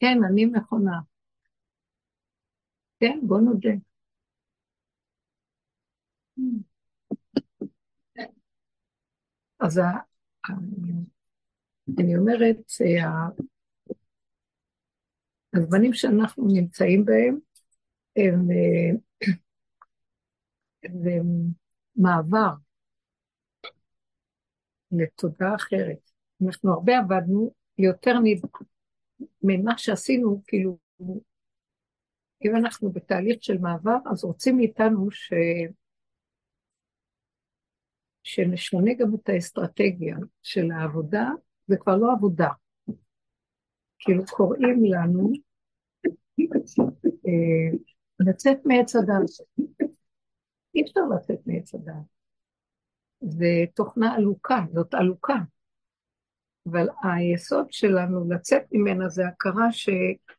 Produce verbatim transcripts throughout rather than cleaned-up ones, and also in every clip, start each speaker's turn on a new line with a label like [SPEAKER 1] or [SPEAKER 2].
[SPEAKER 1] כן, אני מכונה. כן, בוא נודה. אז ה- ה- אני אומרת, ה- הזמנים שאנחנו נמצאים בהם, הם, אה, הם מעבר לתודעה אחרת. אנחנו הרבה עבדנו יותר מ- ממה שעשינו, כאילו, אם אנחנו בתהליך של מעבר, אז רוצים מאיתנו ש... שנשנה גם את האסטרטגיה של העבודה, זה כבר לא עבודה. כאילו קוראים לנו אה, לצאת מעץ הדעת. אי אפשר לצאת מעץ הדעת. זה תוכנה עלוקה, זאת עלוקה. אבל היסוד שלנו לצאת ממנה זה הכרה ש...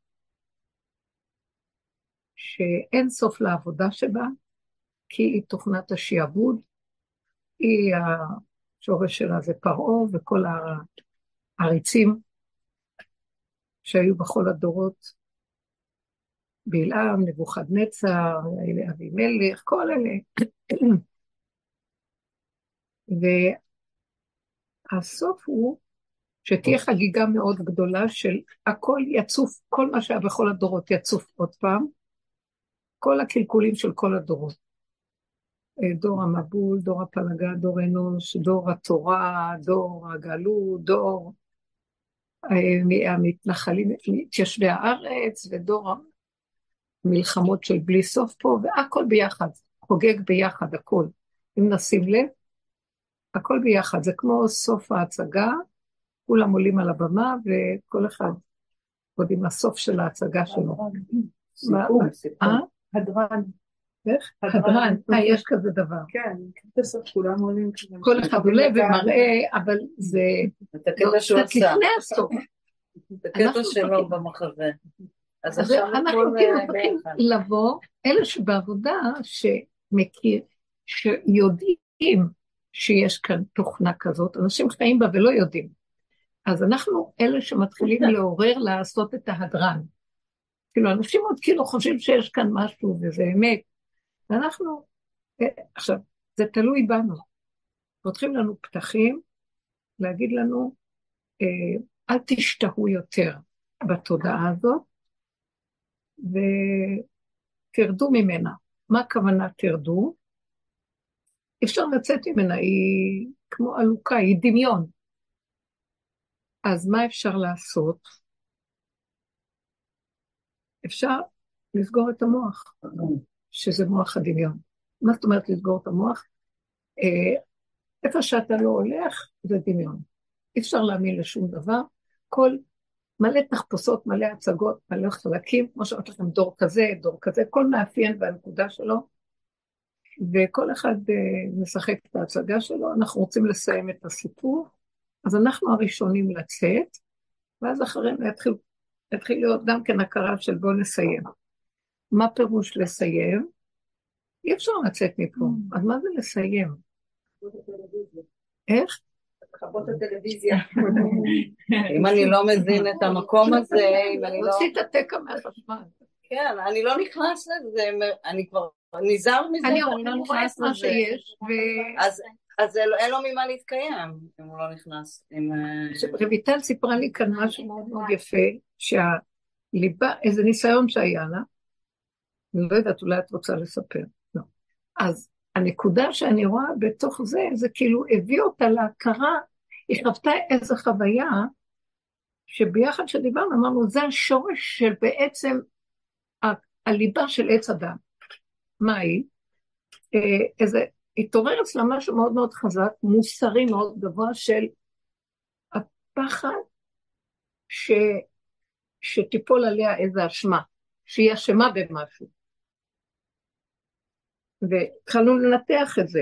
[SPEAKER 1] שאין סוף לעבודה שבה, כי היא תוכנת השיעבוד, היא השורש שלה זה פרעה וכל העריצים שהיו בכל הדורות, בלעם, נבוכדנצר, אבימלך, כל אלה. והסוף הוא שתהיה חגיגה מאוד גדולה של הכל יצוף, כל מה שהיה בכל הדורות יצוף עוד פעם, כל הקלקולים של כל הדורות. דור המבול, דור הפלגה, דור אנוש, דור התורה, דור הגלות, דור אה, המתנחלים, מתיישבי הארץ, ודור המלחמות של בלי סוף פה, והכל ביחד, חוגג ביחד, הכל. אם נשים לב, הכל ביחד, זה כמו סוף ההצגה, כולם עולים על הבמה, וכל אחד עוד עם הסוף של ההצגה שלו.
[SPEAKER 2] סיפור, סיפור.
[SPEAKER 1] הדרן. איך? הדרן. אה, יש כזה דבר.
[SPEAKER 2] כן, בסוף כולם עולים.
[SPEAKER 1] כל אחד עולה ומראה, אבל זה...
[SPEAKER 2] את הקטע שהוא עשה.
[SPEAKER 1] לפני הסוף.
[SPEAKER 2] את הקטע שלו במחווה.
[SPEAKER 1] אז אנחנו כאילו צריכים לבוא, אלה שבעבודה שמכיר, שיודעים שיש כאן תוכנה כזאת, אנשים חיים בה ולא יודעים. אז אנחנו אלה שמתחילים לעורר לעשות את ההדרן. כאילו אנשים עוד כאילו חושבים שיש כאן משהו וזה אמת. ואנחנו, עכשיו, זה תלוי בנו. פותחים לנו פתחים, להגיד לנו, אל תשתהו יותר בתודעה הזאת, ותרדו ממנה. מה הכוונה תרדו? אפשר לצאת ממנה, היא כמו עלוקה, היא דמיון. אז מה אפשר לעשות? אפשר לסגור את המוח, שזה מוח הדמיון. מה זאת אומרת לסגור את המוח? איפה שאתה לא הולך, זה דמיון. אי אפשר להאמין לשום דבר. כל מלא תחפושות, מלא הצגות, מלא חלקים, כמו שאומרת לכם, דור כזה, דור כזה, כל מאפיין והנקודה שלו, וכל אחד משחק את ההצגה שלו. אנחנו רוצים לסיים את הסיפור, אז אנחנו הראשונים לצאת, ואז אחרינו יתחיל, יתחיל להיות גם כן הכרה של בוא נסיים. מה פירוש לסיים? אי אפשר לצאת מפה, אז מה זה לסיים? איך?
[SPEAKER 2] חבות הטלוויזיה. אם אני לא מזין את המקום הזה, אם אני לא...
[SPEAKER 1] הוציא את התקע מהחשמל.
[SPEAKER 2] כן, אני לא נכנס לזה, אני כבר נזהר מזה,
[SPEAKER 1] אני
[SPEAKER 2] לא נכנס
[SPEAKER 1] מה
[SPEAKER 2] לזה.
[SPEAKER 1] שיש,
[SPEAKER 2] אז אין לו ממה להתקיים, אם הוא לא נכנס.
[SPEAKER 1] רויטל סיפרה לי כאן משהו מאוד מאוד יפה, שהליבה, איזה ניסיון שהיה לה, אני לא יודעת, אולי את רוצה לספר. לא. אז הנקודה שאני רואה בתוך זה, זה כאילו הביא אותה להכרה, היא חוותה איזו חוויה, שביחד שדיברנו, אמרנו, זה השורש של בעצם הליבה של עץ אדם. מה היא? איזה, התעורר אצלה משהו מאוד מאוד חזק, מוסרי מאוד גבוה של הפחד ש, שתיפול עליה איזו אשמה, שהיא אשמה במשהו. והתחלנו לנתח את זה.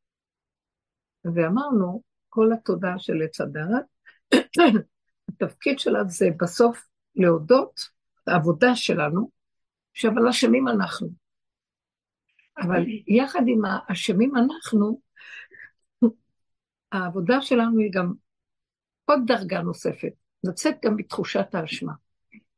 [SPEAKER 1] ואמרנו, כל התודעה של עץ הדעת, התפקיד שלה זה בסוף להודות, העבודה שלנו, שאבל אשמים אנחנו. אבל יחד עם האשמים אנחנו, העבודה שלנו היא גם עוד דרגה נוספת, לצאת גם בתחושת האשמה.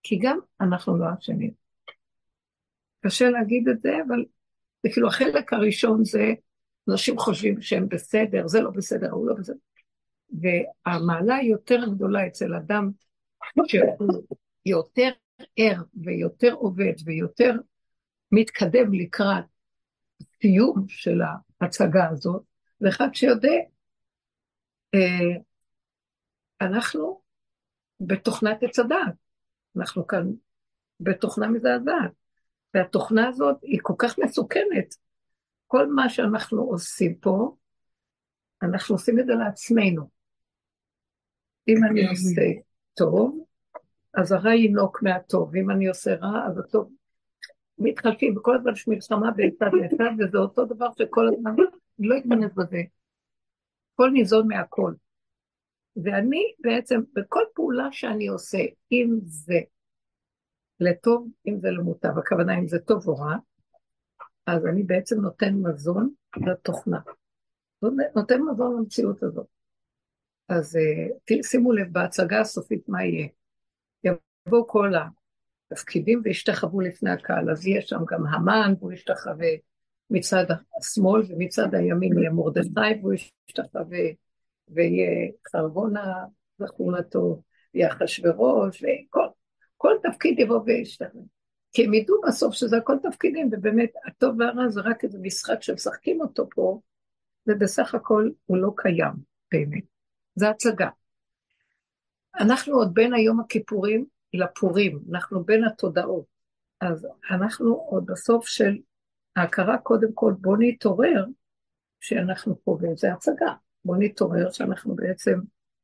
[SPEAKER 1] כי גם אנחנו לא אשמים. קשה להגיד את זה, אבל זה כאילו החלק הראשון זה, אנשים חושבים שהם בסדר, זה לא בסדר, הוא לא בסדר. והמעלה יותר גדולה אצל אדם, שהוא יותר ער ויותר עובד ויותר מתקדם לקראת סיום של ההצגה הזאת, ואחד שיודע, אה, אנחנו בתוכנת עץ הדעת, אנחנו כאן בתוכנה מזעזעת, והתוכנה הזאת היא כל כך מסוכנת, כל מה שאנחנו עושים פה, אנחנו עושים את זה לעצמנו. אם אני עושה טוב, אז הרע ינוק מהטוב, ואם אני עושה רע, אז הטוב מתחלפים, וכל הזמן יש מלחמה בצד לצד, וזה אותו דבר שכל הזמן לא יתמנס בזה, כל ניזון מהכל. ואני בעצם, בכל פעולה שאני עושה, אם זה לטוב, אם זה למוטב, הכוונה אם זה טוב או רע, אז אני בעצם נותן מזון לתוכנה. נותן מזון למציאות הזאת. אז שימו לב, בהצגה הסופית מה יהיה? יבואו כל התפקידים וישתחוו לפני הקהל, אז יש שם גם המן, והוא ישתחווה מצד השמאל, ומצד הימין יהיה מרדכי, והוא ישתחווה, ויהיה חרבונה וכהונתו, ויהיה אחשוורוש, וכל כל תפקיד יבוא וישתחווה. כי הם ידעו בסוף שזה הכל תפקידים, ובאמת הטוב והרע זה רק איזה משחק שמשחקים אותו פה, ובסך הכל הוא לא קיים באמת. זה הצגה. אנחנו עוד בין היום הכיפורים לפורים, אנחנו בין התודעות. אז אנחנו עוד בסוף של ההכרה קודם כל, בוא נתעורר שאנחנו פה, וזה הצגה. בוא נתעורר שאנחנו בעצם,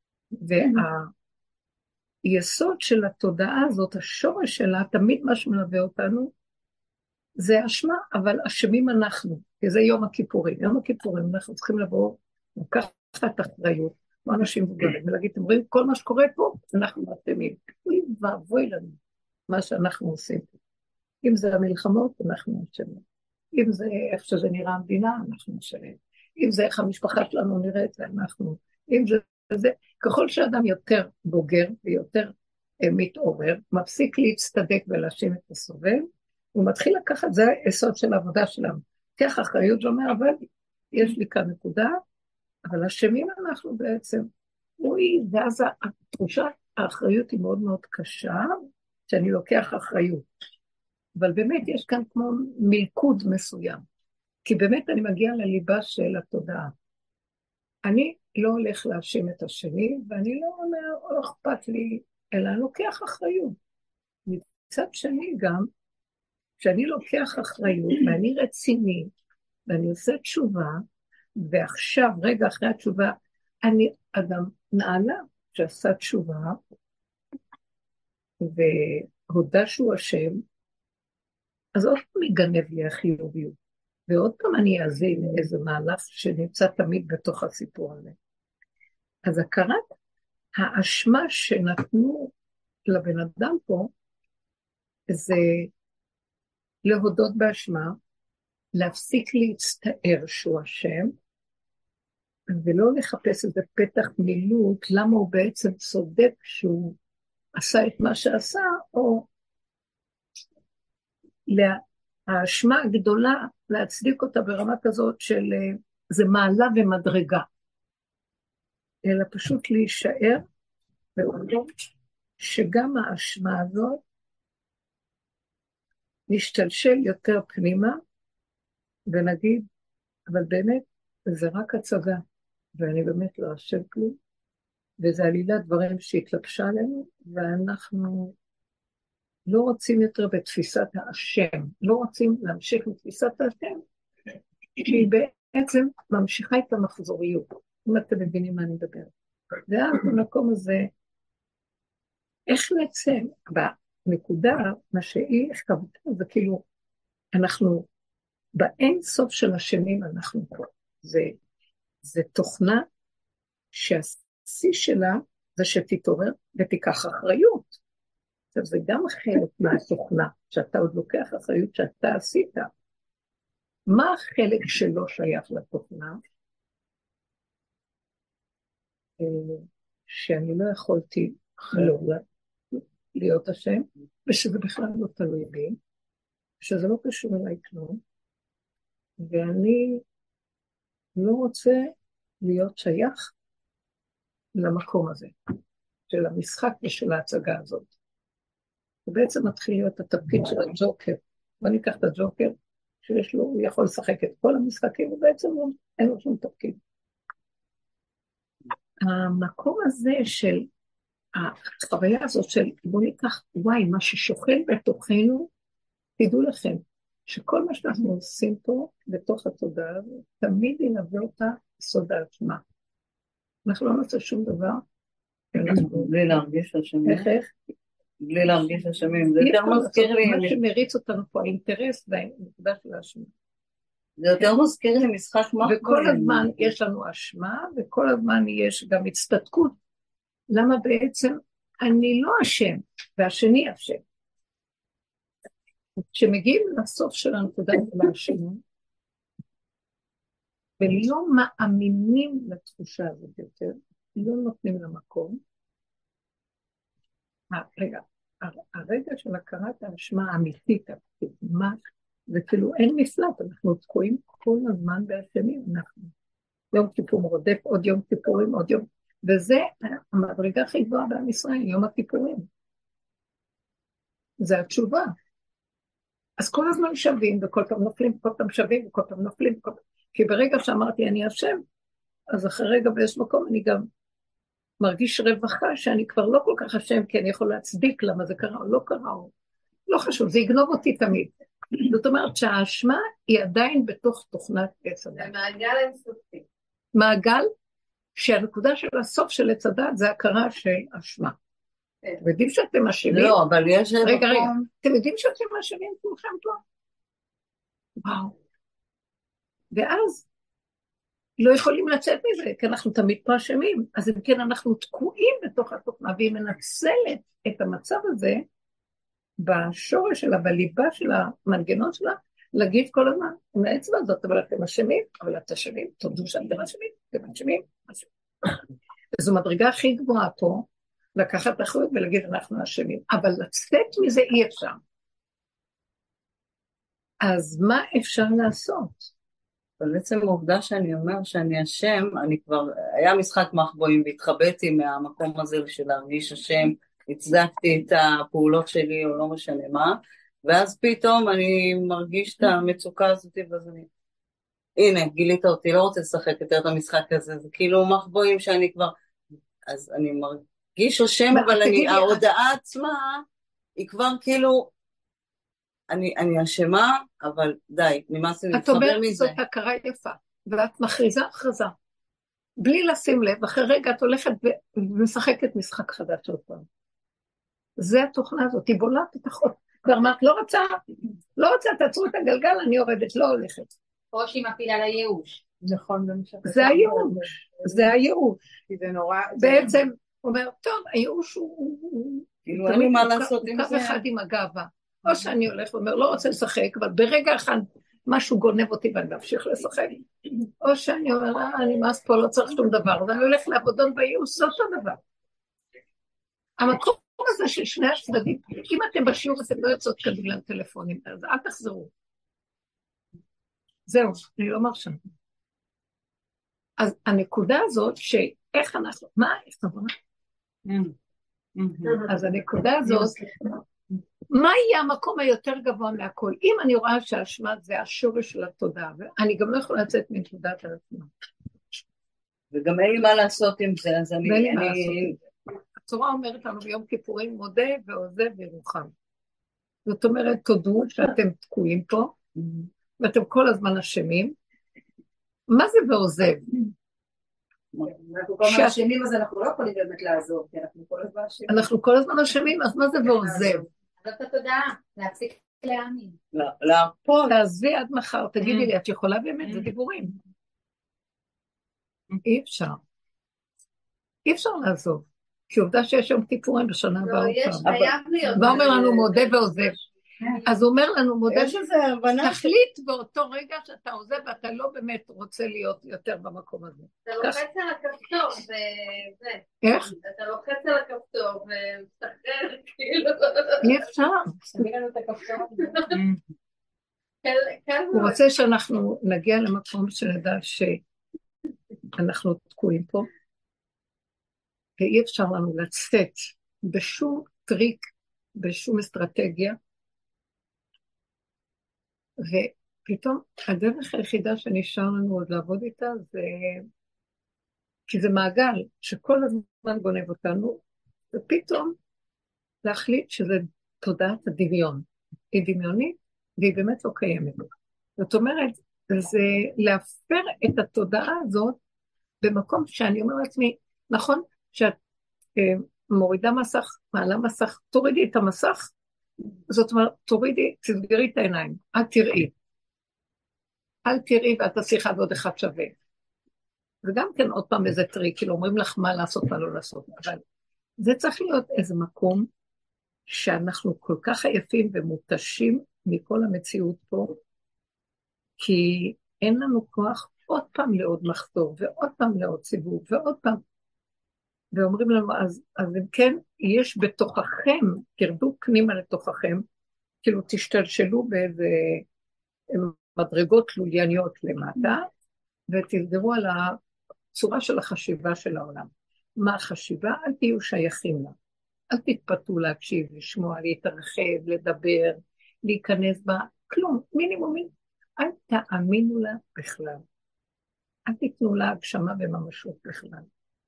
[SPEAKER 1] והיסוד של התודעה הזאת, השורש שלה, תמיד מה שמלווה אותנו, זה אשמה, אבל אשמים אנחנו, כי זה יום הכיפורים. יום הכיפורים אנחנו צריכים לבוא, לקחת אחריות, כמו אנשים מבוגרים, ולהגיד, אתם רואים, כל מה שקורה פה, אנחנו אשמים. אוי ואבוי לנו מה שאנחנו עושים. אם זה המלחמות, אנחנו אשמים. אם זה איך שזה נראה המדינה, אנחנו אשמים. אם זה איך המשפחה שלנו נראית, אנחנו. אם זה זה, ככל שאדם יותר בוגר ויותר אה, מתעורר, מפסיק להצטדק ולהאשים את הסובל, הוא מתחיל לקחת, זה היסוד של העבודה שלנו. כך אחריות ואומר, אבל יש לי כאן נקודה, אבל אשמים אנחנו בעצם, אוי, ואז התחושת האחריות היא מאוד מאוד קשה, שאני לוקח אחריות. אבל באמת יש כאן כמו מלכוד מסוים, כי באמת אני מגיעה לליבה של התודעה. אני לא הולך להאשים את השני, ואני לא אומר, לא אכפת לי, אלא אני לוקח אחריות. מצד שני גם, כשאני לוקח אחריות, ואני רציני, ואני עושה תשובה, ועכשיו, רגע אחרי התשובה, אני אדם נעלה שעשה תשובה, והודע שהוא אשם, אז עוד פעם יגנב לי החיוביות, ועוד פעם אני אעזין איזה מהלך שנמצא תמיד בתוך הסיפור הזה. אז הכרת האשמה שנתנו לבן אדם פה, זה להודות באשמה, להפסיק להצטער שהוא אשם, ולא לחפש איזה פתח מילוט, למה הוא בעצם צודק שהוא עשה את מה שעשה, או האשמה הגדולה להצדיק אותה ברמה כזאת של זה מעלה ומדרגה, אלא פשוט להישאר ולראות שגם האשמה הזאת נשתלשל יותר פנימה, ונגיד, אבל באמת זה רק הצגה, ואני באמת לא אשם כלום, וזה עלילת דברים שהתלבשה עלינו, ואנחנו לא רוצים יותר בתפיסת האשם, לא רוצים להמשיך בתפיסת האשם, שהיא בעצם ממשיכה את המחזוריות, אם אתם מבינים מה אני מדבר. ואז במקום הזה, איך נצא? בנקודה, מה שהיא חוותה, זה כאילו, אנחנו, באין סוף של השנים אנחנו פה. זה, זה תוכנה שהשיא שלה זה שתתעורר ותיקח אחריות. עכשיו, זה גם חלק מהתוכנה, שאתה עוד לוקח אחריות שאתה עשית. מה החלק שלא שייך לתוכנה? שאני לא יכולתי לא, להיות השם, ושזה בכלל לא תלוי בי, שזה לא קשור אליי כלום, ואני לא רוצה להיות שייך למקום הזה, של המשחק ושל ההצגה הזאת. ובעצם מתחיל להיות התפקיד של הג'וקר. בוא ניקח את הג'וקר, שיש לו, הוא יכול לשחק את כל המשחקים, ובעצם לא, אין לו שום תפקיד. המקום הזה של, החוויה הזאת של, בוא ניקח, וואי, מה ששוכן בתוכנו, תדעו לכם, שכל מה שאנחנו עושים פה, בתוך התודעה הזאת, תמיד ינבא אותה סוד האשמה. אנחנו לא נעשה שום דבר,
[SPEAKER 2] בלי להרגיש אשמים.
[SPEAKER 1] איך איך?
[SPEAKER 2] בלי להרגיש אשמים, זה יותר מזכיר לי...
[SPEAKER 1] מה שמריץ אותנו פה, האינטרס והנקודה של האשמה.
[SPEAKER 2] זה יותר מזכיר לי משחק מחבואים.
[SPEAKER 1] וכל הזמן יש לנו אשמה, וכל הזמן יש גם הצטדקות. למה בעצם אני לא אשם, והשני אשם. כשמגיעים לסוף של הנקודה של האשמה, ולא מאמינים לתחושה הזאת יותר, לא נותנים למקום, הרגע, הרגע של הכרת האשמה האמיתית, מה, זה כאילו אין מפלט, אנחנו תקועים כל הזמן באשמים, אנחנו יום כיפור רודף, עוד יום כיפורים, עוד יום, וזה המדרגה הכי גבוהה בעם ישראל, יום הכיפורים. זה התשובה. אז כל הזמן שווים, וכל פעם נופלים, כל פעם שווים, וכל פעם נופלים, כל... כי ברגע שאמרתי אני אשם, אז אחרי רגע באיזשהו מקום אני גם מרגיש רווחה שאני כבר לא כל כך אשם, כי אני יכול להצדיק למה זה קרה או לא קרה, או לא חשוב, זה יגנוב אותי תמיד. זאת אומרת שהאשמה היא עדיין בתוך תוכנת עץ הדת.
[SPEAKER 2] זה מעגל אינסופי.
[SPEAKER 1] מעגל שהנקודה של הסוף של עץ הדת זה הכרה של אשמה. אתם יודעים שאתם אשמים?
[SPEAKER 2] לא, אבל יש...
[SPEAKER 1] רגע, רגע, אתם יודעים שאתם אשמים כולכם פה? וואו. ואז לא יכולים לצאת מזה, כי אנחנו תמיד פה אשמים. אז אם כן, אנחנו תקועים בתוך התוכנה, והיא מנצלת את המצב הזה, בשורש שלה, בליבה של המנגנון שלה, להגיד כל הזמן, עם האצבע הזאת, אבל אתם אשמים, אבל אתם אשמים, תודו שאתם אשמים, אתם אשמים. וזו מדרגה הכי גבוהה פה, לקחת אחריות ולהגיד אנחנו אשמים, אבל לצאת מזה אי אפשר. אז מה אפשר לעשות?
[SPEAKER 2] אבל בעצם העובדה שאני אומר שאני אשם, אני כבר, היה משחק מחבואים והתחבאתי מהמקום הזה של להרגיש אשם, הצדקתי את הפעולות שלי או לא משנה מה, ואז פתאום אני מרגיש את המצוקה הזאת, ואז אני, הנה, גילית אותי, לא רוצה לשחק יותר את המשחק הזה, זה כאילו מחבואים שאני כבר, אז אני מרגיש אשם, אבל אני, ההודעה עצמה, היא כבר כאילו, אני, אני אשמה, אבל די, נמאס לי להתחבר מזה.
[SPEAKER 1] את אומרת, זאת הכרה יפה, ואת מכריזה הכרזה, בלי לשים לב, אחרי רגע את הולכת ומשחקת משחק חדש עוד פעם. זה התוכנה הזאת, היא בולעת את החוק. כבר מה, לא רוצה, לא רוצה, תעצרו את הגלגל, אני יורדת, לא הולכת.
[SPEAKER 3] או שהיא מפילה לייאוש.
[SPEAKER 4] נכון,
[SPEAKER 1] זה הייאוש, זה הייאוש.
[SPEAKER 4] כי זה נורא...
[SPEAKER 1] בעצם, הוא אומר, טוב, הייאוש הוא...
[SPEAKER 2] כאילו, אין לי מה לעשות עם זה.
[SPEAKER 1] הוא קו אחד עם הגאווה. או שאני הולך ואומר, לא רוצה לשחק, אבל ברגע אחד משהו גונב אותי ואני ממשיך לשחק. או שאני אומר, אה, אני מאס פה, לא צריך שום דבר, ואני הולך לעבודון בייאוש, זה אותו דבר. המקום הזה של שני הצדדים, אם אתם בשיעור אתם לא יוצאות כאן בגלל טלפונים, אז אל תחזרו. זהו, אני לא מרשה. אז הנקודה הזאת, שאיך אנחנו, מה, איך נבוא? אז הנקודה הזאת, מה יהיה המקום היותר גבוה מהכל? אם אני רואה שהאשמה זה השורש של התודעה, אני גם לא יכולה לצאת מנקודת האשמה.
[SPEAKER 2] וגם אין לי מה לעשות עם זה, אז אני...
[SPEAKER 1] ואין לי מה לעשות עם זה. התורה אומרת לנו ביום כיפורים מודה ועוזב וירוחם. זאת אומרת, תודו שאתם תקועים פה, ואתם כל הזמן אשמים. מה זה ועוזב?
[SPEAKER 4] אנחנו כל הזמן אשמים, אז אנחנו לא יכולים באמת לעזוב, כי אנחנו כל הזמן אשמים.
[SPEAKER 1] אנחנו כל הזמן אשמים, אז מה זה ועוזב?
[SPEAKER 3] זאת התודעה, להפסיק להאמין.
[SPEAKER 2] לא, לא.
[SPEAKER 1] פה, תעזבי עד מחר, תגידי לי, את יכולה באמת, זה דיבורים. אי אפשר. אי אפשר לעזוב. כי עובדה שיש יום כיפורים בשנה הבאה.
[SPEAKER 3] לא, יש, חייב להיות.
[SPEAKER 1] ואומר לנו מודה ועוזב. אז הוא אומר לנו, מודל,
[SPEAKER 2] יש איזו הבנה ש...
[SPEAKER 1] תחליט באותו רגע שאתה עוזב ואתה לא באמת רוצה להיות יותר במקום הזה.
[SPEAKER 3] אתה לוחץ על הכפתור וזה.
[SPEAKER 1] איך?
[SPEAKER 3] אתה לוחץ על הכפתור ומסתחרר, כאילו.
[SPEAKER 1] אי אפשר.
[SPEAKER 3] שמים לנו את הכפתור.
[SPEAKER 1] הוא רוצה שאנחנו נגיע למקום שנדע שאנחנו תקועים פה, ואי אפשר לנו לצאת בשום טריק, בשום אסטרטגיה, ופתאום הדרך היחידה שנשאר לנו עוד לעבוד איתה זה, כי זה מעגל שכל הזמן גונב אותנו, ופתאום להחליט שזה תודעת הדמיון. היא דמיונית והיא באמת לא קיימת. זאת אומרת, זה להפר את התודעה הזאת במקום שאני אומר לעצמי, נכון שאת אה, מורידה מסך, מעלה מסך, תורידי את המסך, זאת אומרת, תורידי, תסגרי את העיניים, אל תראי. אל תראי ואת תעשי אחד ועוד אחד שווה. וגם כן עוד פעם איזה טריק, כאילו אומרים לך מה לעשות, מה לא לעשות, אבל זה צריך להיות איזה מקום שאנחנו כל כך עייפים ומותשים מכל המציאות פה, כי אין לנו כוח עוד פעם לעוד מחזור, ועוד פעם לעוד סיבוב, ועוד פעם. ואומרים לנו, אז, אז אם כן, יש בתוככם, תרדו פנימה לתוככם, כאילו תשתלשלו באיזה מדרגות לולייניות למטה, ותסגרו על הצורה של החשיבה של העולם. מה החשיבה? אל תהיו שייכים לה. אל תתפתו להקשיב, לשמוע, להתרחב, לדבר, להיכנס בה, כלום, מינימומי. אל תאמינו לה בכלל. אל תיתנו לה הגשמה וממשות בכלל.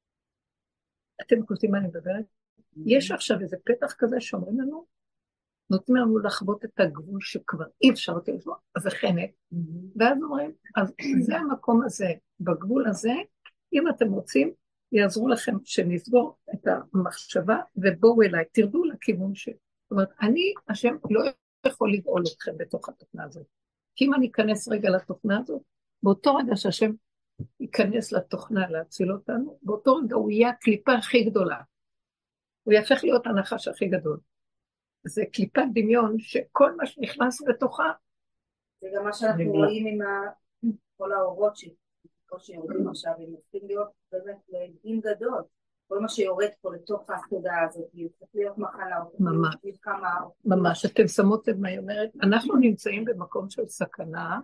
[SPEAKER 1] אתם קולטים מה אני מדברת? יש עכשיו איזה פתח כזה שאומרים לנו, נותנים לנו לחוות את הגבול שכבר אי אפשר לשמוע, אז זה חנק. ואז אומרים, אז זה המקום הזה, בגבול הזה, אם אתם רוצים, יעזרו לכם שנסגור את המחשבה, ובואו אליי, תרדו לכיוון של... זאת אומרת, אני, השם, לא יכול לגאול אתכם בתוך התוכנה הזאת. כי אם אני אכנס רגע לתוכנה הזאת, באותו רגע שהשם ייכנס לתוכנה להציל אותנו, באותו רגע הוא יהיה הקליפה הכי גדולה. הוא יהפך להיות הנחש הכי גדול. זה קליפת דמיון שכל מה שנכנס בתוכה...
[SPEAKER 4] זה גם מה שאנחנו רואים עם כל האורות שיורדים עכשיו, הם הופכים להיות באמת לדין גדול. כל מה שיורד פה לתוך התודעה הזאת, היא צריך להיות מחלה.
[SPEAKER 1] ממש, ממש, אתם שמות לב מה היא אומרת, אנחנו נמצאים במקום של סכנה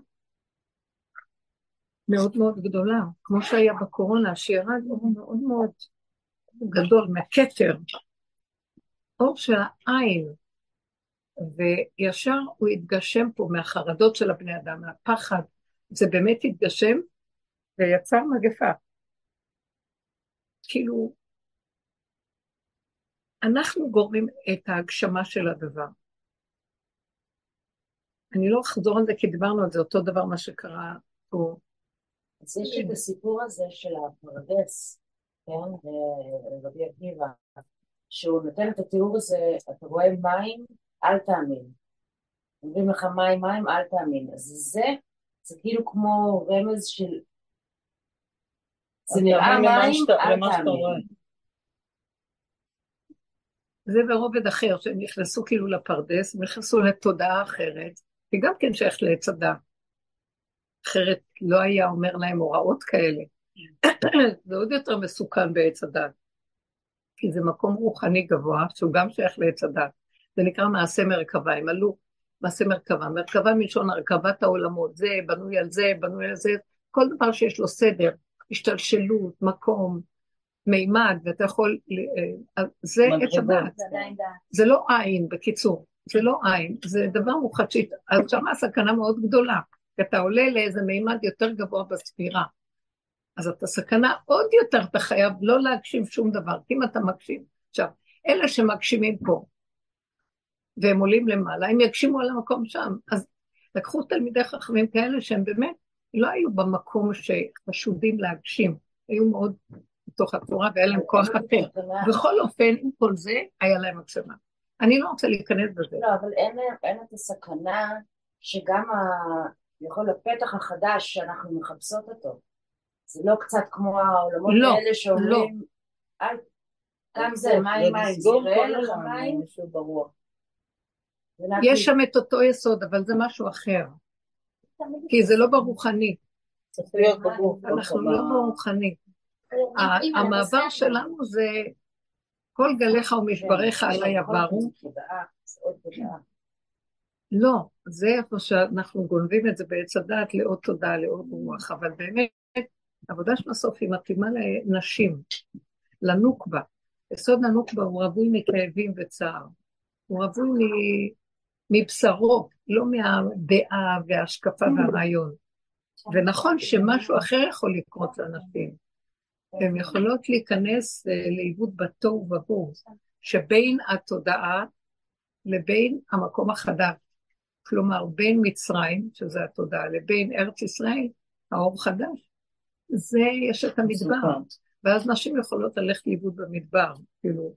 [SPEAKER 1] מאוד מאוד גדולה, כמו שהיה בקורונה, שירד אור מאוד מאוד גדול מהכתר, אור של העין, וישר הוא התגשם פה מהחרדות של הבני אדם, מהפחד, זה באמת התגשם, ויצר מגפה. כאילו, אנחנו גורמים את ההגשמה של הדבר. אני לא אחזור על זה, כי דיברנו על זה, אותו דבר מה שקרה פה.
[SPEAKER 5] אז יש את הסיפור הזה של הפרדס, כן, רבי עקיבא, שהוא נותן את התיאור הזה, אתה רואה מים, אל תאמין. אומרים לך מים, מים, אל תאמין. אז זה, זה כאילו כמו רמז של... זה נראה מים, אל תאמין.
[SPEAKER 1] זה ברובד אחר, שהם נכנסו כאילו לפרדס, הם נכנסו לתודעה אחרת, היא גם כן שייך להצדה. אחרת לא היה אומר להם הוראות כאלה. זה עוד יותר מסוכן בהצדה. כי זה מקום רוחני גבוה, שהוא גם שייך להצדה. זה נקרא מעשה מרכבה, הם עלו מעשה מרכבה. מרכבה מלשון הרכבת העולמות, זה בנוי על זה, בנוי על זה, כל דבר שיש לו סדר, השתלשלות, מקום, מימד, ואתה יכול, זה עץ הדעת. זה לא עין, בקיצור, זה לא עין, זה דבר מוחשית, אז שם הסכנה מאוד גדולה, כי אתה עולה לאיזה מימד יותר גבוה בספירה, אז אתה סכנה עוד יותר, אתה חייב לא להגשים שום דבר, כי אם אתה מגשים, עכשיו, אלה שמגשימים פה, והם עולים למעלה, הם יגשימו על המקום שם, אז לקחו תלמידי חכמים כאלה שהם באמת לא היו במקום שחשודים להגשים, היו מאוד בתוך התורה והיה להם כוח אחר. בכל אופן, עם כל זה, היה להם הגשמה. אני לא רוצה להיכנס בזה.
[SPEAKER 5] לא, אבל אין, אין את הסכנה שגם ה... יכול הפתח החדש שאנחנו מחפשות אותו. זה לא קצת כמו העולמות
[SPEAKER 1] לא,
[SPEAKER 5] האלה שאומרים, לא. גם זה, מים, מים, זה יראה לך מים.
[SPEAKER 1] יש שם את אותו יסוד, אבל זה משהו אחר. כי זה לא ברוחני.
[SPEAKER 2] צריך להיות בגוף.
[SPEAKER 1] אנחנו לא ברוחני. המעבר שלנו זה כל גליך ומשבריך עליי עברו. לא, זה איפה שאנחנו גונבים את זה בעץ הדעת לעוד תודה, לעוד רוח, אבל באמת, העבודה של הסוף היא מתאימה לנשים, לנוקבה. יסוד הנוקבה הוא רווי מכאבים וצער. הוא רווי מבשרו, לא מהדעה וההשקפה והרעיון. ונכון שמשהו אחר יכול לקרות לאנשים. הן יכולות להיכנס לאיבוד בתוהו ובוהו, שבין התודעה לבין המקום החדש. כלומר, בין מצרים, שזה התודעה, לבין ארץ ישראל, האור חדש, זה יש את המדבר. ואז נשים יכולות ללכת לאיבוד במדבר, כאילו,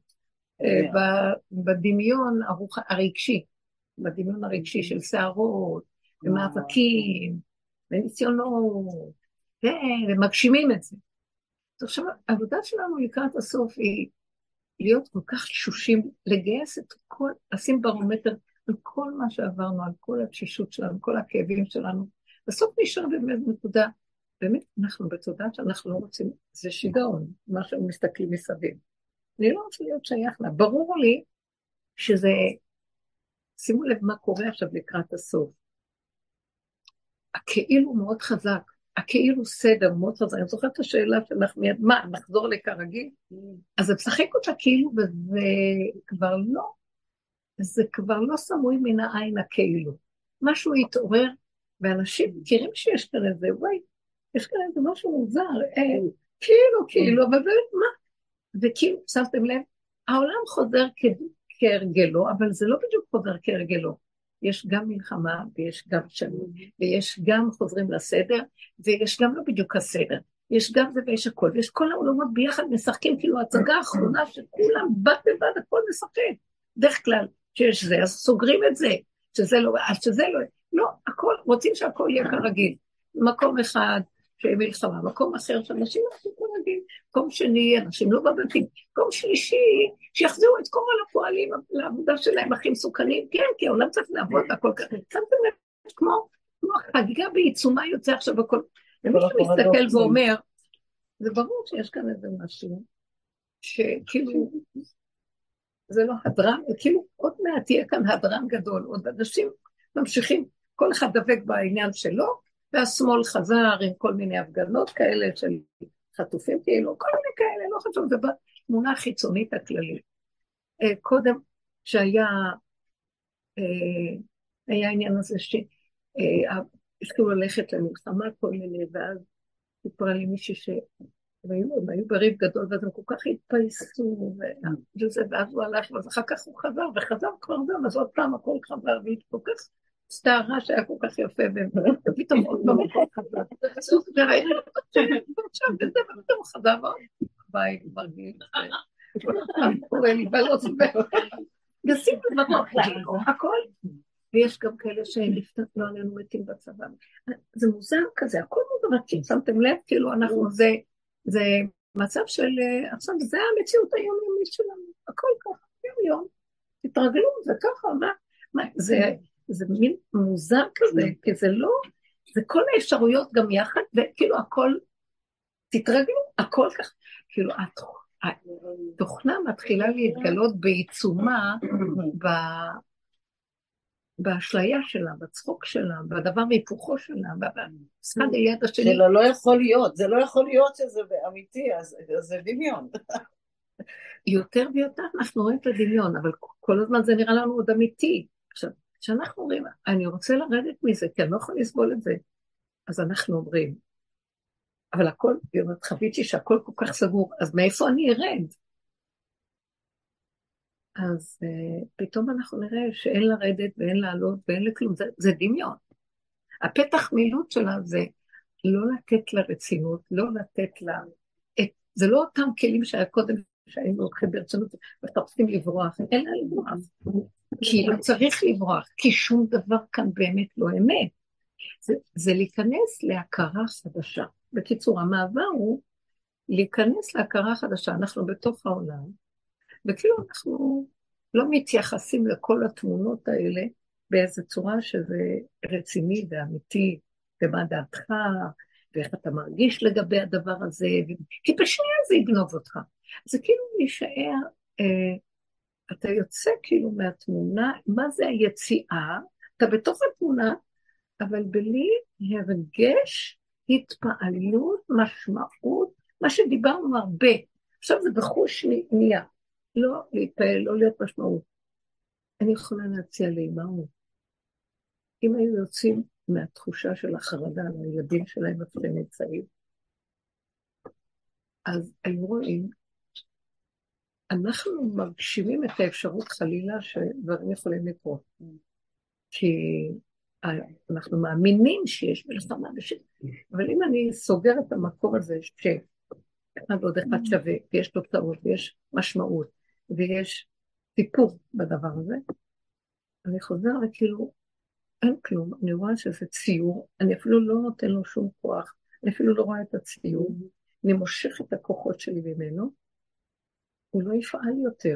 [SPEAKER 1] בדמיון הרגשי, בדמיון הרגשי של שערות, ומאבקים, וניסיונות, ומגשימים את זה. עכשיו, העבודה שלנו לקראת הסוף היא להיות כל כך תשושים, לגייס את כל, לשים ברומטר על כל מה שעברנו, על כל התשישות שלנו, כל הכאבים שלנו. בסוף נשאר באמת נקודה, באמת אנחנו בתודעה שאנחנו לא רוצים, זה שיגעון, מה שהם מסתכלים מסביב. אני לא רוצה להיות שייך לה. ברור לי שזה, שימו לב מה קורה עכשיו לקראת הסוף. הכאילו מאוד חזק, הכאילו סדר מאוד חזק. אני זוכרת את השאלה שלך מיד, מה, נחזור לכרגיל? אז זה משחק אותה כאילו, וזה כבר לא, זה כבר לא סמוי מן העין הכאילו. משהו התעורר, ואנשים מכירים שיש כאן איזה, וואי, יש כאן איזה משהו מוזר, אה, כאילו, כאילו, אבל באמת מה? וכאילו, שמתם לב, העולם חוזר כהרגלו, אבל זה לא בדיוק חוזר כהרגלו. יש גם מלחמה, ויש גם שלום, ויש גם חוזרים לסדר, ויש גם לא בדיוק הסדר. יש גם זה ויש הכל, ויש כל העולמות ביחד משחקים, כאילו הצגה האחרונה שכולם בת בבד, הכל משחק. דרך כלל, שיש זה, אז סוגרים את זה, שזה לא, אז שזה לא, לא, הכל, רוצים שהכל יהיה כרגיל. מקום אחד, שיהיה מלחמה, מקום אחר שאנשים יחזרו כרגיל, מקום שני, אנשים לא בבתים, מקום שלישי, שיחזרו את כל הפועלים לעבודה שלהם הכי מסוכנים, כן, כי העולם צריך לעבוד הכל ככה, שמתם לב, כמו, כמו חגיגה בעיצומה יוצא עכשיו הכל, ומי שמסתכל ואומר, זה ברור שיש כאן איזה משהו, שכאילו, זה לא הדרם, וכאילו עוד מעט תהיה כאן הדרם גדול, עוד אנשים ממשיכים, כל אחד דבק בעניין שלו, והשמאל חזר עם כל מיני הפגנות כאלה של חטופים כאילו, כל מיני כאלה, לא חשוב, זה בתמונה החיצונית הכללית. קודם שהיה, היה העניין הזה שהתחילו ללכת למלחמה כל מיני, ואז סיפרה לי מישהי שהם היו בריב גדול, ואז הם כל כך התפייסו, ואז הוא הלך, ואז אחר כך הוא חזר, וחזר כבר גם, אז עוד פעם הכל חזר, והיא כל כך סתרה שהיה כל כך יפה, ופתאום עוד במקום חזר. וראינו עכשיו, וזה ופתאום חזר, בית מרגיל, קורא לי בלוץ, ושים בדברו, הכל. ויש גם כאלה שלפתת לא עלינו מתים בצבא. זה מוזר כזה, הכל מודרקים, שמתם לב, כאילו אנחנו, זה מצב של, עכשיו זה המציאות היומיומית שלנו, הכל ככה, יום יום, תתרגלו, זה ככה, מה, זה... זה מין מוזר כזה, כי זה לא, זה כל האפשרויות גם יחד, וכאילו הכל, תתרגלו, הכל כך, כאילו התוכנה מתחילה להתגלות בעיצומה, באשליה שלה, בצחוק שלה, בדבר והיפוכו שלה, בצחד היד השני.
[SPEAKER 2] זה לא יכול להיות, זה לא יכול להיות שזה אמיתי, אז זה דמיון.
[SPEAKER 1] יותר ויותר אנחנו רואים את הדמיון, אבל כל הזמן זה נראה לנו עוד אמיתי. עכשיו, כשאנחנו אומרים, אני רוצה לרדת מזה, כי אני לא יכול לסבול את זה, אז אנחנו אומרים, אבל הכל, חוויתי שהכל כל כך סגור, אז מאיפה אני ארד? אז uh, פתאום אנחנו נראה שאין לרדת ואין לעלות ואין לכלום, זה, זה דמיון. הפתח מילוט שלה זה לא לתת לה רצינות, לא לתת לה, את, זה לא אותם כלים שהיה קודם שהיינו לוקחים ברצינות וחפשים לברוח, אין לה לברוח. כי לא צריך לברוח, כי שום דבר כאן באמת לא אמת. זה, זה להיכנס להכרה חדשה. בקיצור, המעבר הוא להיכנס להכרה חדשה. אנחנו בתוך העולם, וכאילו אנחנו לא מתייחסים לכל התמונות האלה באיזו צורה שזה רציני ואמיתי, ומה דעתך, ואיך אתה מרגיש לגבי הדבר הזה, ו... כי בשנייה זה יגנוב אותך. זה כאילו להישאר, אה, אתה יוצא כאילו מהתמונה, מה זה היציאה? אתה בתוך התמונה, אבל בלי הרגש, התפעלות, משמעות, מה שדיברנו הרבה. עכשיו זה בחוש נהיה. לא להתפעל, לא להיות משמעות. אני יכולה להציע לאמהות. אם היו יוצאים מהתחושה של החרדה על הילדים שלהם איפה שהם נמצאים, אז היו רואים, אנחנו מגשימים את האפשרות חלילה שדברים יכולים לקרות. כי אנחנו מאמינים שיש מלחמה בשביל. אבל אם אני סוגר את המקום הזה שאחד עוד אחד שווה, ויש תוצאות, ויש משמעות, ויש סיפור בדבר הזה, אני חוזר וכאילו, אין כלום, אני רואה שזה ציור, אני אפילו לא נותן לו שום כוח, אני אפילו לא רואה את הציור, אני מושך את הכוחות שלי ממנו, הוא לא יפעל יותר.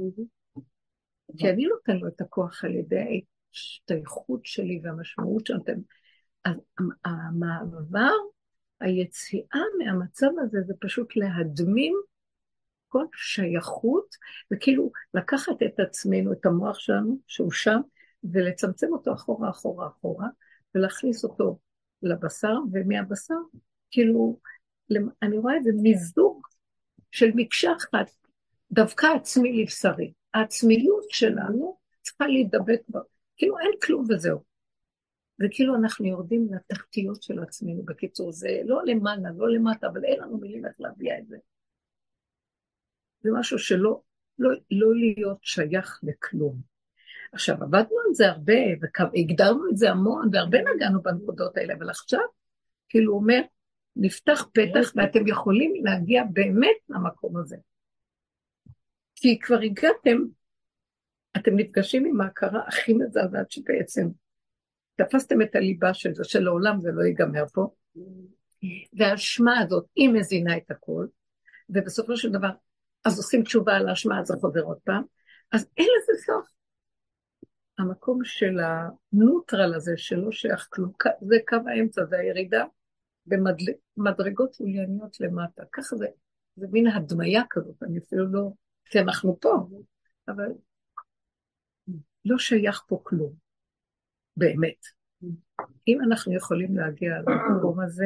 [SPEAKER 1] כי אני נותן לו את הכוח על ידי ההשתייכות שלי והמשמעות שאתם, אז המעבר, היציאה מהמצב הזה, זה פשוט להדמים כל שייכות, וכאילו לקחת את עצמנו, את המוח שלנו, שהוא שם, ולצמצם אותו אחורה, אחורה, אחורה, ולהכניס אותו לבשר, ומהבשר, כאילו, אני רואה את זה מזוג של מקשה אחת, דווקא עצמי לבשרי. העצמיות שלנו צריכה להידבק בה, כאילו אין כלום וזהו. וכאילו אנחנו יורדים לתחתיות של עצמנו, בקיצור, זה לא למעלה, לא למטה, אבל אין לנו מילים איך להביע את זה. זה משהו שלא, לא, לא להיות שייך לכלום. עכשיו, עבדנו על זה הרבה, והגדרנו את זה המון, והרבה נגענו בנקודות האלה, אבל עכשיו, כאילו הוא אומר, נפתח פתח, ואתם יכולים להגיע באמת למקום הזה. כי כבר הגעתם, אתם נפגשים עם ההכרה הכי מזעזעת שבעצם, תפסתם את הליבה של זה, שלעולם זה לא ייגמר פה, והאשמה הזאת, היא מזינה את הכל, ובסופו של דבר, אז עושים תשובה על האשמה, אז זה חוזר עוד פעם, אז אין לזה סוף. המקום של הנוטרל הזה, שלא שייך כלום, זה קו האמצע, זה הירידה, במדרגות עולייניות למטה, ככה זה, זה מין הדמיה כזאת, אני אפילו לא, כי אנחנו פה, אבל לא שייך פה כלום, באמת. אם אנחנו יכולים להגיע למקום הזה,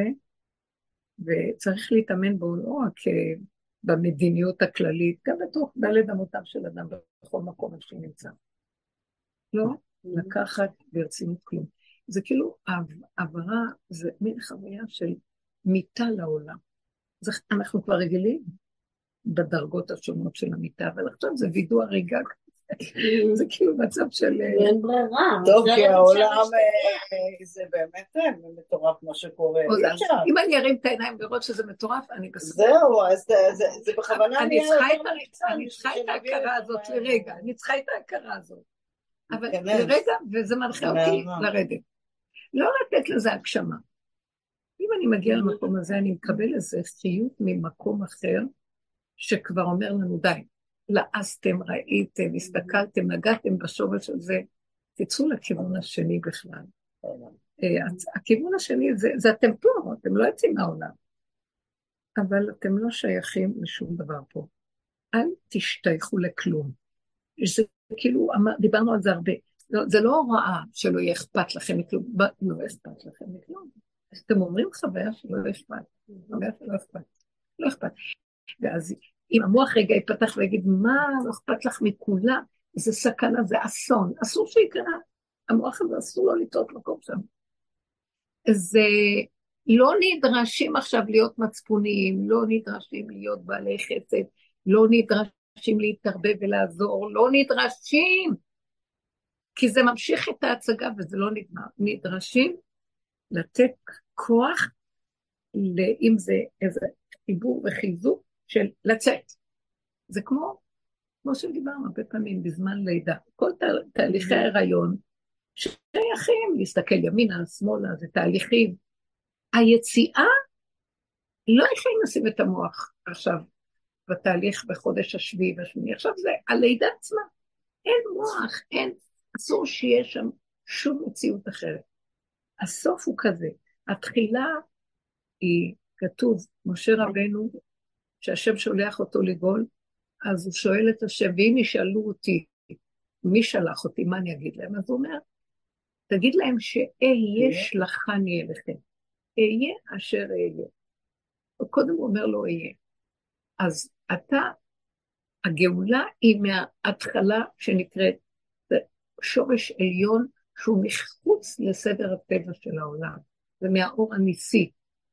[SPEAKER 1] וצריך להתאמן בו לא רק במדיניות הכללית, גם בתוך דלת אמותיו של אדם בכל מקום שנמצא. לא לקחת ברצינות כלום. זה כאילו העברה, זה מין חוויה של מיטה לעולם. זה, אנחנו כבר רגילים בדרגות השונות של המיטה, אבל עכשיו זה וידוע ריגה, זה כאילו מצב של...
[SPEAKER 2] אין ברירה. טוב, כי העולם זה באמת מטורף מה שקורה.
[SPEAKER 1] אם אני ארים את העיניים לראות שזה מטורף, אני בסוף.
[SPEAKER 2] זהו, אז זה בכוונה...
[SPEAKER 1] אני צריכה את ההכרה הזאת לרגע, אני צריכה את ההכרה הזאת. אבל לרגע, וזה מנחה אותי לרדת. לא לתת לזה הגשמה. אם אני מגיעה למקום הזה, אני מקבל איזה חיות ממקום אחר, שכבר אומר לנו די. לעסתם, ראיתם, הסתכלתם, נגעתם בשורש הזה, תצאו לכיוון השני בכלל. הכיוון השני זה, זה אתם פה, אתם לא יוצאים מהעולם. אבל אתם לא שייכים לשום דבר פה. אל תשתייכו לכלום. זה כאילו, דיברנו על זה הרבה. זה לא הוראה שלא יהיה אכפת לכם מכלום. לא אכפת לכם מכלום. אתם אומרים חוויה שלא אכפת. חוויה שלא אכפת. לא אכפת. ואז אם המוח רגע יפתח ויגיד, מה לא אכפת לך מכולה? זה סכנה, זה אסון. אסור שיקרה. המוח הזה אסור לו לטעות מקום שם. זה לא נדרשים עכשיו להיות מצפוניים, לא נדרשים להיות בעלי חסד, לא נדרשים להתערבב ולעזור, לא נדרשים, כי זה ממשיך את ההצגה וזה לא נגמר. נדרשים לתת כוח, אם זה איזה חיבור וחיזוק של לצאת. זה כמו, כמו שדיברנו הרבה פעמים בזמן לידה, כל תה, תהליכי ההיריון, שייכים להסתכל ימינה, שמאלה, זה תהליכים. היציאה, לא יכולים לשים את המוח עכשיו, בתהליך בחודש השביעי והשמיני, עכשיו זה הלידה עצמה. אין מוח, אין, אסור שיהיה שם שום מציאות אחרת. הסוף הוא כזה, התחילה היא, כתוב, משה רבנו, שהשם שולח אותו לגול, אז הוא שואל את השם, ואם ישאלו אותי, מי שלח אותי, מה אני אגיד להם? אז הוא אומר, תגיד להם שאהיה שלחני אליכם, אהיה אשר אהיה. וקודם הוא אומר לו, אהיה. אז אתה, הגאולה היא מההתחלה שנקראת שורש עליון, שהוא מחוץ לסדר הטבע של העולם, ומהאור הניסי.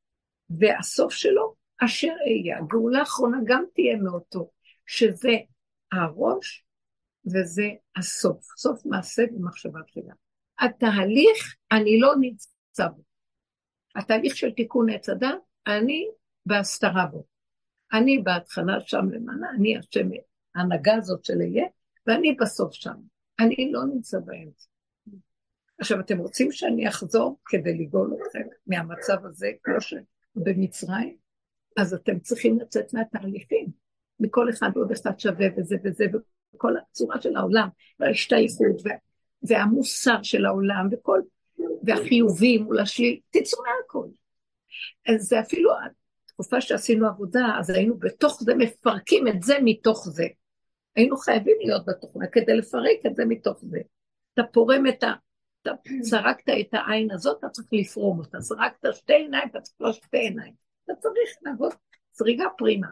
[SPEAKER 1] והסוף שלו, אשר אהיה. הגאולה האחרונה גם תהיה מאותו, שזה הראש, וזה הסוף. סוף מעשה ומחשבה תחילה. התהליך, אני לא נמצא בו. התהליך של תיקון עץ הדת, אני בהסתרה בו. אני בהתחלה שם למעלה, אני השם, ההנהגה הזאת של אהיה, ואני בסוף שם. אני לא נמצא באמצע. עכשיו, אתם רוצים שאני אחזור כדי לגאול אתכם מהמצב הזה, כמו שבמצרים, אז אתם צריכים לצאת מהתהליכים. מכל אחד עוד אחד שווה וזה וזה, וכל הצורה של העולם, וההשתייכות, וה, והמוסר של העולם, וכל, והחיובים מול השליל, תצאו מהכל. אז זה אפילו התקופה שעשינו עבודה, אז היינו בתוך זה, מפרקים את זה מתוך זה. היינו חייבים להיות בתוכנה, כדי לפרק את זה מתוך זה. אתה פורם את ה... אתה זרקת את העין הזאת, אתה צריך לפרום אותה. זרקת שתי עיניים, אתה צריך לא שתי עיניים. אתה צריך לעבוד זריגה פרימה.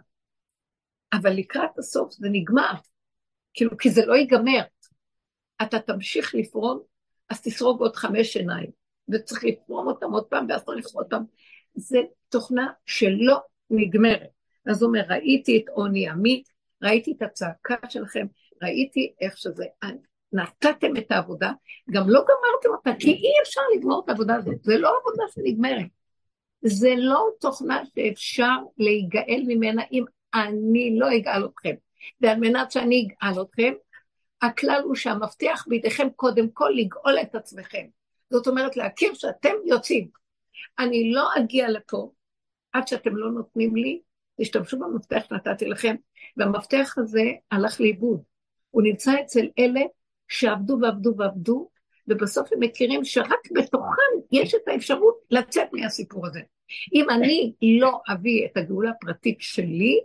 [SPEAKER 1] אבל לקראת הסוף זה נגמר. כאילו, כי זה לא ייגמר. אתה תמשיך לפרום, אז תסרוג עוד חמש עיניים. וצריך לפרום אותם עוד פעם, ואז צריך לפרום אותם. זה תוכנה שלא נגמרת. אז הוא אומר, ראיתי את עוני עמי, ראיתי את הצעקה שלכם, ראיתי איך שזה, נתתם את העבודה, גם לא גמרתם אותה, כי אי אפשר לגמור את העבודה הזאת, זה לא עבודה שנגמרת, זה לא תוכנה שאפשר להיגאל ממנה אם אני לא אגאל אתכם, ועל מנת שאני אגאל אתכם, הכלל הוא שהמפתח בידיכם קודם כל לגאול את עצמכם, זאת אומרת להכיר שאתם יוצאים, אני לא אגיע לפה, עד שאתם לא נותנים לי, תשתמשו במפתח שנתתי לכם, והמפתח הזה הלך לאיבוד, הוא נמצא אצל אלה שעבדו ועבדו ועבדו, ובסוף הם מכירים שרק בתוכם יש את האפשרות לצאת מהסיפור הזה. אם אני לא אביא את הגאולה הפרטית שלי,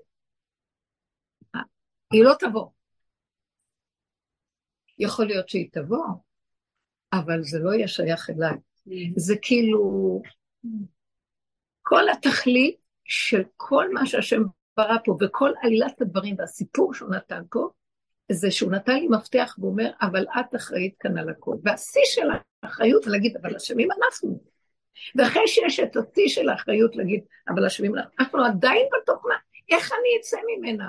[SPEAKER 1] היא לא תבוא. יכול להיות שהיא תבוא, אבל זה לא יהיה שייך אליי. זה כאילו, כל התכלית של כל מה שהשם ברא פה, וכל עלילת הדברים והסיפור שהוא נתן פה, זה שהוא נתן לי מפתח ואומר, אבל את אחראית כאן על הכל. והשיא של האחריות זה להגיד, אבל אשמים אנחנו. ואחרי שיש את השיא של האחריות להגיד, אבל אשמים אנחנו, אנחנו עדיין בתוכנה, איך אני אצא ממנה?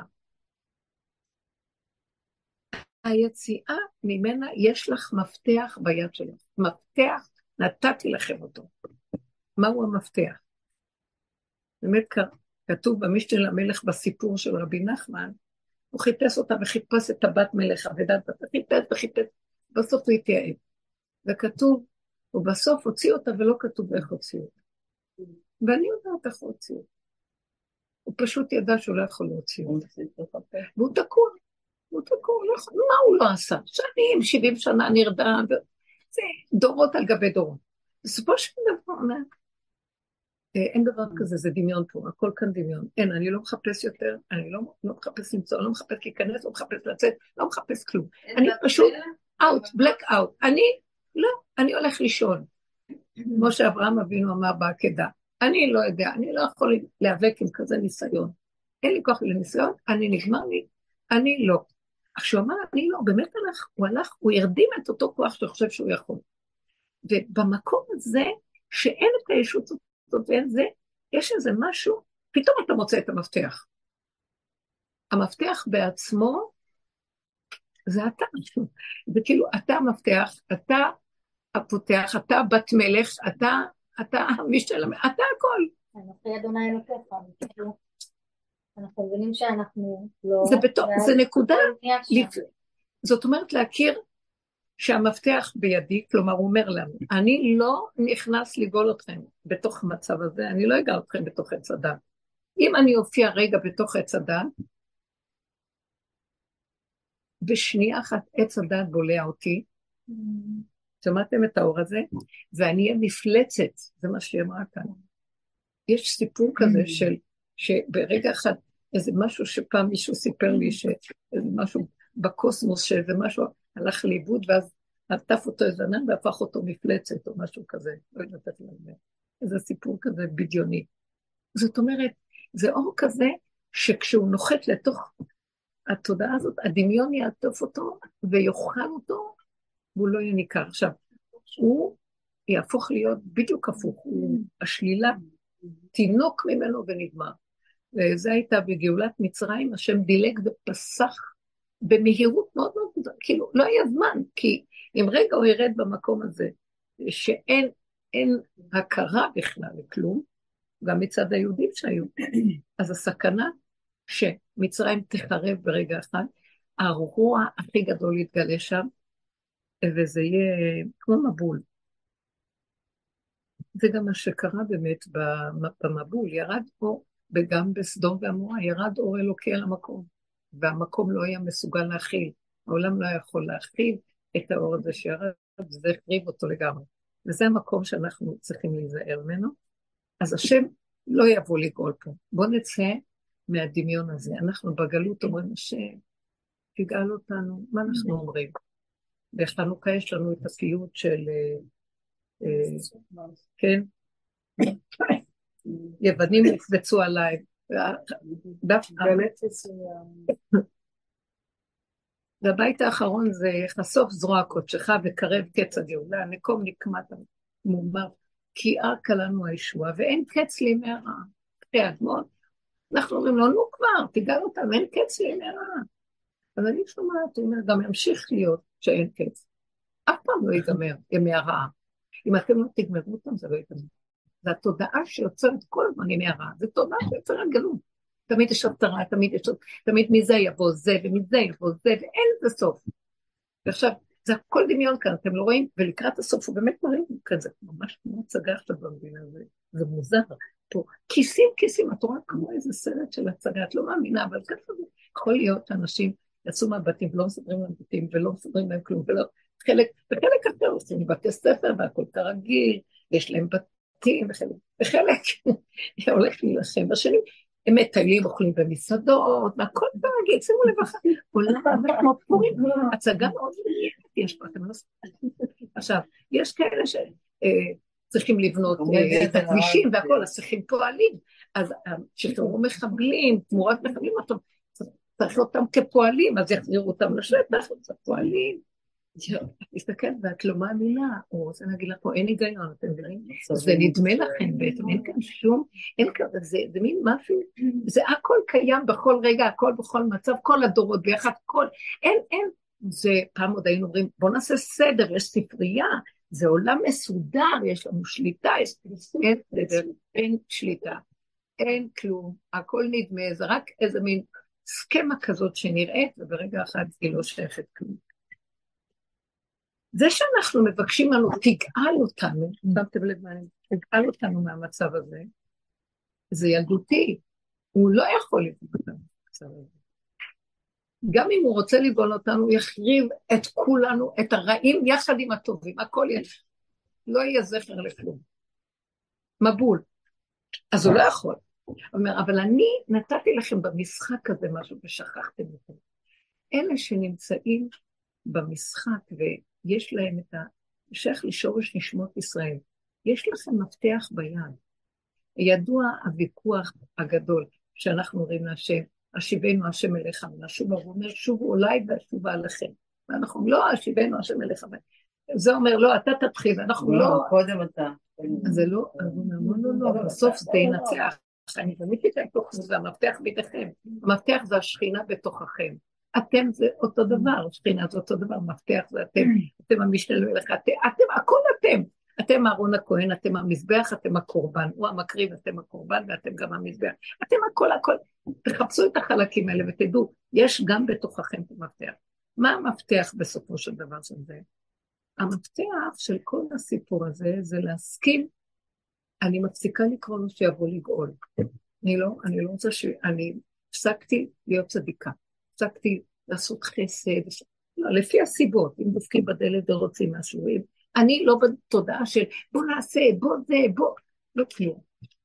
[SPEAKER 1] היציאה ממנה יש לך מפתח ביד שלך. מפתח, נתתי לכם אותו. מהו המפתח? באמת כתוב במשנה למלך בסיפור של רבי נחמן, הוא חיפש אותה וחיפש את הבת מלך, עבדת בת, חיפש וחיפש, בסוף הוא התייעב. וכתוב, ובסוף הוציא אותה ולא כתוב איך הוציא אותה. ואני יודעת איך הוציא אותה. הוא פשוט ידע שהוא לא יכול להוציא אותה. והוא תקוע, הוא תקוע, מה הוא לא עשה? שנים, שבעים שנה נרדם, זה דורות על גבי דורות. בסופו של דבר, אין דבר כזה, זה דמיון פה, הכל כאן דמיון. אין, אני לא מחפש יותר, אני לא, לא מחפש למצוא, לא מחפש להיכנס, לא מחפש לצאת, לא מחפש כלום. אני פשוט out, black out. אני, לא, אני הולך לישון. כמו שאברהם אבינו אמר בעקדה. אני לא יודע, אני לא יכול להיאבק עם כזה ניסיון. אין לי כוח לניסיון, אני נגמר לי, אני לא. עכשיו הוא אמר, אני לא, באמת הלך, הוא הלך, הוא ירדים את אותו כוח שחושב שהוא יכול. ובמקום הזה, שאין את הישות זאת ואין זה, יש איזה משהו, פתאום אתה מוצא את המפתח. המפתח בעצמו, זה אתה. זה כאילו, אתה המפתח, אתה הפותח, אתה בת מלך, אתה, אתה משתלם, אתה הכל.
[SPEAKER 4] אנוכי אדוני אלוקיך, אנחנו מבינים שאנחנו לא...
[SPEAKER 1] זה, בתוך, זה נקודה, לפ... זאת אומרת להכיר שהמפתח בידי, כלומר הוא אומר לנו, אני לא נכנס לגאול אתכם בתוך המצב הזה, אני לא אגאל אתכם בתוך עץ הדת. אם אני אופיע רגע בתוך עץ הדת, בשנייה אחת עץ הדעת בולע אותי, שמעתם את האור הזה? ואני אהיה מפלצת, זה מה שהיא אמרה כאן. יש סיפור כזה של, שברגע אחד, איזה משהו שפעם מישהו סיפר לי, שאיזה משהו בקוסמוס, שאיזה משהו הלך לאיבוד, ואז עטף אותו איזה ענן, והפך אותו מפלצת, או משהו כזה, לא יודעת איך להגיד. איזה סיפור כזה בדיוני. זאת אומרת, זה אור כזה, שכשהוא נוחת לתוך התודעה הזאת, הדמיון יעטוף אותו, ויוכל אותו, והוא לא יהיה ניכר. עכשיו, הוא יהפוך להיות בדיוק הפוך, הוא השלילה, תינוק ממנו ונגמר. וזה הייתה בגאולת מצרים, השם דילג ופסח במהירות מאוד מאוד גדולה, כאילו לא היה זמן, כי אם רגע הוא ירד במקום הזה, שאין אין הכרה בכלל לכלום, גם מצד היהודים שהיו, אז הסכנה שמצרים תחרב ברגע אחד, הרוע הכי גדול יתגלה שם, וזה יהיה כמו מבול. זה גם מה שקרה באמת במבול, ירד אור, וגם בסדום ועמורה, ירד אור אלוקי על המקום, והמקום לא היה מסוגל להכיל, העולם לא יכול להכיל את האור הזה שירד, וזה החריב אותו לגמרי. וזה המקום שאנחנו צריכים להיזהר ממנו, אז השם לא יבוא לגאול פה. בואו נצא מהדמיון הזה, אנחנו בגלות אומרים, השם, תגאל אותנו, מה אנחנו אומרים? בחנוכה יש לנו את הפיוט של, כן, יוונים יקבצו עליי, והבית האחרון זה חשוף זרוע קודשך וקרב קץ הגאולה, נקום נקמת המומר, כי ארכה לנו הישועה, ואין קץ לימי הרע. אחרי אדמות, אנחנו אומרים לו, נו כבר, תגאל אותם, אין קץ לימי הרע. אז אני שומעת, הוא אומר, גם ימשיך להיות שאין קץ. אף פעם לא ייגמר ימי הרעה. אם אתם לא תגמרו אותם, זה לא ייגמר. זה התודעה שיוצרת כל הזמן ימי הרעה. זה תודעה שיוצרת גלות. תמיד יש הפתרה, תמיד יש, תמיד מזה יבוא זה, ומזה יבוא זה, ואין זה סוף. ועכשיו, זה הכל דמיון כאן, אתם לא רואים, ולקראת הסוף הוא באמת מראים כאן, זה ממש כמו הצגה עכשיו במדינה, זה, זה מוזר. פה, כיסים, כיסים, את רואה כמו איזה סרט של הצגה, את לא מאמינה, אבל ככה זה יכול להיות שאנשים יצאו מהבתים, ולא מסדרים להם בתים, ולא מסדרים להם כלום, ולא, חלק, וחלק אחר עושים בתי ספר, והכל כרגיל, יש להם בתים, וחלק, וחלק הולך להילחם בשנים, הם מטיילים, אוכלים במסעדות, והכל כרגיל, שימו לב אחר, עולם כמו פורים, הצגה מאוד מעניינת, יש פה, אתם לא ספרים. עכשיו, יש כאלה שצריכים לבנות את הכבישים והכל, אז צריכים פועלים, אז שחררו מחבלים, תמורת מחבלים אותם, צריך אותם כפועלים, אז יחזירו אותם לשטח, זה פועלים. תסתכל, ואת לא מאמינה, הוא רוצה להגיד לך פה, אין היגיון, אתם מבינים? זה נדמה לכם בעצם, אין כאן שום, אין כאן, זה מין משהו, זה הכל קיים בכל רגע, הכל בכל מצב, כל הדורות ביחד, כל, אין, אין, זה פעם עוד היינו אומרים, בוא נעשה סדר, יש ספרייה, זה עולם מסודר, יש לנו שליטה, אין סדר, אין שליטה, אין כלום, הכל נדמה, זה רק איזה מין סכמה כזאת שנראית, וברגע אחד היא לא שייכת כלום. זה שאנחנו מבקשים לנו, תגאל אותנו, שמתם לב מה, תגאל אותנו מהמצב הזה, זה ילדותי, הוא לא יכול לגאול אותנו מהמצב הזה. גם אם הוא רוצה לגאול אותנו, הוא יחריב את כולנו, את הרעים יחד עם הטובים, הכל יש, לא יהיה זכר לכלום. מבול. אז הוא לא יכול. הוא אומר, אבל אני נתתי לכם במשחק הזה משהו ושכחתם אותו. אלה שנמצאים במשחק ויש להם את השייך לשורש נשמות ישראל, יש לכם מפתח ביד. ידוע הוויכוח הגדול שאנחנו אומרים להשם, השיבנו השם אליך, ונשוב הוא אומר, שובו אולי והשובה עליכם. ואנחנו לא השיבנו השם אליך, זה אומר, לא, אתה תתחיל, אנחנו לא...
[SPEAKER 2] קודם אתה.
[SPEAKER 1] זה לא, לא, לא, לא, בסוף זה ינצח. אני תמיד אתן תוך זה, המפתח בידיכם. המפתח זה השכינה בתוככם. אתם זה אותו דבר, שכינה זה אותו דבר, מפתח זה אתם, אתם המשנה למלך, אתם, הכל אתם. אתם אהרון הכהן, אתם המזבח, אתם הקורבן, הוא המקריב, אתם הקורבן, ואתם גם המזבח. אתם הכל, הכל. תחפשו את החלקים האלה ותדעו, יש גם בתוככם את המפתח. מה המפתח בסופו של דבר של זה? המפתח של כל הסיפור הזה, זה להסכים, אני מפסיקה לקרוא לו שיבוא לגאול. אני לא, אני לא רוצה ש... אני הפסקתי להיות צדיקה. הפסקתי לעשות חסד, לא, לפי הסיבות, אם דופקים בדלת ורוצים משהו, אני לא בתודעה של בוא נעשה, בוא זה, בוא, לא כלום.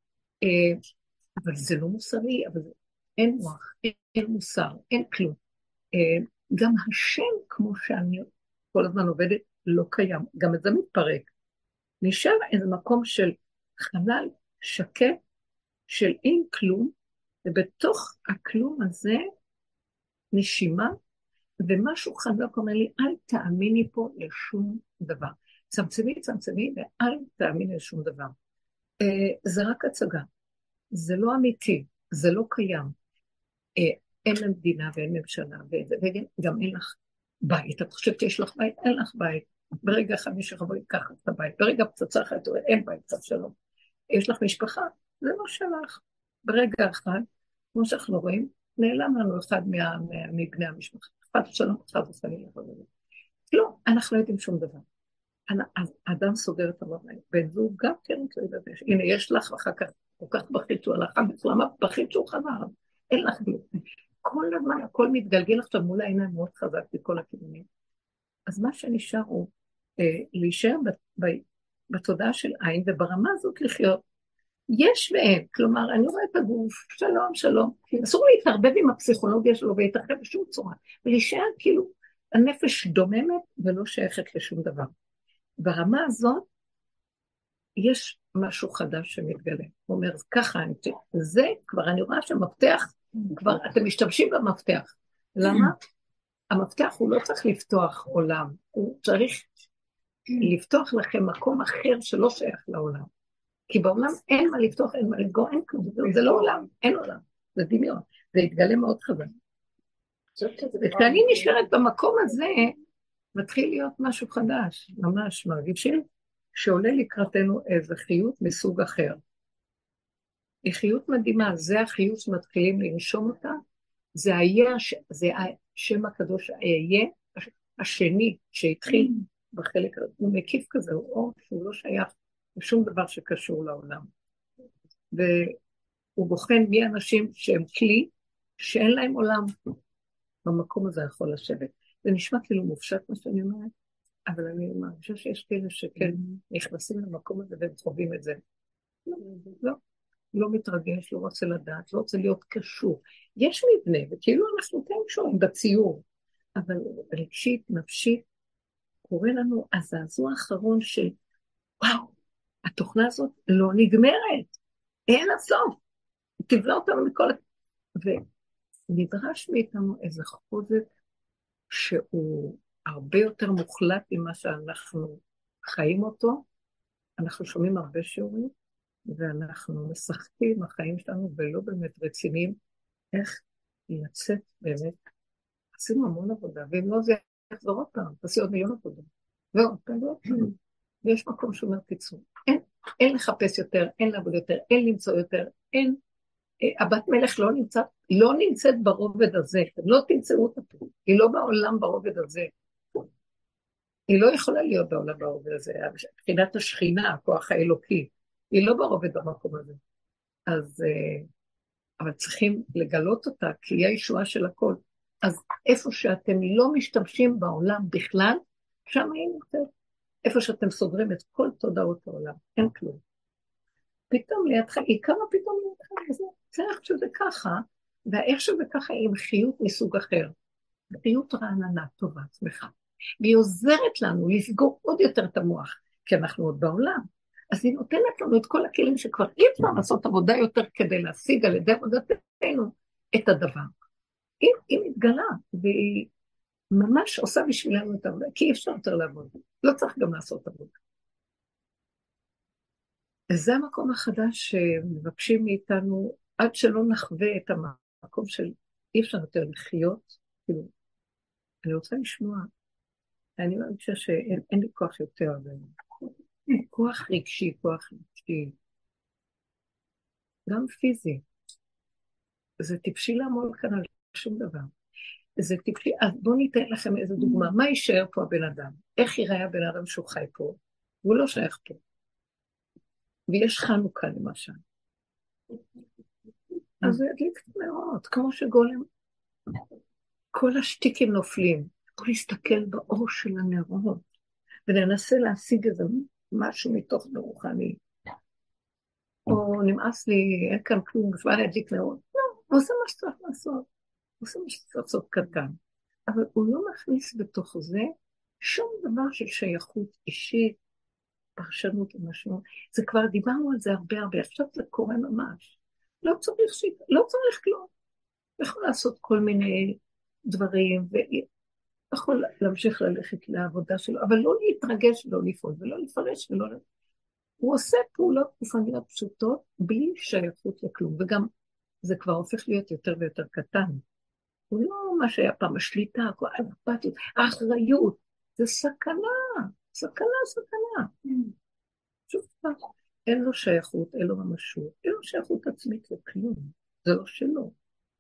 [SPEAKER 1] אבל זה לא מוסרי, אבל אין מוח, אין, אין מוסר, אין כלום. גם השם, כמו שאני כל הזמן עובדת, לא קיים, גם את זה מתפרק. נשאר איזה מקום של חלל שקט, של אין כלום, ובתוך הכלום הזה נשימה, ומשהו חזק אומר לי, אל תאמיני פה לשום דבר. צמצמי, צמצמי, ואל תאמיני לשום דבר. זה רק הצגה. זה לא אמיתי, זה לא קיים. אין למדינה ואין ממשלה, וגם אין לך בית. את חושבת שיש לך בית? אין לך בית. ברגע אחד מישהו יכול לקחת את הבית. ברגע פצצה אחת, אין בית, קצת שלום. יש לך משפחה? זה לא שלך. ברגע אחד, כמו שאנחנו רואים, נעלם לנו אחד מבני המשפחה. אחד שלום, אחד וסלילה. לא, אנחנו לא יודעים שום דבר. האדם סוגר את הבית. בן זוג גם כן לא ידבש. הנה, יש לך ואחר כך כל כך בכית שהוא הלכה, למה בכית שהוא חזר? אין לך בלו. כל הזמן, הכל מתגלגל עכשיו מול העיניים מאוד חזק בכל הכיוונים. אז מה שנשאר הוא אה, להישאר ב, ב, בתודעה של עין, וברמה הזאת לחיות. יש ואין, כלומר, אני רואה את הגוף, שלום, שלום. אסור להתערבב עם הפסיכולוגיה שלו ולהתרחב בשום צורה, ולהישאר כאילו הנפש דוממת ולא שייכת לשום דבר. ברמה הזאת, יש משהו חדש שמתגלה. הוא אומר, ככה, זה כבר, אני רואה שהמפתח, כבר אתם משתמשים במפתח. למה? המפתח הוא לא צריך לפתוח עולם, הוא צריך לפתוח לכם מקום אחר שלא שייך לעולם. כי בעולם אין מה לפתוח, אין מה לגור, אין כלום, זה לא עולם, אין עולם, זה דמיון, זה יתגלה מאוד חזק. וכשאני נשארת במקום הזה, מתחיל להיות משהו חדש, ממש מרגישים, שעולה לקראתנו איזה חיות מסוג אחר. היא חיות מדהימה, זה החיות שמתחילים לנשום אותה, זה היה, זה השם הקדוש היה, השני שהתחיל בחלק, הוא מקיף כזה, הוא אור שהוא לא שייך לשום דבר שקשור לעולם. והוא בוחן מי אנשים שהם כלי, שאין להם עולם, במקום הזה יכול לשבת. זה נשמע כאילו מופשט מה שאני אומרת, אבל אני מרגישה שיש כאלה שכן נכנסים למקום הזה והם חווים את זה. לא, לא, לא מתרגש, לא רוצה לדעת, לא רוצה להיות קשור. יש מבנה, וכאילו אנחנו כן קשורים בציור, אבל רגשית, נפשית, קורה לנו הזעזוע האחרון של, וואו, התוכנה הזאת לא נגמרת, אין הסוף, תבלע אותנו מכל... ונדרש מאיתנו איזה חוזק שהוא הרבה יותר מוחלט ממה שאנחנו חיים אותו, אנחנו שומעים הרבה שיעורים, ואנחנו משחקים החיים שלנו ולא באמת רציניים, איך לצאת באמת. עשינו המון עבודה, ואם לא זה יחזור עוד פעם, תעשי עוד מיליון עבודה. ועוד פעם, ועוד פעם. ויש מקום שאומר קיצור. אין, אין לחפש יותר, אין לעבוד יותר, אין למצוא יותר, אין. הבת מלך לא נמצאת, לא נמצאת ברובד הזה, לא תמצאו אותה פה, היא לא בעולם ברובד הזה. היא לא יכולה להיות בעולם ברובד הזה, מבחינת השכינה, הכוח האלוקי, היא לא ברובד במקום הזה. אז, אבל צריכים לגלות אותה, כי היא הישועה של הכל. אז איפה שאתם לא משתמשים בעולם בכלל, שם היא נמצאת. איפה שאתם סוגרים את כל תודעות העולם, אין כלום. פתאום לידך, היא כמה פתאום לידך, זה, זה איך שזה ככה, והאיך שזה ככה היא עם חיות מסוג אחר. חיות רעננה, טובה, שמחה. והיא עוזרת לנו לסגור עוד יותר את המוח, כי אנחנו עוד בעולם. אז היא נותנת לנו את כל הכלים שכבר אי אפשר לעשות עבודה יותר כדי להשיג על ידי עבודתנו את הדבר. היא, היא מתגלה, והיא ממש עושה בשבילנו את העבודה, כי אי אפשר יותר לעבוד. לא צריך גם לעשות עבודה. וזה המקום החדש שמבקשים מאיתנו, עד שלא נחווה את המקום של אי אפשר יותר לחיות, כאילו, אני רוצה לשמוע, אני מרגישה שאין לי כוח יותר, כוח רגשי, כוח רגשי, גם פיזי. זה טיפשי לעמוד כאן על שום דבר. זה טיפשי, אז בואו ניתן לכם איזו דוגמה, מה יישאר פה הבן אדם? איך ייראה הבן אדם שהוא חי פה? הוא לא שייך פה. ויש חנוכה למשל. אז זה ידליק מאוד, כמו שגולם. כל השתיקים נופלים. בוא נסתכל באור של הנרות, וננסה להשיג איזה משהו מתוך ברוחני. או נמאס לי, אין כאן כלום, כבר להדליק נרות. לא, הוא עושה מה שצריך לעשות. הוא עושה מה שצריך לעשות קטן. אבל הוא לא מכניס בתוך זה שום דבר של שייכות אישית, פרשנות ומשמעות. זה כבר דיברנו על זה הרבה הרבה, עכשיו זה קורה ממש. לא צריך, ש... לא צריך כלום. יכול לעשות כל מיני דברים, ויכול להמשיך ללכת לעבודה שלו, אבל לא להתרגש ולא לפעול, ולא לפרש ולא... הוא עושה פעולות גופניות פשוטות, בלי שייכות לכלום, וגם זה כבר הופך להיות יותר ויותר קטן. הוא לא מה שהיה פעם, השליטה, האכפתיות, האחריות, זה סכנה, סכנה, סכנה. פשוט כך, אין לו שייכות, אין לו ממשות, אין לו שייכות עצמית לכלום, זה לא שלו.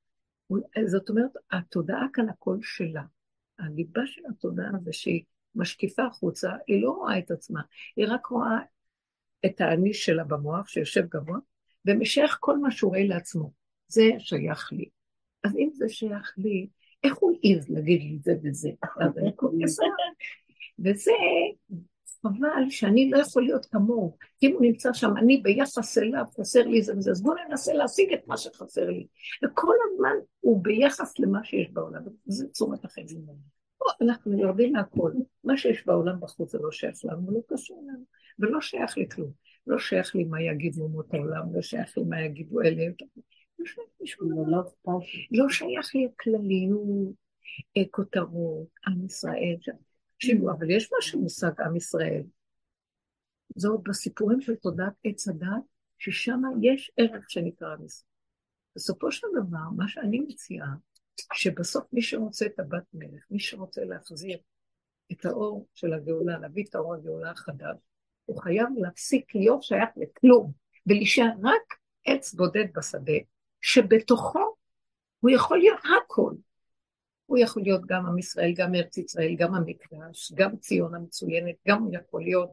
[SPEAKER 1] זאת אומרת, התודעה כאן הכל שלה. הליבה של התודעה זה שהיא משקיפה החוצה, היא לא רואה את עצמה, היא רק רואה את האני שלה במוח שיושב גבוה, ומשייך כל מה שהוא רואה לעצמו. זה שייך לי. אז אם זה שייך לי, איך הוא עיז להגיד לי זה וזה? אז אני כועסת. וזה חבל שאני לא יכול להיות כמוהו. אם הוא נמצא שם, אני ביחס אליו, חסר לי זה וזה, אז בואו ננסה להשיג את מה שחסר לי. וכל הזמן הוא ביחס למה שיש בעולם. זה צורת החיים. אנחנו יורדים מהכל. מה שיש בעולם בחוץ זה לא שייך לנו, ולא קשור לנו. ולא שייך לי כלום. לא שייך לי מה יגידו אומות העולם, לא שייך לי מה יגידו אלה. לא שייך לי שום דבר. לא שייך לי הכלליות, כותרות, עם ישראל. תקשיבו, אבל יש משהו מושג עם ישראל. זה עוד בסיפורים של תודעת עץ הדת, ששם יש ערך שנקרא עם ישראל. בסופו של דבר, מה שאני מציעה, שבסוף מי שרוצה את הבת מלך, מי שרוצה להחזיר את האור של הגאולה, להביא את האור הגאולה החדש, הוא חייב להפסיק להיות שייך לכלום, ולהישאר רק עץ בודד בשדה, שבתוכו הוא יכול להיות הכל. הוא יכול להיות גם עם ישראל, גם ארץ ישראל, גם המקדש, גם ציון המצוינת, גם הוא יכול להיות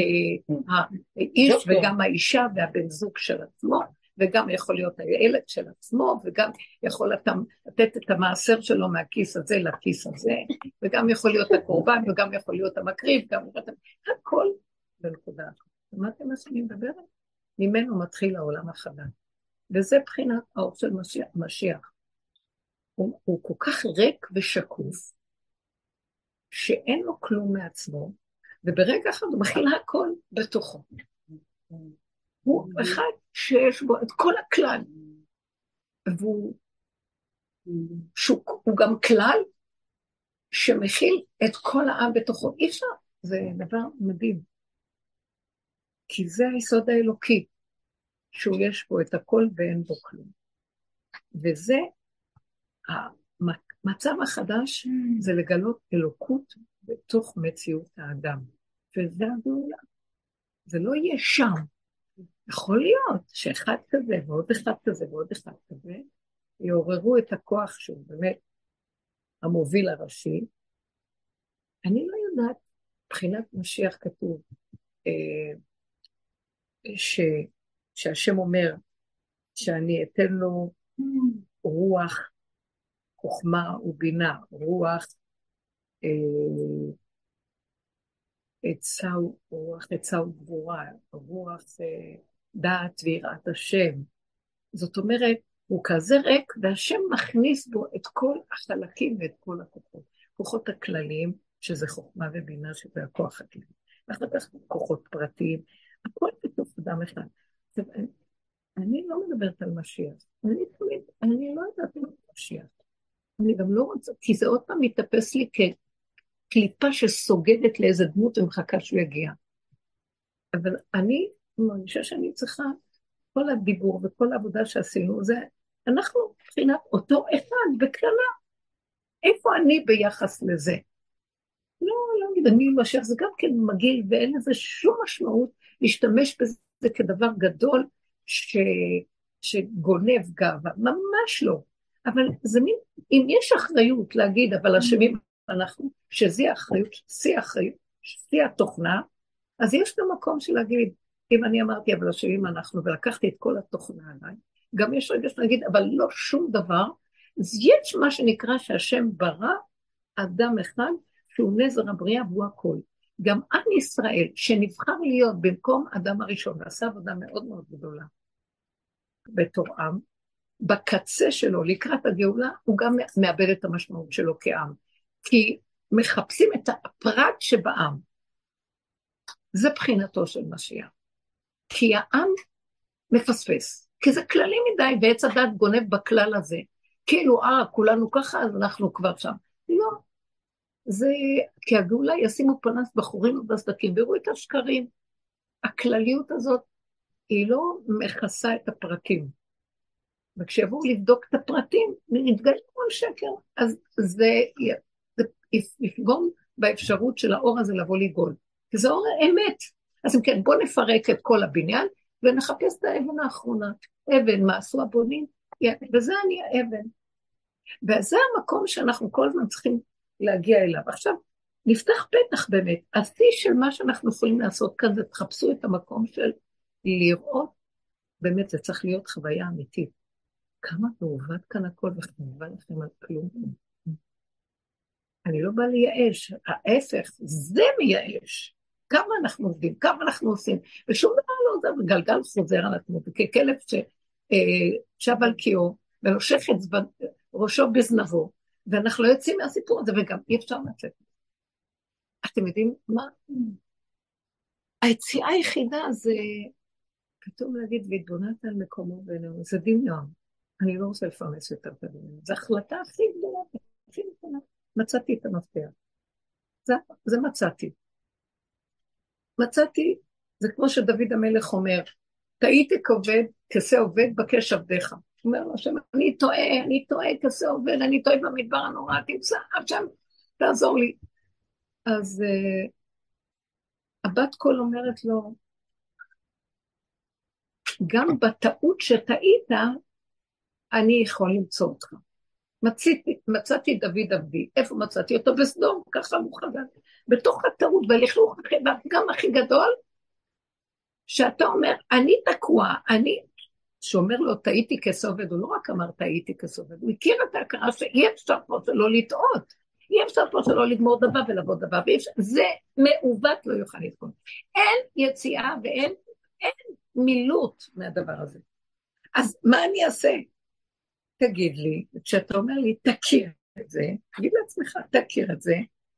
[SPEAKER 1] האיש וגם האישה והבן זוג של עצמו, וגם יכול להיות הילד של עצמו, וגם יכול לתת את המעשר שלו מהכיס הזה לכיס הזה, וגם יכול להיות הקורבן, וגם יכול להיות המקריב, גם הכל בנקודה. שמעתם מה שאני מדברת? ממנו מתחיל העולם החדש. וזה בחינת האור של משיח. משיח. הוא, הוא כל כך ריק ושקוף, שאין לו כלום מעצמו, וברגע אחד הוא מכיל הכל בתוכו. הוא אחד שיש בו את כל הכלל, והוא שוק, הוא גם כלל שמכיל את כל העם בתוכו. אי אפשר, זה דבר מדהים. כי זה היסוד האלוקי, שהוא יש בו את הכל ואין בו כלום. וזה, המצב החדש זה לגלות אלוקות בתוך מציאות האדם. וזה הגאולה. זה לא יהיה שם. יכול להיות שאחד כזה ועוד אחד כזה ועוד אחד כזה, יעוררו את הכוח שהוא באמת המוביל הראשי. אני לא יודעת, מבחינת משיח כתוב, אה, ש, שהשם אומר שאני אתן לו רוח, חוכמה ובינה, רוח אה, עצה, רוח עצה וגבורה, רוח אה, דעת ויראת השם. זאת אומרת, הוא כזה ריק, והשם מכניס בו את כל החלקים ואת כל הכוחות. כוחות הכלליים, שזה חוכמה ובינה, שזה הכוח הכללי. ואחר כך כוחות פרטיים, הכל בתוך אדם אחד. אני, אני לא מדברת על משיח. אני תמיד, אני לא יודעת על משיח. אני גם לא רוצה, כי זה עוד פעם מתאפס לי כקליפה שסוגדת לאיזה דמות ומחכה שהוא יגיע. אבל אני מרגישה שאני צריכה, כל הדיבור וכל העבודה שעשינו, זה, אנחנו מבחינת אותו אחד בכללה. איפה אני ביחס לזה? לא, לא נגיד, אני משיח, זה גם כן מגעיל, ואין לזה שום משמעות להשתמש בזה כדבר גדול ש... שגונב גאווה, ממש לא. אבל זה מין, אם יש אחריות להגיד, אבל אשמים אנחנו, שזה האחריות, שיא האחריות, שיא התוכנה, אז יש גם מקום של להגיד, אם אני אמרתי, אבל אשמים אנחנו, ולקחתי את כל התוכנה עליי, גם יש רגע שנגיד, אבל לא שום דבר, אז יש מה שנקרא שהשם ברא אדם אחד שהוא נזר הבריאה והוא הכל. גם עם ישראל שנבחר להיות במקום אדם הראשון ועשה עבודה מאוד מאוד גדולה בתור עם, בקצה שלו לקראת הגאולה הוא גם מאבד את המשמעות שלו כעם, כי מחפשים את הפרט שבעם. זה בחינתו של משיח, כי העם מפספס, כי זה כללי מדי ועץ הדת גונב בכלל הזה, כאילו אה כולנו ככה אז אנחנו כבר שם. לא, זה כי הגאולה ישימו פנס בחורים ובסדקים ויראו את השקרים. הכלליות הזאת היא לא מכסה את הפרטים, וכשיבואו לבדוק את הפרטים נתגלה כל שקר, אז זה, זה יפגום באפשרות של האור הזה לבוא לגול, כי זה אור האמת. אז אם כן, בוא נפרק את כל הבניין ונחפש את האבן האחרונה. אבן, מה עשו הבונים? וזה אני האבן, וזה המקום שאנחנו כל הזמן צריכים להגיע אליו. עכשיו נפתח פתח באמת, השיא של מה שאנחנו יכולים לעשות כאן זה תחפשו את המקום של לראות, באמת זה צריך להיות חוויה אמיתית. כמה מעובד כאן הכל וחנובה לכם על כלום. אני לא באה לייאש, ההפך, זה מייאש. כמה אנחנו עובדים, כמה אנחנו עושים, ושום דבר לא עוזר, גלגל חוזר על עצמו, וככלב ששב על קיאו, ונושך את ראשו בזנבו, ואנחנו לא יוצאים מהסיפור הזה, וגם אי אפשר לצאת. אתם יודעים מה? היציאה היחידה זה, כתוב להגיד, והתבוננת על מקומו בינינו, זה דמיון. אני לא רוצה לפרנס יותר את הדמיון. זו החלטה הכי גדולה, הכי נכונה. מצאתי את המפתח. זה, זה מצאתי. מצאתי, זה כמו שדוד המלך אומר, תהיתי כעובד, כסה עובד, בקש עבדיך. הוא אומר לו, השם, אני טועה, אני טועה כסה עובד, אני טועה במדבר הנורא, תמצא, השם, תעזור לי. אז uh, הבת קול אומרת לו, גם בטעות שטעית, אני יכול למצוא אותך. מצאתי, מצאתי דוד עבדי. איפה מצאתי אותו? בסדום, ככה הוא חגג. בתוך הטעות, והלכלוך גם הכי גדול, שאתה אומר, אני תקוע, אני, שאומר לו, טעיתי כסובד, הוא לא רק אמר טעיתי כסובד, הוא הכיר את ההכרה שאי אפשר פה שלא לטעות, אי אפשר פה שלא לגמור דבר ולבוא דבר, ואפשר, זה מעוות לא יוכל לתקון. אין יציאה ואין אין מילוט מהדבר הזה. אז מה אני אעשה? תגיד לי, כשאתה אומר לי, תכיר את זה, תגיד לעצמך, תכיר את זה,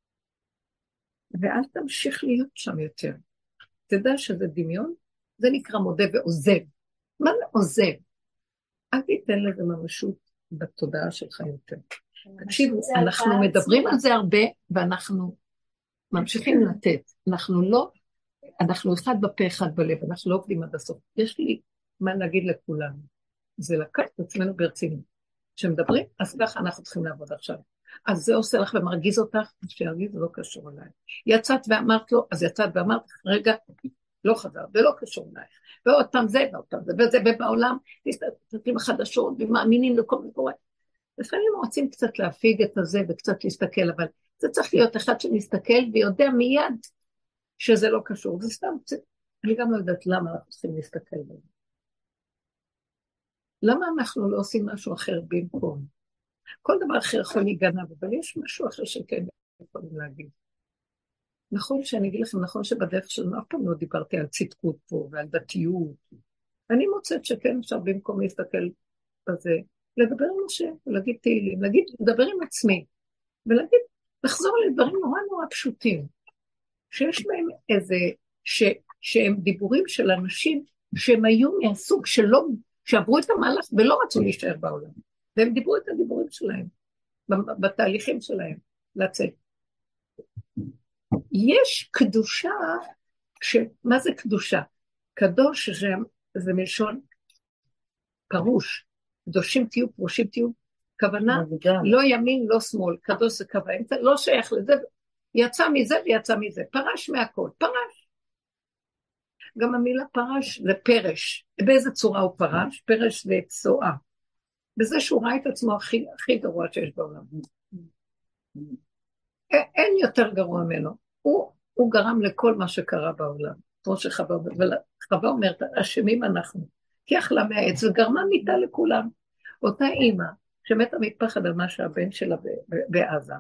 [SPEAKER 1] ואל תמשיך להיות שם יותר. תדע שזה דמיון, זה נקרא מודה ועוזב. מה זה עוזב? אל תיתן לזה ממשות בתודעה שלך יותר. תקשיבו, אנחנו מדברים על זה הרבה, ואנחנו ממשיכים לתת. אנחנו לא, אנחנו אחד בפה אחד בלב, אנחנו לא עובדים עד הסוף. יש לי מה נגיד לכולנו. זה לקח את עצמנו ברצינות. כשמדברים, אז ככה אנחנו צריכים לעבוד עכשיו. אז זה עושה לך ומרגיז אותך, שירגיז, זה לא קשור אליי. יצאת ואמרת לו, אז יצאת ואמרת, רגע, לא חזר, זה לא קשור אלייך. ועוד פעם זה, ועוד פעם זה, וזה בעולם, תסתכלים חדשות, ומאמינים לכל מקורה. לפעמים רוצים קצת להפיג את הזה, וקצת להסתכל, אבל זה צריך להיות אחד שמסתכל, ויודע מיד שזה לא קשור. זה סתם, אני גם לא יודעת למה אנחנו צריכים להסתכל בזה. למה אנחנו לא עושים משהו אחר במקום? כל דבר אחר יכול להיגנב, אבל יש משהו אחר שכן יכולים להגיד. נכון שאני אגיד לכם, נכון שבדרך שלנו אף פעם לא דיברתי על צדקות פה ועל דתיות. אני מוצאת שכן אפשר במקום להסתכל בזה, לדבר עם השם, להגיד תהילים, להגיד, לדבר עם עצמי, ולהגיד, לחזור לדברים נורא נורא פשוטים, שיש בהם איזה, ש, שהם דיבורים של אנשים שהם היו מהסוג שלא, שעברו את המהלך ולא רצו להישאר בעולם. והם דיברו את הדיבורים שלהם, בתהליכים שלהם, לצאת. יש קדושה, ש... מה זה קדושה? קדוש זה, זה מלשון פרוש, קדושים תהיו, פרושים תהיו, כוונה לא ימין, לא שמאל, קדוש זה קו האמצע, לא שייך לזה, יצא מזה ויצא מזה, פרש מהכל, פרש. גם המילה פרש זה פרש, באיזה צורה הוא פרש? פרש זה צועה. בזה שהוא ראה את עצמו הכי, הכי גרוע שיש בעולם. אין יותר גרוע ממנו. הוא, הוא גרם לכל מה שקרה בעולם. כמו שחווה, וחווה אומרת, אשמים אנחנו. כי אכלה מהעץ וגרמה מיתה לכולם. אותה אימא שמתה מפחד על מה שהבן שלה בעזה.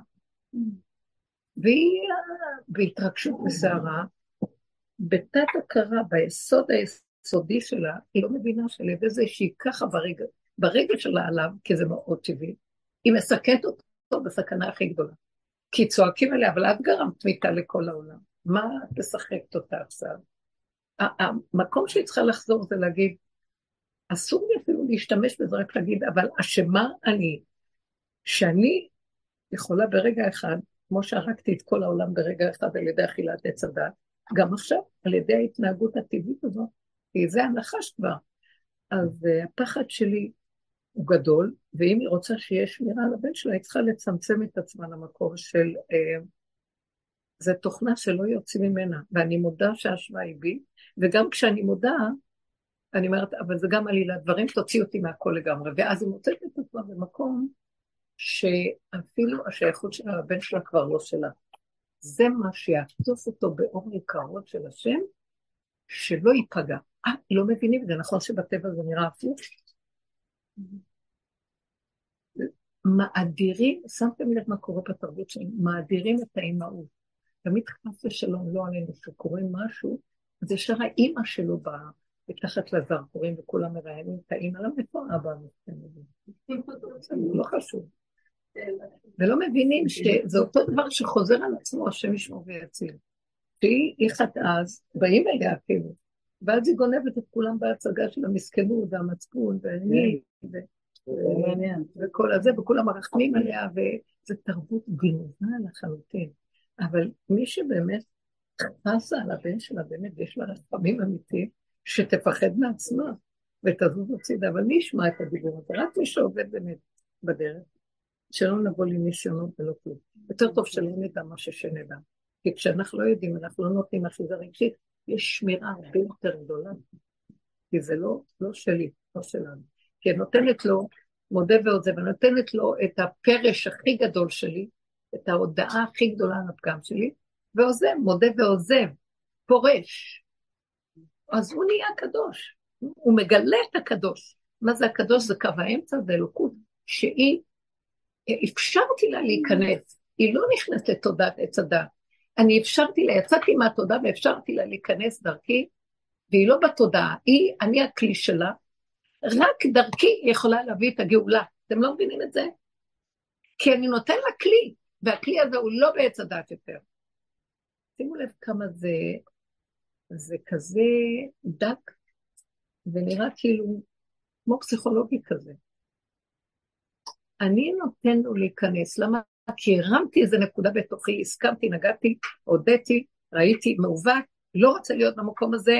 [SPEAKER 1] והיא בהתרגשות וסערה, בתת הכרה, ביסוד היסודי שלה, היא לא מבינה שלב איזה שהיא ככה ברגל, ברגל שלה עליו, כי זה מאוד טבעי, היא מסכנת אותו בסכנה הכי גדולה. כי צועקים אליה, אבל את גרמת מיתה לכל העולם. מה תשחקת אותה עכשיו? המקום שהיא צריכה לחזור זה להגיד, אסור לי אפילו להשתמש בזה, רק להגיד, אבל אשמה אני, שאני יכולה ברגע אחד, כמו שהרגתי את כל העולם ברגע אחד על ידי אכילת עץ הדת, גם עכשיו, על ידי ההתנהגות הטבעית הזאת, כי זה הנחש כבר. אז uh, הפחד שלי הוא גדול, ואם היא רוצה שיהיה שמירה על הבן שלה, היא צריכה לצמצם את עצמה למקום של, uh, זה תוכנה שלא יוצאים ממנה, ואני מודה שהאשמה היא בי, וגם כשאני מודה, אני אומרת, אבל זה גם עלילת דברים, תוציא אותי מהכל לגמרי, ואז היא מוצאת את עצמה במקום, שאפילו השייכות שלה לבן שלה כבר לא שלה. זה מה שיעטוף אותו באור יקרות של השם, שלא ייפגע. אה, לא מבינים, זה נכון שבטבע זה נראה הפוך. מאדירים, שמתם לב מה קורה בתרבות שלנו, מאדירים את האימהות. תמיד חס ושלום לא עלינו שקורה משהו, אז ישר האימא שלו באה, מתחת לזרקורים וכולם מראיינים את האימא, למה איפה אבא המסכן? לא חשוב. ולא מבינים שזה אותו דבר שחוזר על עצמו, השם ישמור ויציל. שהיא חטאה אז, באים אליה אפילו, ואז היא גונבת את כולם בהצגה של המסכנות והמצפון והעני וכל הזה, וכולם מרחמים עליה, וזו תרבות גנובה לחלוטין. אבל מי שבאמת חסה על הבן שלה, באמת יש לה רחמים אמיתיים, שתפחד מעצמה ותזוז הצידה, אבל מי ישמע את הדיבור הזה? רק מי שעובד באמת בדרך. שלא נבוא לי ניסיונות ולא כלום. יותר טוב שלא נדע מה ששנדע. כי כשאנחנו לא יודעים, אנחנו לא נותנים אחיזה רגשית, יש שמירה הרבה יותר גדולה. כי זה לא, לא שלי, לא שלנו. כי אני נותנת לו, מודה ועוזב, אני נותנת לו את הפרש הכי גדול שלי, את ההודעה הכי גדולה על הפגם שלי, ועוזב, מודה ועוזב, פורש. אז הוא נהיה קדוש. הוא מגלה את הקדוש. מה זה הקדוש? זה קו האמצע, זה אלוקות, שהיא אפשרתי לה להיכנס, היא לא נכנסת לתודעת עץ הדת, אני אפשרתי לה, יצאתי מהתודעה ואפשרתי לה להיכנס דרכי, והיא לא בתודעה, היא, אני הכלי שלה, רק דרכי היא יכולה להביא את הגאולה, אתם לא מבינים את זה? כי אני נותן לה כלי, והכלי הזה הוא לא בעץ הדת יותר. שימו לב כמה זה, זה כזה דק, ונראה כאילו כמו פסיכולוגי כזה. אני נותן לו להיכנס, למה? כי הרמתי איזה נקודה בתוכי, הסכמתי, נגעתי, הודיתי, ראיתי מעוות, לא רוצה להיות במקום הזה,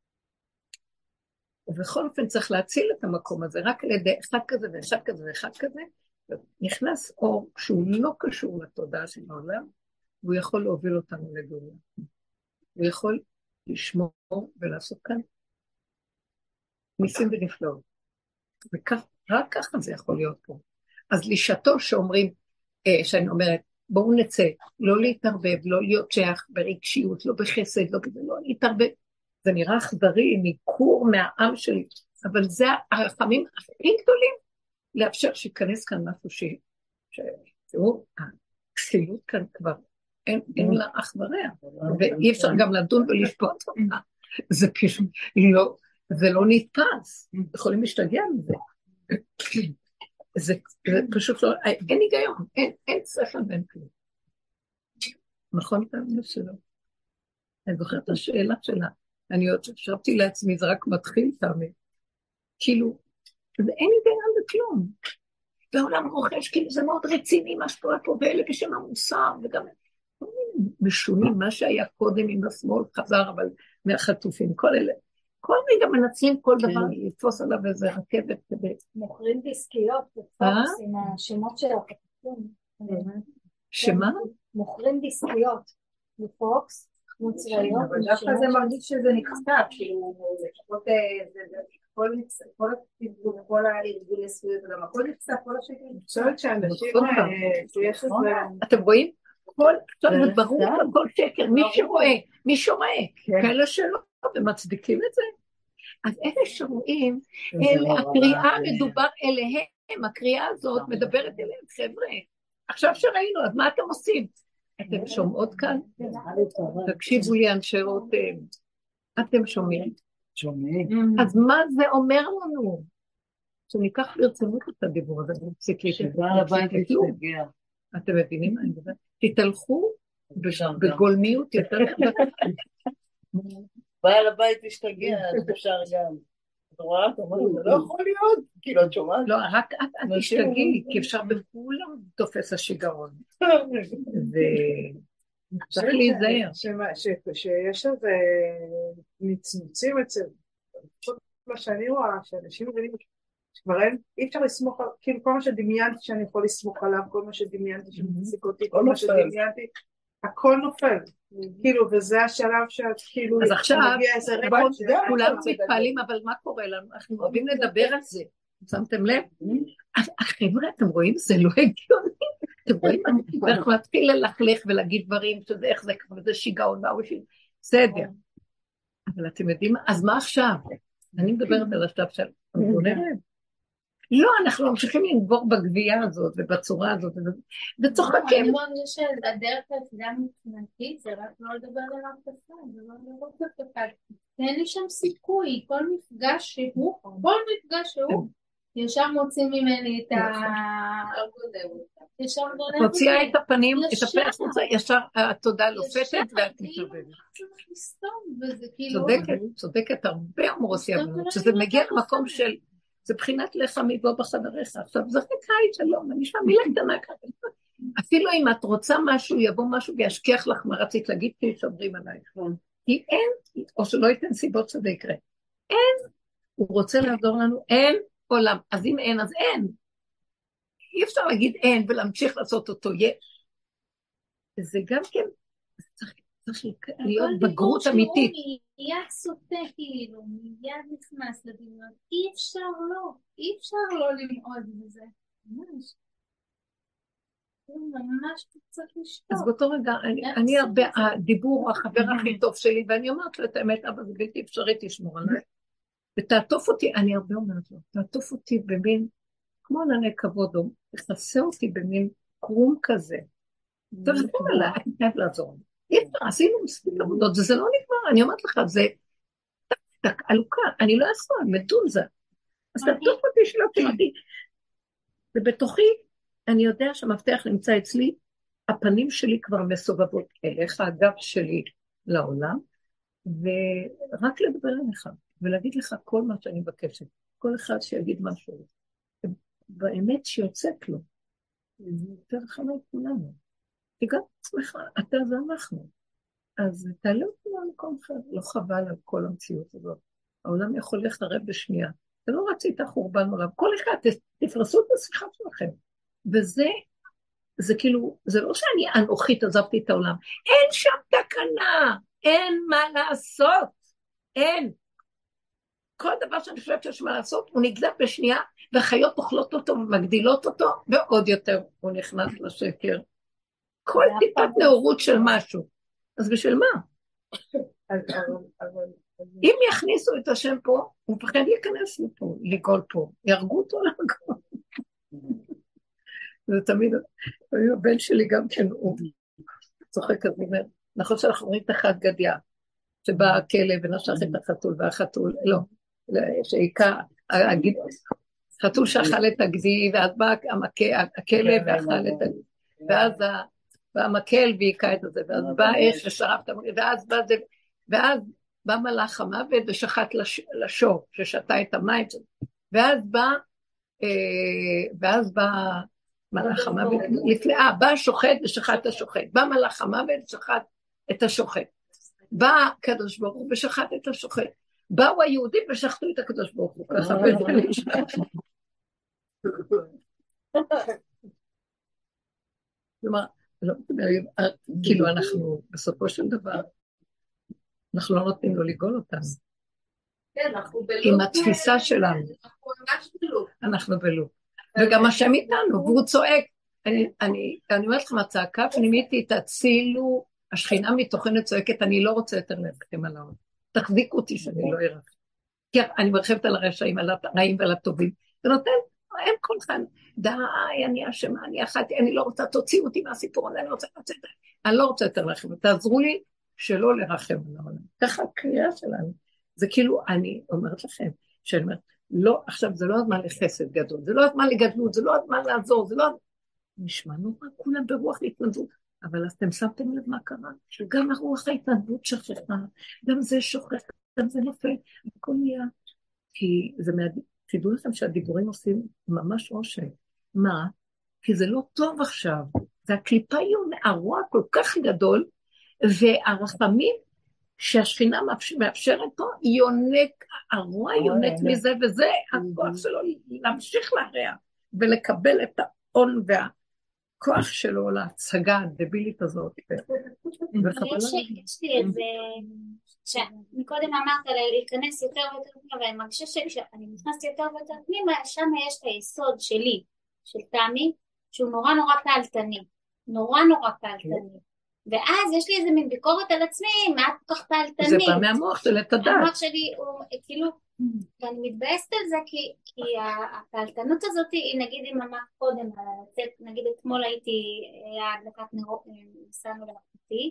[SPEAKER 1] ובכל אופן צריך להציל את המקום הזה, רק על ידי אחד כזה ואחד כזה ואחד כזה, נכנס אור שהוא לא קשור לתודעה של העולם, והוא יכול להוביל אותנו לגאולה. הוא יכול לשמור ולעשות כאן ניסים ונפלאות. וכך, רק ככה זה יכול להיות פה. אז לשעתו שאומרים, אה, שאני אומרת, בואו נצא, לא להתערבב, לא להיות שייך ברגשיות, לא בחסד, לא כזה, לא להתערבב. זה נראה אכזרי, ניכור מהעם שלי, אבל זה הרחמים הכי גדולים, לאפשר שיכנס כאן משהו ש... שתראו, הכסילות כאן כבר, אין, אין לה אח ורע, ואי אפשר גם לדון ולשפוט אותה. זה פשוט, לא, זה לא נתפס, יכולים להשתגע מזה. זה, זה פשוט לא, אין היגיון, אין, אין שכל בין כלום. נכון את האמת שלו? אני זוכרת את השאלה שלה, אני עוד חשבתי לעצמי, זה רק מתחיל תמיד. כאילו, זה אין היגיון בכלום. והעולם רוכש, כאילו זה מאוד רציני, מה שקורה פה, ואלה בשם המוסר, וגם משונים, מה שהיה קודם עם השמאל חזר, אבל מהחטופים, כל אלה. כל רגע מנצלים כל דבר, לתפוס עליו איזה רכבת כדי.
[SPEAKER 6] מוכרים דיסקיות בפוקס עם השמות של החטופים.
[SPEAKER 4] שמה?
[SPEAKER 6] מוכרים דיסקיות בפוקס, מוצריות.
[SPEAKER 4] אבל דווקא זה מרגיש שזה נחשף, כאילו, לפחות כל הארגון לזכויות אדם, הכל נחשף, כל השקל. אני חושבת שאנשים שיש את זה...
[SPEAKER 1] אתם רואים? זה ברור, כל שקר, מי שרואה, מי שרואה, כאלה שלא, ומצדיקים את זה. אז אלה שרואים, הקריאה מדובר אליהם, הקריאה הזאת מדברת אליהם, חבר'ה. עכשיו שראינו, אז מה אתם עושים? אתם שומעות כאן? תקשיבו לי אנשי רותם. אתם שומעים?
[SPEAKER 7] שומעים.
[SPEAKER 1] אז מה זה אומר לנו? שניקח ברצינות את הדיבור הזה, נפסיק להתנגד. אתם מבינים מה אני מדברת? תתהלכו בגולמיות יותר חזקה.
[SPEAKER 2] בעל הבית משתגע, אז אפשר גם. את רואה? אתה אומר, זה לא יכול להיות. כאילו, את שומעת?
[SPEAKER 1] לא, רק את תשתגעי, כי אפשר בכולם תופס השיגעון. וצריך להיזהר.
[SPEAKER 7] שיש איזה מצמוצים אצל, מה שאני רואה, שאנשים מבינים, שכבר אין, אי אפשר לסמוך, כאילו כל מה שדמיינתי שאני יכול לסמוך עליו, כל מה שדמיינתי שמחזיק אותי, כל מה שדמיינתי, הכל נופל. כאילו, וזה השלב שאת כאילו...
[SPEAKER 1] אז עכשיו, כולם מתפעלים, אבל מה קורה לנו? אנחנו אוהבים לדבר על זה. שמתם לב? החבר'ה, אתם רואים? זה לא הגיוני. אתם רואים? אנחנו נתחיל ללכלך ולהגיד דברים, שזה איך זה כבר, זה שיגעון, מה הוא שיגעון. בסדר. אבל אתם יודעים, אז מה עכשיו? אני מדברת על השלב של... בוא נראה. לא, אנחנו ממשיכים לנבור בגבייה הזאת ובצורה הזאת, וצוחקים.
[SPEAKER 3] אני מרגישה שהדרך היחידה מבחינתי זה רק לא לדבר על אף אחד, זה לא לדבר על אף אחד. תן לי שם סיכוי, כל מפגש שהוא, כל מפגש שהוא, ישר מוצאים ממני את ה...
[SPEAKER 1] מוציאה את הפנים, את הפה החוצה, ישר התודה לופתת ואת מתנבבת. צודקת, צודקת, הרבה אמרוס יבנות, שזה מגיע למקום של... זה בחינת לך מבוא בחדריך. עכשיו, זה נקרא לי שלום, אני אשמע מילה קטנה ככה. אפילו אם את רוצה משהו, יבוא משהו וישכיח לך מה רצית להגיד, כי שומרים עלייך. כי אין, או שלא ייתן סיבות שזה יקרה. אין, הוא רוצה לעזור לנו, אין עולם. אז אם אין, אז אין. אי אפשר להגיד אין ולהמשיך לעשות אותו, יש. וזה גם כן, צריך, צריך להיות בגרות אמיתית.
[SPEAKER 3] מיד סוטה כאילו, מיד נכנס לדמיון, אי אפשר לא, אי אפשר לא למעוד בזה, ממש. ממש צריך לשתות.
[SPEAKER 1] אז באותו רגע, אני הרבה, הדיבור הוא החבר הכי טוב שלי, ואני אומרת לו את האמת, אבל זה בלתי אפשרי, תשמור עליי. ותעטוף אותי, אני הרבה אומרת לו, תעטוף אותי במין, כמו ענני כבוד, או תכסה אותי במין קרום כזה. תעטוף עליי, אני חייב לעזור לי. אי אפשר, עשינו מספיק עבודות, וזה לא נגמר, אני אומרת לך, זה תק עלוקה, אני לא אעשה, מדוזה. אז תעטוף אותי שלא תלדי. ובתוכי, אני יודע שהמפתח נמצא אצלי, הפנים שלי כבר מסובבות אליך, הגב שלי לעולם, ורק לדבר אליך, ולהגיד לך כל מה שאני מבקשת, כל אחד שיגיד משהו, באמת שיוצאת לו, יותר חמד כולנו, תיגע עצמך, אתה זה אנחנו, אז תעלה אותי למקום אחר, לא חבל על כל המציאות הזאת, העולם יכול לחרב בשנייה, אתה לא רצית חורבן עליו, כל אחד תפרסו את השיחה שלכם, וזה, זה כאילו, זה לא שאני אנוכית עזבתי את העולם, אין שם תקנה, אין מה לעשות, אין. כל דבר שאני חושבת שיש מה לעשות, הוא נגלה בשנייה, והחיות אוכלות אותו ומגדילות אותו, ועוד יותר הוא נכנס לשקר. כל טיפת נאורות של משהו. אז בשביל מה? אם יכניסו את השם פה, הוא פחד להיכנס לפה, לגול פה, ירגו אותו לגול. זה תמיד, הבן שלי גם כן, הוא צוחק כזה, נכון שאנחנו רואים את החד גדיה, שבא הכלב ונשך את החתול, והחתול, לא, שהעיקה, החתול שאכל את הגדי, ואז בא הכלב ואכל את הגדי, ואז המקל והעיקה את זה, ואז בא אש ושרף את המקל, ואז בא זה, ואז בא מלאך המוות ושחט לשור, ששתה את המים, ואז בא, ואז בא, מלאך המוות, לפני, אה, בא השוחט ושחט את השוחט, בא מלאך המוות ושחט את השוחט, בא הקדוש ברוך הוא ושחט את השוחט, באו היהודים ושחטו את הקדוש ברוך הוא, ככה בלבלים שלנו. כלומר, כאילו אנחנו, בסופו של דבר, אנחנו לא נותנים לו לגאול אותנו.
[SPEAKER 3] כן, אנחנו בלוב.
[SPEAKER 1] עם התפיסה שלנו.
[SPEAKER 3] אנחנו ממש בלוב.
[SPEAKER 1] אנחנו בלוב. וגם השם איתנו, והוא צועק. אני, אני, אני אומרת לכם, הצעקה פנימית היא, תצילו, השכינה מתוכנת צועקת, אני לא רוצה יותר להקטים על העולם. תחזיקו אותי שאני לא אראה. כי אני מרחבת על הרשעים, על הרעים ועל הטובים, ונותן, אין כל כאן, די, אני אשמה, אני אחתי, אני לא רוצה, תוציאו אותי מהסיפור הזה, אני רוצה לצאת, אני לא רוצה יותר לכם, תעזרו לי שלא לרחם על העולם. ככה הקריאה שלנו, זה כאילו, אני אומרת לכם, שאני אומרת, לא, עכשיו זה לא הזמן לחסד גדול, זה לא הזמן לגדלות, זה לא הזמן לעזור, זה לא, נשמע נורא, כולם ברוח להתנדבות, אבל אז אתם שמתם לב מה קרה, גם הרוח ההתנדבות שכחה, גם זה שוכח, גם זה נופל, הכל נהיה, כי זה, תדעו לכם שהדיבורים עושים ממש רושם, מה? כי זה לא טוב עכשיו, זה הקליפה הרוע כל כך גדול, והרחמים שהשכינה מאפשרת פה, יונק, הרוע יונק מזה, וזה הכוח שלו להמשיך להרע, ולקבל את העול והכוח שלו להצגה הדבילית הזאת.
[SPEAKER 6] יש לי איזה, מקודם אמרת להיכנס יותר ויותר פנימה, ואני מרגישה שכשאני נכנסת יותר ויותר פנימה, שם יש את היסוד שלי, של תמי, שהוא נורא נורא פעלתני, נורא נורא פעלתני. ואז יש לי איזה מין ביקורת על עצמי, מה כל כך פעלתני?
[SPEAKER 1] זה בא מהמוח של את הדעת.
[SPEAKER 6] המוח שלי הוא כאילו, ואני מתבאסת על זה, כי, כי הפעלתנות הזאת היא, נגיד אם אמרת קודם, נגיד אתמול הייתי, היה הדלקת נרות, נסענו לאחותי,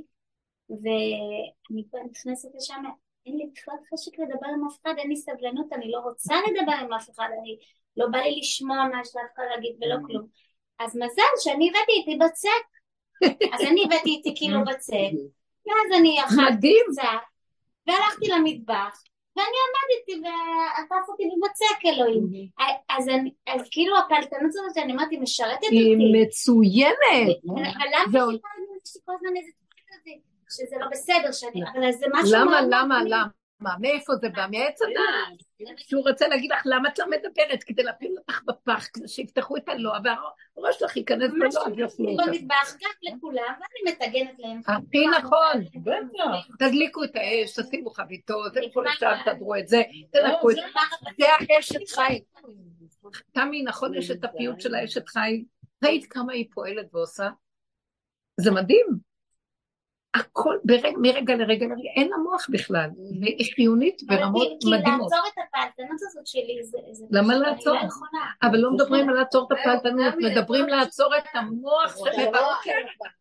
[SPEAKER 6] ואני נכנסת לשם, אין לי בכלל חשק לדבר עם אף אחד, אין לי סבלנות, אני לא רוצה לדבר עם אף אחד, אני לא בא לי לשמוע מה יש לאף אחד להגיד ולא כלום. אז מזל שאני הבאתי איתי בצק, אז אני הבאתי איתי כאילו בצק, ואז אני אכלתי קצת, והלכתי למטבח, ואני עמדתי ועטף אותי בבצק אלוהים. אז, אני, אז כאילו הפלטנות הזאת שאני אמרתי משרתת אותי.
[SPEAKER 1] היא מצוינת.
[SPEAKER 6] ולמה שכל הזמן איזה תקציב הזה, שזה לא בסדר, שאני, אבל זה משהו...
[SPEAKER 1] למה, למה, למה? מה, מאיפה זה בא? מעץ הדעת. שהוא רוצה להגיד לך, למה את לא מדברת? כדי להפיל אותך בפח, כדי שיפתחו את הלוע, והראש שלך ייכנס בלוע, אז יפלו אותך.
[SPEAKER 6] במטבח, רק לכולם, ואני מתגנת להם.
[SPEAKER 1] הכי נכון, בטח. תדליקו את האש, תשימו חביתות, תלכו לשם, תדרו את זה, תלכו את זה. זה האשת חי. תמי, נכון, יש את הפיוט של האשת חי. ראית כמה היא פועלת ועושה? זה מדהים. הכל, מרגע לרגע לרגע, אין המוח בכלל, והיא חיונית ברמות מדהימות.
[SPEAKER 6] כי לעצור את הפעלתנות הזאת שלי, זה...
[SPEAKER 1] למה לעצור? אבל לא מדברים על לעצור את הפעלתנות, מדברים לעצור את המוח שבבוקר.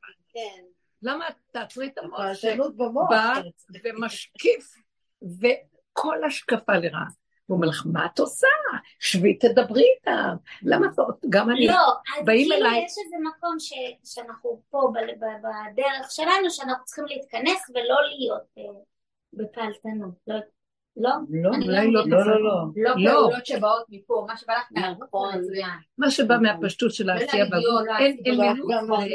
[SPEAKER 1] למה תעצרי את המוח שבא ומשקיף, וכל השקפה לרעה. הוא אומר לך, מה את עושה? שבי תדברי איתם. למה זאת? גם אני...
[SPEAKER 6] לא, אז כאילו יש איזה מקום שאנחנו פה בדרך שלנו, שאנחנו צריכים להתכנס ולא להיות בפעלתנות. לא?
[SPEAKER 1] לא, אולי לא.
[SPEAKER 8] לא, לא, לא.
[SPEAKER 6] לא פעולות שבאות מפה, מה שבא לך מהרחוב מצוין.
[SPEAKER 1] מה שבא מהפשטות של העשייה בגוף, אין עליונות.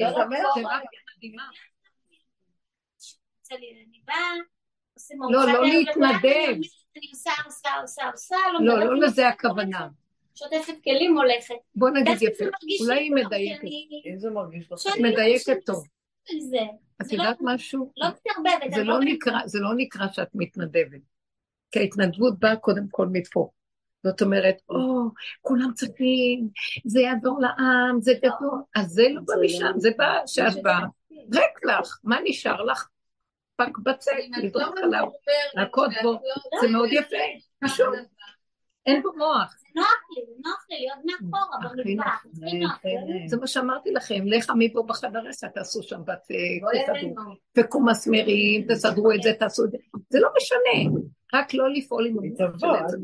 [SPEAKER 6] אני באה,
[SPEAKER 1] לא, לא להתנדב.
[SPEAKER 6] אני עושה, עושה, עושה, עושה,
[SPEAKER 1] לא, לא לזה הכוונה.
[SPEAKER 6] שוטפת כלים הולכת.
[SPEAKER 1] בוא נגיד יפה, אולי היא מדייקת.
[SPEAKER 8] אם זה מרגיש לך.
[SPEAKER 1] מדייקת טוב.
[SPEAKER 6] זה.
[SPEAKER 1] את יודעת משהו?
[SPEAKER 6] לא מתערבבת.
[SPEAKER 1] זה לא נקרא, זה לא נקרא שאת מתנדבת. כי ההתנדבות באה קודם כל מפה. זאת אומרת, או, כולם צריכים, זה יעזור לעם, זה גדול. אז זה לא בא משם, זה בא שאת באה. רק לך, מה נשאר לך? פק בצק, לדרוך עליו, להכות בו, זה מאוד יפה, פשוט, אין בו מוח.
[SPEAKER 6] זה נוח לי, זה נוח לי להיות מאחורה במטבח,
[SPEAKER 1] זה מה שאמרתי לכם, לך מפה בחדרך, תעשו שם בצק, תסדרו, תקעו מסמרים, תסדרו את זה, תעשו את זה, זה לא משנה, רק לא לפעול עם המוח שלהם.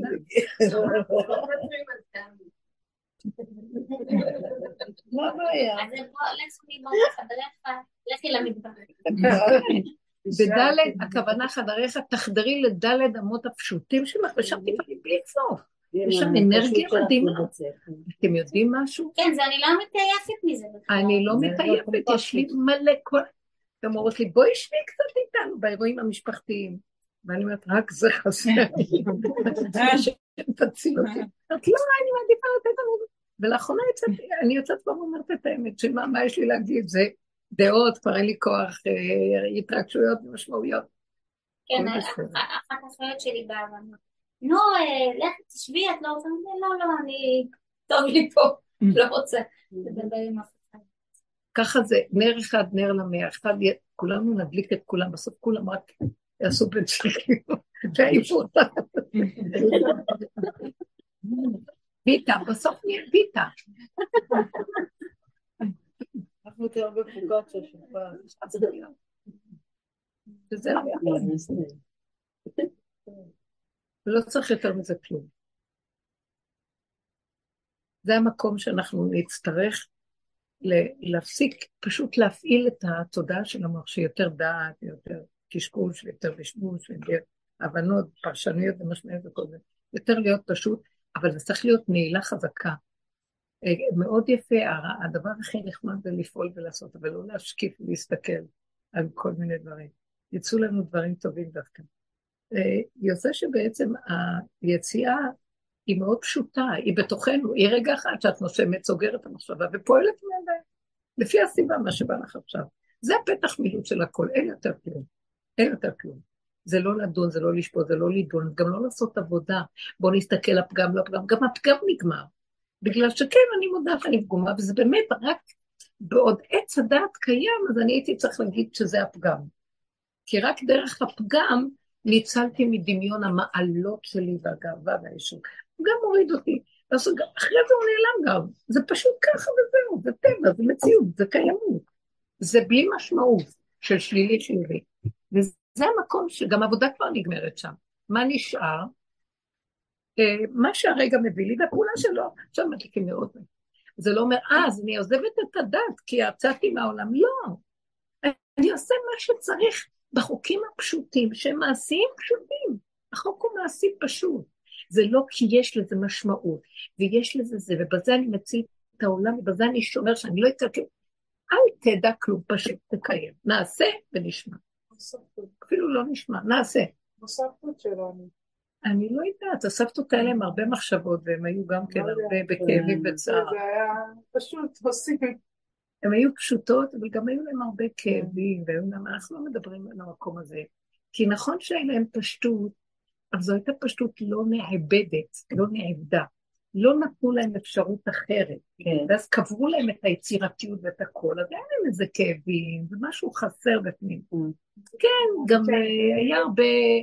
[SPEAKER 8] מה הבעיה?
[SPEAKER 6] אז בוא, לכי מפה בחדרך, לכי למטבח.
[SPEAKER 1] בדלת, הכוונה חדריך, תחדרי לדלת אמות הפשוטים שלך, ושם תפעלי בלי סוף. יש שם אנרגיה מדהימה. אתם יודעים משהו?
[SPEAKER 6] כן, זה אני לא מתעייפת מזה.
[SPEAKER 1] אני לא מתעייפת, יש לי מלא כל... אתם אומרות לי, בואי שבי קצת איתנו באירועים המשפחתיים. ואני אומרת, רק זה חסר. תציל אותי. את לא, אני מעדיפה לתת לנו. ולאחרונה אני יוצאת כבר ואומרת את האמת, שמה יש לי להגיד? זה דעות, כבר אין לי כוח, התרגשויות ומשמעויות.
[SPEAKER 6] כן, אחת החיות שלי באה ואמרה, נו, לך תשבי, את לא רוצה? לא, לא, אני... טוב לי פה, לא רוצה. לדבר עם אף אחד.
[SPEAKER 1] ככה זה, נר אחד, נר למאה, אחד, כולנו נדליק את כולם, בסוף כולם רק יעשו בן שלי, והעיפו אותה. פיתה, בסוף נהיה פיתה.
[SPEAKER 8] אנחנו יותר בפוגת של שופעת.
[SPEAKER 1] וזה לא יכול. לא צריך יותר מזה כלום. זה המקום שאנחנו נצטרך להפסיק, פשוט להפעיל את התודעה של המוח, שיותר דעת, יותר קשקוש, יותר בשבוש, יותר הבנות, פרשנויות ומשמעיות וכל זה. יותר להיות פשוט, אבל זה צריך להיות נעילה חזקה. מאוד יפה, הדבר הכי נחמד זה לפעול ולעשות, אבל לא להשקיף ולהסתכל על כל מיני דברים. יצאו לנו דברים טובים דווקא. יוצא שבעצם היציאה היא מאוד פשוטה, היא בתוכנו, היא רגע אחד שאת נושמת, סוגרת המחשבה ופועלת מידי, לפי הסיבה מה שבא לך עכשיו. זה הפתח מילוט של הכל, אין יותר כלום, אין יותר כלום. זה לא לדון, זה לא לשפוט, זה לא לדון, גם לא לעשות עבודה. בוא נסתכל הפגם, לא הפגם, גם הפגם נגמר. בגלל שכן, אני מודה לך, אני פגומה, וזה באמת רק בעוד עץ הדעת קיים, אז אני הייתי צריך להגיד שזה הפגם. כי רק דרך הפגם ניצלתי מדמיון המעלות שלי והגאווה והישות. הוא גם מוריד אותי. אחרי זה הוא נעלם גם. זה פשוט ככה וזהו, זה טבע, זה מציאות, זה קיימות. זה בלי משמעות של שלילי שלילי. וזה המקום שגם עבודה כבר נגמרת שם. מה נשאר? מה שהרגע מביא לי, והפעולה שלו, עכשיו מדליקים מאוד. זה לא אומר, אה, אז אני עוזבת את הדת, כי יצאתי מהעולם. לא. אני עושה מה שצריך בחוקים הפשוטים, שהם מעשיים פשוטים. החוק הוא מעשי פשוט. זה לא כי יש לזה משמעות, ויש לזה זה, ובזה אני מציל את העולם, ובזה אני שומר שאני לא אתקל. אל תדע כלום, פשוט תקיים. נעשה ונשמע. אפילו לא נשמע, נעשה.
[SPEAKER 7] הסבתות שלנו.
[SPEAKER 1] אני לא יודעת, הסבתות האלה הם הרבה מחשבות, והם היו גם כן הרבה בכאבים וצער.
[SPEAKER 7] זה היה פשוט עושים.
[SPEAKER 1] הם היו פשוטות, אבל גם היו להם הרבה כאבים, ואנחנו לא מדברים על המקום הזה. כי נכון שהיה להם פשטות, אבל זו הייתה פשטות לא נעבדת, לא נעבדה. לא נתנו להם אפשרות אחרת. ואז קברו להם את היצירתיות ואת הכל, אז היה להם איזה כאבים, ומשהו חסר בפנים. כן, גם היה הרבה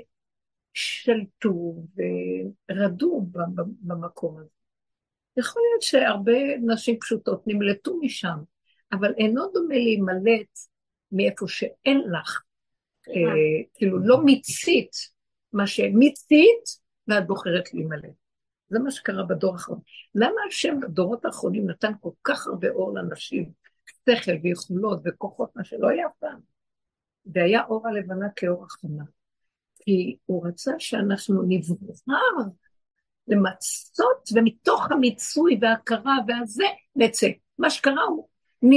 [SPEAKER 1] שלטו ורדו במקום הזה. יכול להיות שהרבה נשים פשוטות נמלטו משם, אבל אינו דומה להימלט מאיפה שאין לך, כאילו לא מיצית, מה שמיצית, ואת בוחרת להימלט. זה מה שקרה בדור האחרון. למה השם בדורות האחרונים נתן כל כך הרבה אור לאנשים, שכל ויכולות וכוחות, מה שלא היה פעם? והיה אור הלבנה כאור החמה. כי הוא רצה שאנחנו נבחר למצות, ומתוך המיצוי וההכרה והזה נצא. מה שקרה הוא,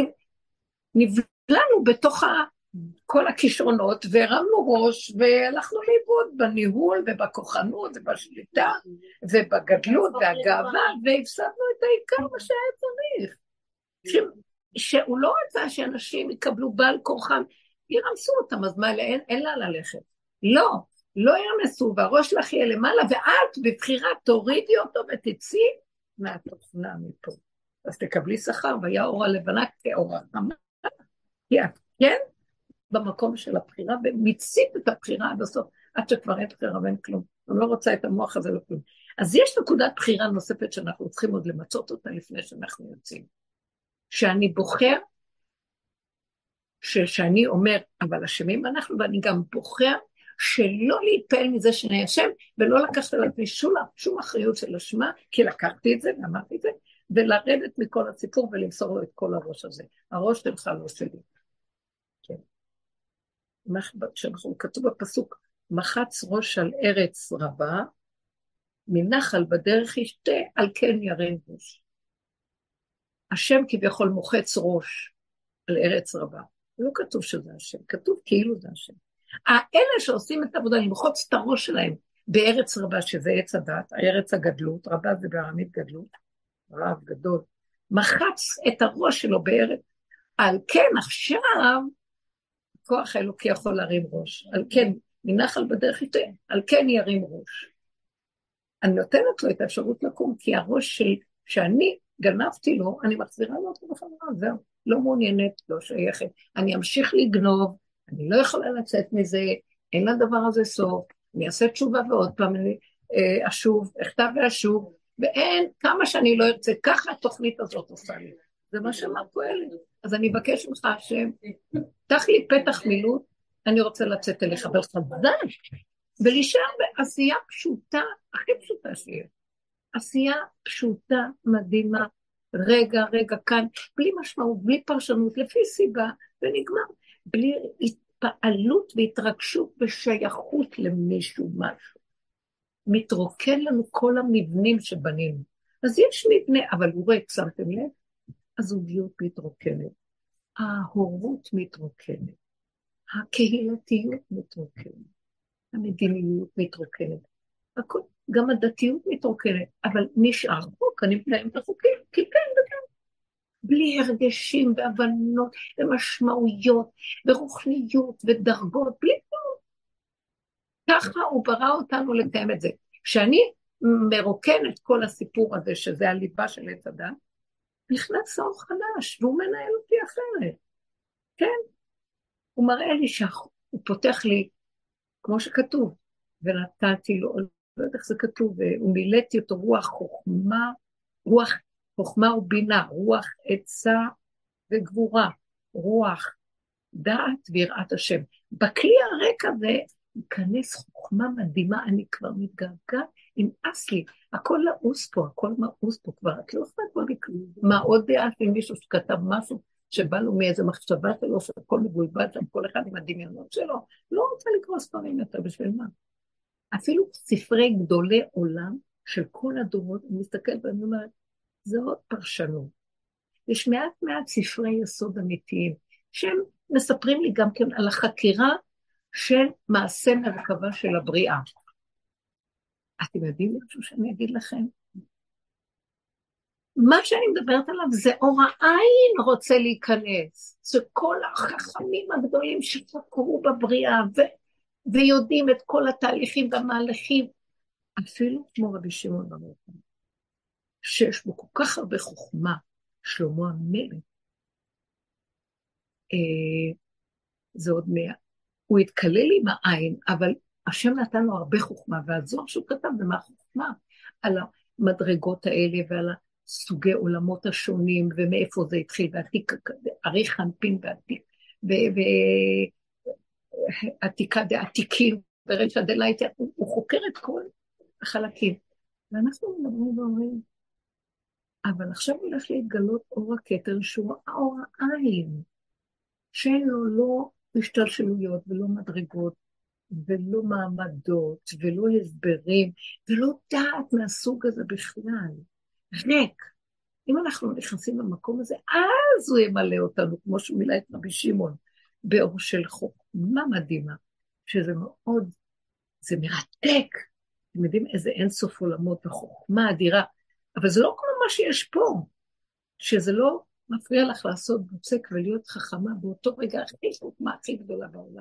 [SPEAKER 1] נבלענו בתוך כל הכישרונות, והרמנו ראש, והלכנו לאיבוד בניהול ובכוחנות ובשליטה, ובגדלות והגאווה, והפסדנו את העיקר מה שהיה צריך. שהוא לא רצה שאנשים יקבלו בעל כוחם, ירמסו אותם, אז מה, אין, אין לה ללכת. לא, לא ירמסו, והראש לך יהיה למעלה, ואת בבחירה תורידי אותו ותצאי מהתוכנה מפה. אז תקבלי שכר, והיה אור הלבנה כאור החמה. כן? במקום של הבחירה, ומיצית את הבחירה עד הסוף, עד שכבר אין בחירה ואין כלום. אני לא רוצה את המוח הזה לכלום. אז יש נקודת בחירה נוספת שאנחנו צריכים עוד למצות אותה לפני שאנחנו יוצאים. שאני בוחר, שאני אומר, אבל אשמים אנחנו, ואני גם בוחר שלא להתפעל מזה שאני אשם, ולא לקחת על עצמי שום, שום אחריות של אשמה, כי לקחתי את זה ואמרתי את זה, ולרדת מכל הסיפור ולמסור לו את כל הראש הזה. הראש שלך לא שלי. כן. שאנחנו כתוב בפסוק, מחץ ראש על ארץ רבה, מנחל בדרך ישתה, על כן ירים ראש. השם כביכול מוחץ ראש על ארץ רבה. לא כתוב שזה השם, כתוב כאילו זה השם. האלה שעושים את העבודה, למחוץ את הראש שלהם בארץ רבה, שזה עץ הדת, הארץ הגדלות, רבה זה בארמית גדלות, רב גדול, מחץ את הראש שלו בארץ, על כן עכשיו, כוח האלוקי יכול להרים ראש, על כן, מנחל בדרך איתה, על כן ירים ראש. אני נותנת לו את האפשרות לקום, כי הראש של, שאני גנבתי לו, אני מחזירה לו אותו בחברה, זהו, לא מעוניינת, לא שייכת, אני אמשיך לגנוב, אני לא יכולה לצאת מזה, אין לדבר הזה סוף, אני אעשה תשובה ועוד פעם, אני, אה, אשוב, אכתב ואשוב, ואין כמה שאני לא ארצה, ככה התוכנית הזאת עושה לי. זה מה שאמר פועלת. אז אני מבקש ממך השם, פתח לי פתח מילוט, אני רוצה לצאת אליך, אבל חזק, ולהישאר בעשייה פשוטה, הכי פשוטה שיש. עשייה פשוטה, מדהימה, רגע, רגע, כאן, בלי משמעות, בלי פרשנות, לפי סיבה, ונגמר. בלי התפעלות והתרגשות ושייכות למישהו משהו. מתרוקן לנו כל המבנים שבנינו. אז יש מבנה, אבל הוא ריק, שמתם לב? הזוגיות מתרוקנת, ההורות מתרוקנת, הקהילתיות מתרוקנת, המדיניות מתרוקנת, הכל, גם הדתיות מתרוקנת, אבל נשאר חוק, אני מקיים את החוקים, כי כן וגם, בלי הרגשים והבנות ומשמעויות ורוחניות ודרגות, בלי כלום. ככה הוא ברא אותנו לקיים את זה. כשאני מרוקן את כל הסיפור הזה, שזה הליבה של עץ הדת, נכנס אור חדש, והוא מנהל אותי אחרת. כן? הוא מראה לי שהוא פותח לי, כמו שכתוב, ונתתי לו, לא יודע איך זה כתוב, ומילאתי אותו רוח חוכמה, רוח חוכמה ובינה, רוח עצה וגבורה, רוח דעת ויראת השם. בכלי הריק הזה, ייכנס חוכמה מדהימה, אני כבר מתגעגע, נמאס לי, הכל לעוס פה, הכל מעוס פה כבר, את לא עושה כבר לכלום. מה עוד דעה עם מישהו שכתב משהו, שבא לו מאיזה מחשבה שלו, שהכל מבולבל שם, כל אחד עם הדמיונות שלו, לא רוצה לקרוא ספרים יותר, בשביל מה? אפילו ספרי גדולי עולם, של כל הדורות, אני מסתכלת ואני אומרת, זה עוד פרשנות. יש מעט מעט ספרי יסוד אמיתיים, שהם מספרים לי גם כן על החקירה, של מעשה מרכבה של הבריאה. אתם יודעים משהו שאני אגיד לכם? מה שאני מדברת עליו זה אור העין רוצה להיכנס. זה כל החכמים הגדולים שחקרו בבריאה, ו- ויודעים את כל התהליכים והמהלכים, אפילו כמו רבי שמעון בר יוחאי, שיש בו כל כך הרבה חוכמה, שלמה המלך, אה, זה עוד מאה. הוא התקלל עם העין, אבל השם נתן לו הרבה חוכמה, והזוהר שהוא כתב במה חוכמה, על המדרגות האלה ועל סוגי עולמות השונים, ומאיפה זה התחיל, ועתיק, אריך חנפין ועתיק, ועתיקה דעתיקים, ורשע דלייטה, הוא חוקר את כל החלקים. ואנחנו מדברים ואומרים, אבל עכשיו הולך להתגלות אור הכתר, שהוא האור העין, שאין לו לא השתלשלויות ולא מדרגות, ולא מעמדות, ולא הסברים, ולא דעת מהסוג הזה בכלל. ריק. אם אנחנו נכנסים למקום הזה, אז הוא ימלא אותנו, כמו שהוא מילא את רבי שמעון, באור של חוכמה מדהימה, שזה מאוד, זה מרתק. אתם יודעים איזה אינסוף עולמות וחוכמה אדירה, אבל זה לא כמו מה שיש פה, שזה לא מפריע לך לעשות בוצק ולהיות חכמה באותו רגע הכי חוכמה הכי גדולה בעולם.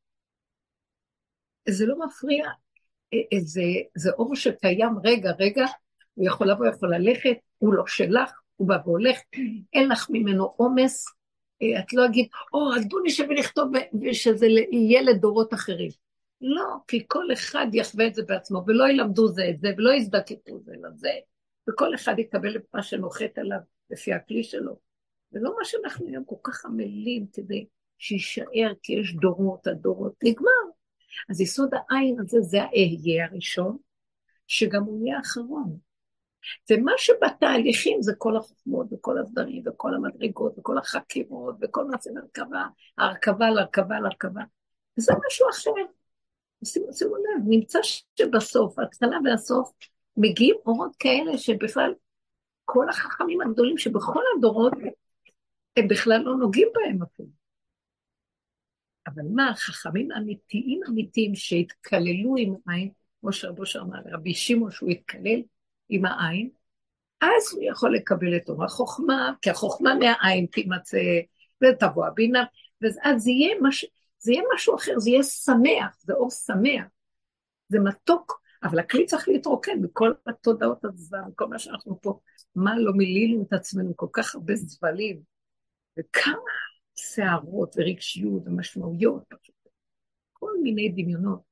[SPEAKER 1] זה לא מפריע, זה, זה אור שקיים רגע, רגע, הוא יכול לבוא, יכול ללכת, הוא לא שלך, הוא בא והולך, אין לך ממנו עומס, את לא אגיד, או, אז בוא נשב ונכתוב ושזה יהיה לדורות אחרים. לא, כי כל אחד יחווה את זה בעצמו, ולא ילמדו זה את זה, ולא יזדקקו זה לזה, וכל אחד יקבל את מה שנוחת עליו לפי הכלי שלו. ולא מה שאנחנו היום כל כך עמלים כדי שישאר, כי יש דורות, הדורות, נגמר. אז יסוד העין הזה זה האהיה הראשון, שגם הוא יהיה האחרון. ומה שבתהליכים זה כל החוכמות וכל הסדרים וכל המדרגות וכל החקירות וכל מה זה הרכבה, הרכבה להרכבה להרכבה. וזה משהו אחר. שימו, שימו לב, נמצא שבסוף, ההתחלה והסוף, מגיעים אורות כאלה שבכלל כל החכמים הגדולים שבכל הדורות הם בכלל לא נוגעים בהם אפילו. אבל מה, החכמים אמיתיים אמיתיים שהתקללו עם העין, כמו שרבו שאמר, רבי שמעון שהוא התקלל עם העין, אז הוא יכול לקבל את אור החוכמה, כי החוכמה מהעין תימצא, ותבוא הבינה, ואז זה יהיה, מש... זה יהיה משהו אחר, זה יהיה שמח, זה אור שמח, זה מתוק, אבל הכלי צריך להתרוקן מכל התודעות הזווה, מכל מה שאנחנו פה, מה לא מילינו את עצמנו, כל כך הרבה זבלים, וכמה שערות ורגשיות ומשמעויות, כל מיני דמיונות.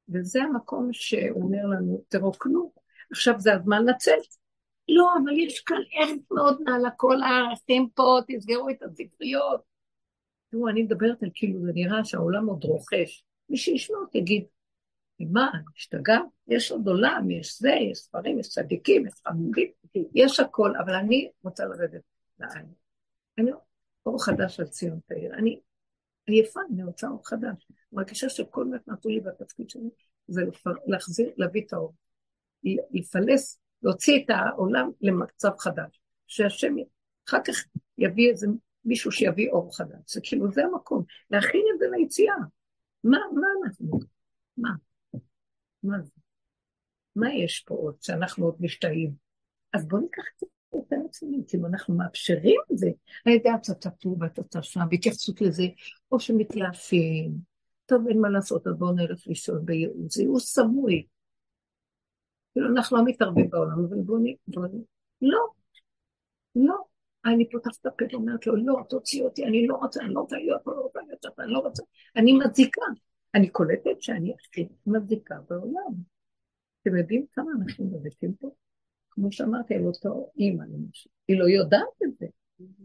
[SPEAKER 1] וזה המקום שהוא אומר לנו, תרוקנו, עכשיו זה הזמן לצאת. לא, אבל יש כאן ערך מאוד נעלה, כל הערכים פה, תסגרו את הספריות. תראו, אני מדברת על כאילו, זה נראה שהעולם עוד רוכש. מי שישמע יגיד, מה, השתגע? יש עוד עולם, יש זה, יש ספרים, יש צדיקים, יש חמודים, יש הכל, אבל אני רוצה לרדת לעין. אני אור חדש על ציון תאיר. אני עייפה, אני רוצה אור חדש. מרגישה שכל מה נתנו לי בתפקיד שלי, זה להחזיר, להביא את האור. לפלס, להוציא את העולם למצב חדש. שהשם אחר כך יביא איזה מישהו שיביא אור חדש. זה כאילו, זה המקום. להכין את זה ליציאה. מה, מה אנחנו? מה? מה זה? מה יש פה עוד שאנחנו עוד משתאים? אז בואו ניקח את זה יותר רציני, כאילו אנחנו מאפשרים את זה, על ידי הצטטו והצטשה, בהתייחסות לזה, או שמתייאפים, טוב אין מה לעשות, אז בואו נלך לישון בייעוץ, זה ייעוץ סמוי, כאילו אנחנו לא מתערבים בעולם, אבל בואו נלך, לא, לא, אני פותחת את הפה ואומרת לו, לא, תוציא אותי, אני לא רוצה, אני לא רוצה להיות, לא רוצה להיות, אני לא רוצה, אני מזיקה, אני קולטת שאני הכי מזיקה בעולם. אתם יודעים כמה אנשים מזיקים פה? כמו שאמרתי, על אותו אימא למשל, היא לא יודעת את זה.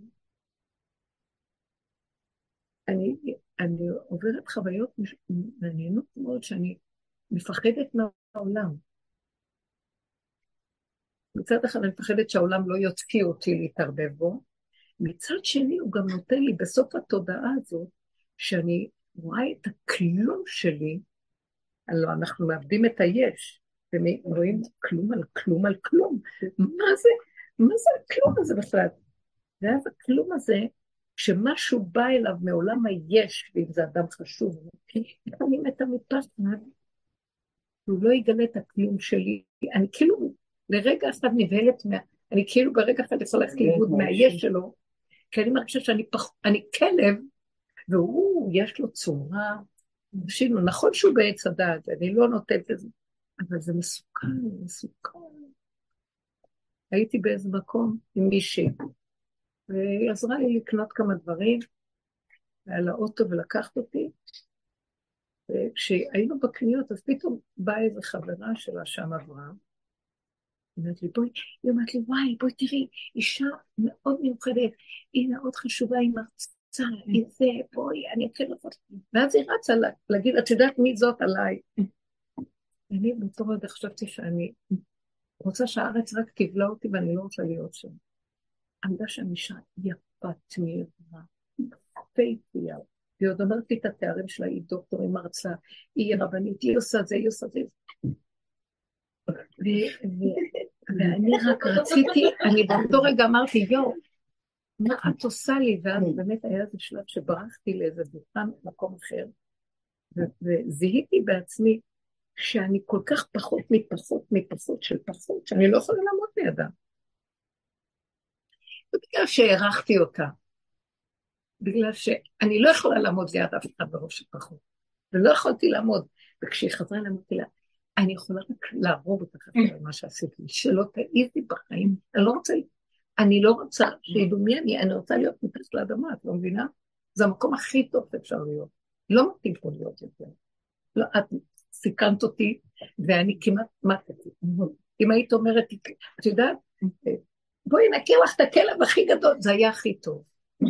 [SPEAKER 1] אני, אני עוברת חוויות מעניינות מאוד שאני מפחדת מהעולם. מצד אחד אני מפחדת שהעולם לא יוציא אותי להתערבב בו, מצד שני הוא גם נותן לי בסוף התודעה הזאת, שאני רואה את הכלום שלי, הלוא אנחנו מאבדים את היש, ורואים כלום על כלום על כלום. מה זה? מה זה הכלום הזה בכלל? ואז הכלום הזה, כשמשהו בא אליו מעולם היש, ואם זה אדם חשוב, אני מתה מפחד, הוא לא יגלה את הכלום שלי. אני כאילו, לרגע אחד נבהלת, מה, אני כאילו ברגע אחד יכולה ללכת לאיבוד מהיש שלו, כי אני מרגישה שאני פח, אני כלב, והוא, יש לו צורה, שינו, נכון שהוא בעץ הדעת, אני לא נותנת את זה, אבל זה מסוכן, מסוכן. הייתי באיזה מקום עם מישהי, והיא עזרה לי לקנות כמה דברים, על האוטו ולקחת אותי, וכשהיינו בקניות, אז פתאום באה איזו חברה שלה שם עברה, היא אומרת לי, בואי, היא אומרת לי, וואי, בואי תראי, אישה מאוד מיוחדת, היא מאוד חשובה, היא מרצה, היא זה, בואי, אני אתחיל לעשות. ואז היא רצה להגיד, את יודעת מי זאת עליי? אני בתור רגע חשבתי שאני רוצה שהארץ רק תבלע אותי ואני לא רוצה להיות שם. עמדה שם אישה יפת מהירה, פייפיה, והיא עוד אומרת לי את התארים שלה, היא דוקטור, היא מרצה, היא רבנית, היא עושה זה, היא עושה זה. ואני רק רציתי, אני באותו רגע אמרתי, יו, מה את עושה לי? ואז באמת היה איזה שלב שברחתי לאיזה דוכן מקום אחר, וזיהיתי בעצמי, שאני כל כך פחות מפחות מפחות של פחות, שאני לא יכולה לעמוד לידה. בגלל שהערכתי אותה, בגלל שאני לא יכולה לעמוד ליד אף אחד בראש של פחות, ולא יכולתי לעמוד, וכשהיא חזרה לעמודתי לה, אני יכולה רק להרוג אותך אחרי מה שעשיתי, שלא תעיזי בחיים, אני לא רוצה, אני לא רוצה שידומייני, אני רוצה להיות מתחת לאדמה, את לא מבינה? זה המקום הכי טוב שאפשר להיות, לא מתאים פה להיות יותר. לא, את סיכנת אותי, ואני כמעט מתתי. אם היית אומרת, את יודעת, בואי נכיר לך את הכלב הכי גדול, זה היה הכי טוב.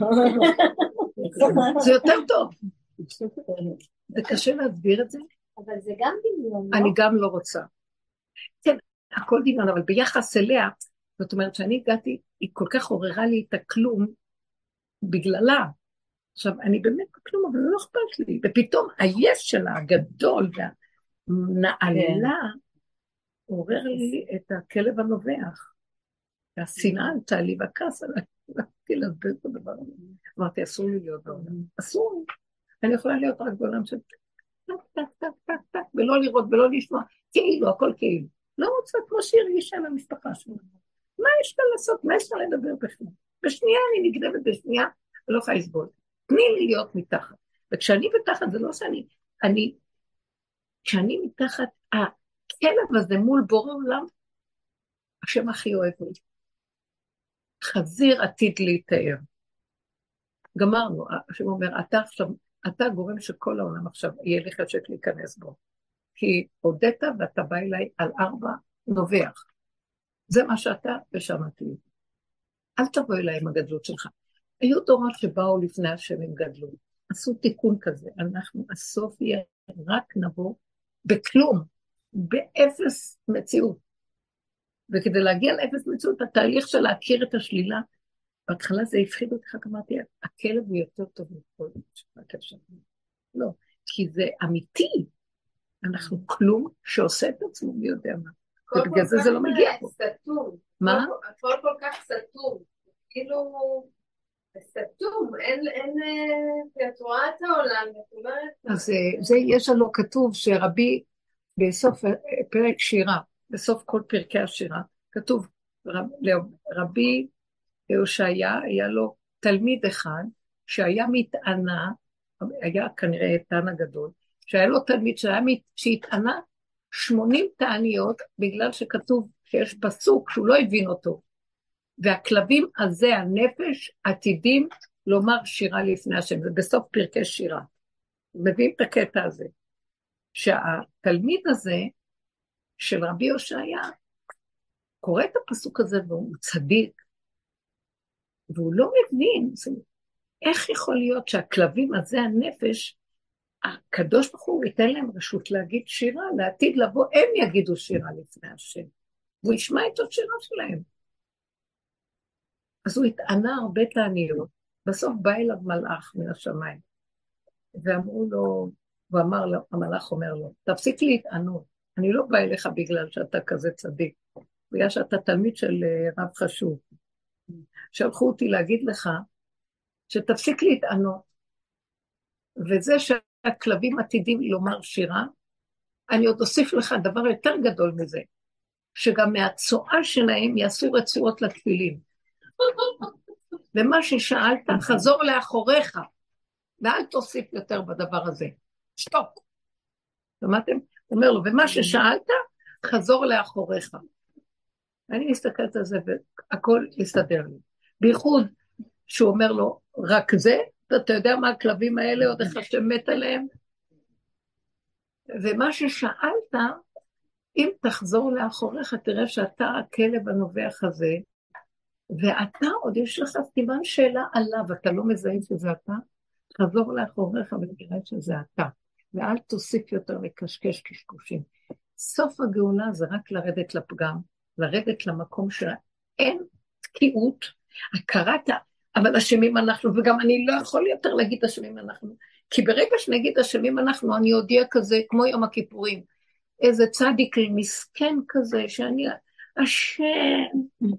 [SPEAKER 1] זה יותר טוב. זה קשה להסביר את זה?
[SPEAKER 6] אבל זה גם דמיון, לא?
[SPEAKER 1] אני גם לא רוצה. כן, הכל דמיון, אבל ביחס אליה, זאת אומרת שאני הגעתי, היא כל כך עוררה לי את הכלום, בגללה. עכשיו, אני באמת כלום, אבל לא אכפת לי. ופתאום היש שלה, הגדול והנעלה, עורר לי את הכלב הנובח. והשנאה עלתה לי, והכעס עליי, רציתי להסביר את הדבר הזה. אמרתי, אסור לי להיות בעולם. אסור לי. אני יכולה להיות רק בעולם של טק, טק, טק, טק, טק, ולא לראות ולא לשמוע. כאילו, הכל כאילו. לא רוצה כמו שהרגישה עם המשפחה שלה. מה יש לה לעשות? מה יש לה לדבר בכלל? בשנייה אני נגדבת בשנייה, ולא יכולה לסבול. תני לי להיות מתחת. וכשאני מתחת, זה לא שאני, אני, כשאני מתחת, הכלב הזה מול בורא עולם, השם הכי אוהב לי. חזיר עתיד להתאר. גמרנו, השם אומר, אתה עכשיו, אתה גורם שכל העולם עכשיו יהיה לי חשק להיכנס בו. כי הודית ואתה בא אליי על ארבע נובח. זה מה שאתה ושמעתי. אל תבוא אליי עם הגדלות שלך. היו דורות שבאו לפני השם עם גדלות. עשו תיקון כזה. אנחנו הסוף יהיה רק נבוא בכלום, באפס מציאות. וכדי להגיע לאפס מציאות, התהליך של להכיר את השלילה, בהתחלה זה הפחיד אותך, אמרתי, הכלב הוא יותר טוב מכל הכלב. לא, כי זה אמיתי. אנחנו כלום שעושה את עצמו, מי יודע מה. ובגלל זה זה לא מגיע פה.
[SPEAKER 9] סתום.
[SPEAKER 1] מה?
[SPEAKER 9] הכל כל כך סתום. כאילו, סתום, אין, אין, את רואה את העולם, את אומרת...
[SPEAKER 1] אז זה יש לנו כתוב שרבי, בסוף פרק שירה, בסוף כל פרקי השירה, כתוב, רב, רבי הושעיה, היה לו תלמיד אחד, שהיה מתענה, היה כנראה תנא גדול, שהיה לו תלמיד שהיה מת, שהתענה שמונים תעניות, בגלל שכתוב שיש פסוק שהוא לא הבין אותו, והכלבים הזה, הנפש, עתידים לומר שירה לפני השם, זה בסוף פרקי שירה, מביאים את הקטע הזה, שהתלמיד הזה, של רבי הושעיה, קורא את הפסוק הזה, והוא צדיק, והוא לא מבין, איך יכול להיות שהכלבים הזה, הנפש, הקדוש ברוך הוא ייתן להם רשות להגיד שירה, לעתיד לבוא, הם יגידו שירה לפני השם, והוא ישמע את השירה שלהם. אז הוא התענה הרבה תעניות, בסוף בא אליו מלאך מן השמיים, ואמרו לו, הוא אמר לו, המלאך אומר לו, תפסיק להתענות, אני לא בא אליך בגלל שאתה כזה צדיק, בגלל שאתה תלמיד של רב חשוב. שלחו אותי להגיד לך, שתפסיק להתענות, וזה שהכלבים עתידים לומר שירה, אני עוד אוסיף לך דבר יותר גדול מזה, שגם מהצועה שלהם יעשו רצועות לתפילים. ומה ששאלת, חזור לאחוריך, ואל תוסיף יותר בדבר הזה. שתוק. שמעתם? הוא אומר לו, ומה ששאלת, חזור לאחוריך. אני מסתכלת על זה, והכל יסתדר לי. בייחוד שהוא אומר לו, רק זה, ואתה יודע מה הכלבים האלה, עוד איך השם מת עליהם? ומה ששאלת, אם תחזור לאחוריך, תראה שאתה הכלב הנובח הזה, ואתה עוד יש לך סימן שאלה עליו, אתה לא מזהה שזה אתה, חזור לאחוריך ותראה שזה אתה, ואל תוסיף יותר לקשקש קשקושים. סוף הגאולה זה רק לרדת לפגם, לרדת למקום שאין תקיעות, הכרת, אבל אשמים אנחנו, וגם אני לא יכול יותר להגיד אשמים אנחנו, כי ברגע שנגיד אשמים אנחנו, אני אודיע כזה, כמו יום הכיפורים, איזה צדיק מסכן כזה, שאני השם,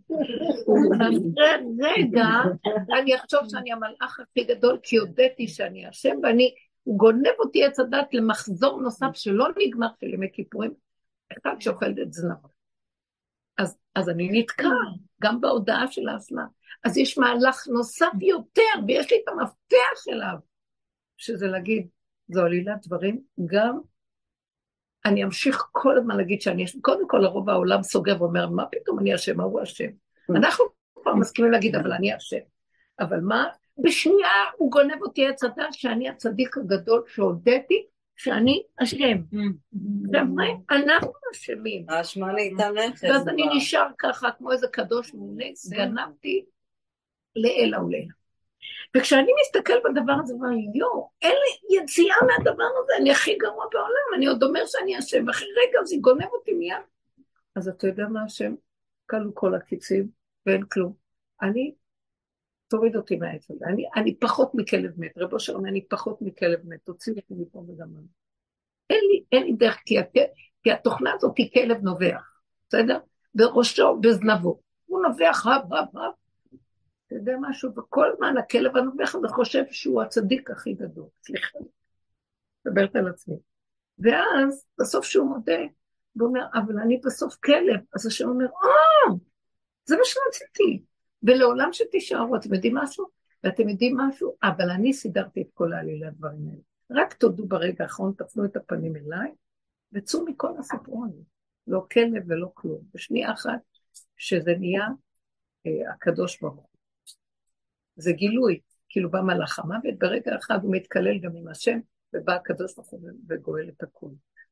[SPEAKER 1] רגע, אני אחשוב שאני המלאך הכי גדול, כי הודיתי שאני השם, ואני, הוא גונב אותי עץ הדת למחזור נוסף שלא נגמר של ימי כיפורים, אחד שאוכלת את זנב. אז, אז אני נתקע, גם בהודעה של האסלה. אז יש מהלך נוסף יותר, ויש לי את המפתח אליו, שזה להגיד, זו עלילת דברים, גם אני אמשיך כל הזמן להגיד שאני אשם, קודם כל הרוב העולם סוגר ואומר, מה פתאום אני אשם, מה הוא אשם? אנחנו כבר מסכימים להגיד, אבל אני אשם. אבל מה? בשנייה הוא גונב אותי עץ הדת, שאני הצדיק הגדול שהודיתי, שאני אשם. ואומרים, אנחנו אשמים.
[SPEAKER 2] האשמה להתאמצת.
[SPEAKER 1] ואז אני נשאר ככה, כמו איזה קדוש מעולה, גנבתי לאלה ולאלה. וכשאני מסתכל בדבר הזה, ואני, יו, אין לי יציאה מהדבר הזה, אני הכי גרוע בעולם, אני עוד אומר שאני אשם, אחרי רגע זה גונב אותי מיד. אז אתה יודע מה השם? קלו כל הקיצים, ואין כלום. אני, תוריד אותי מהעץ הזה, אני, אני פחות מכלב מת, רבו שלום, אני פחות מכלב מת, תוציא אותי מפה וגם אני. אין לי, אין לי דרך, כי, כי התוכנה הזאת היא כלב נובח, בסדר? בראשו, בזנבו, הוא נובח, רב, רב, רב, אתה יודע משהו, וכל זמן הכלב הנובח הזה חושב שהוא הצדיק הכי גדול. סליחה, מדברת על עצמי. ואז, בסוף שהוא מודה, הוא אומר, אבל אני בסוף כלב. אז השם אומר, אה, זה מה שרציתי. ולעולם שתישארו, אתם יודעים משהו? ואתם יודעים משהו? אבל אני סידרתי את כל העלילה הדברים האלה. רק תודו ברגע האחרון, תפנו את הפנים אליי, וצאו מכל הסיפור הזה. לא כלב ולא כלום. בשנייה אחת, שזה נהיה אה, הקדוש ברוך. זה גילוי, כאילו בא מלאך המוות, ברגע אחד הוא מתקלל גם עם השם, ובא הקדוש ברוך הוא וגואל את הכול.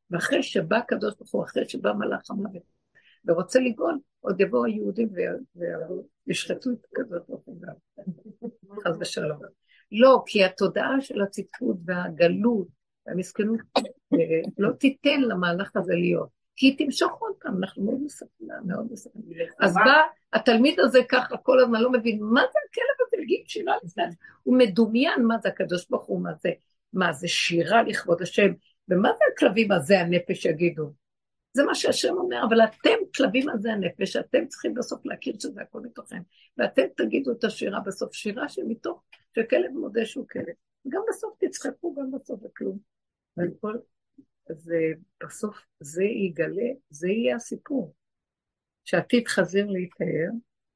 [SPEAKER 1] ואחרי שבא הקדוש ברוך הוא, אחרי שבא מלאך המוות, ורוצה לגאול, עוד יבואו היהודים וישחטו את הקדוש ברוך הוא גם. חס ושלום. לא, כי התודעה של הצדקות והגלות והמסכנות לא תיתן למהלך הזה להיות, כי היא תמשוך עוד פעם, אנחנו מאוד מסכנה, מאוד מסכנה. אז בא התלמיד הזה ככה כל הזמן לא מבין, מה זה הכלב הזה, גיד שירה לפני, הוא מדומיין מה זה הקדוש ברוך הוא, מה זה, מה זה שירה לכבוד השם, ומה זה הכלבים הזה הנפש יגידו? זה מה שהשם אומר, אבל אתם כלבים הזה הנפש, אתם צריכים בסוף להכיר שזה הכל מתוכם, ואתם תגידו את השירה בסוף, שירה שמתוך, שכלב מודה שהוא כלב, גם בסוף תצחקו, גם בסוף וכלום. וכל, זה, בסוף זה יגלה, זה יהיה הסיפור, שעתיד חזיר להתאר,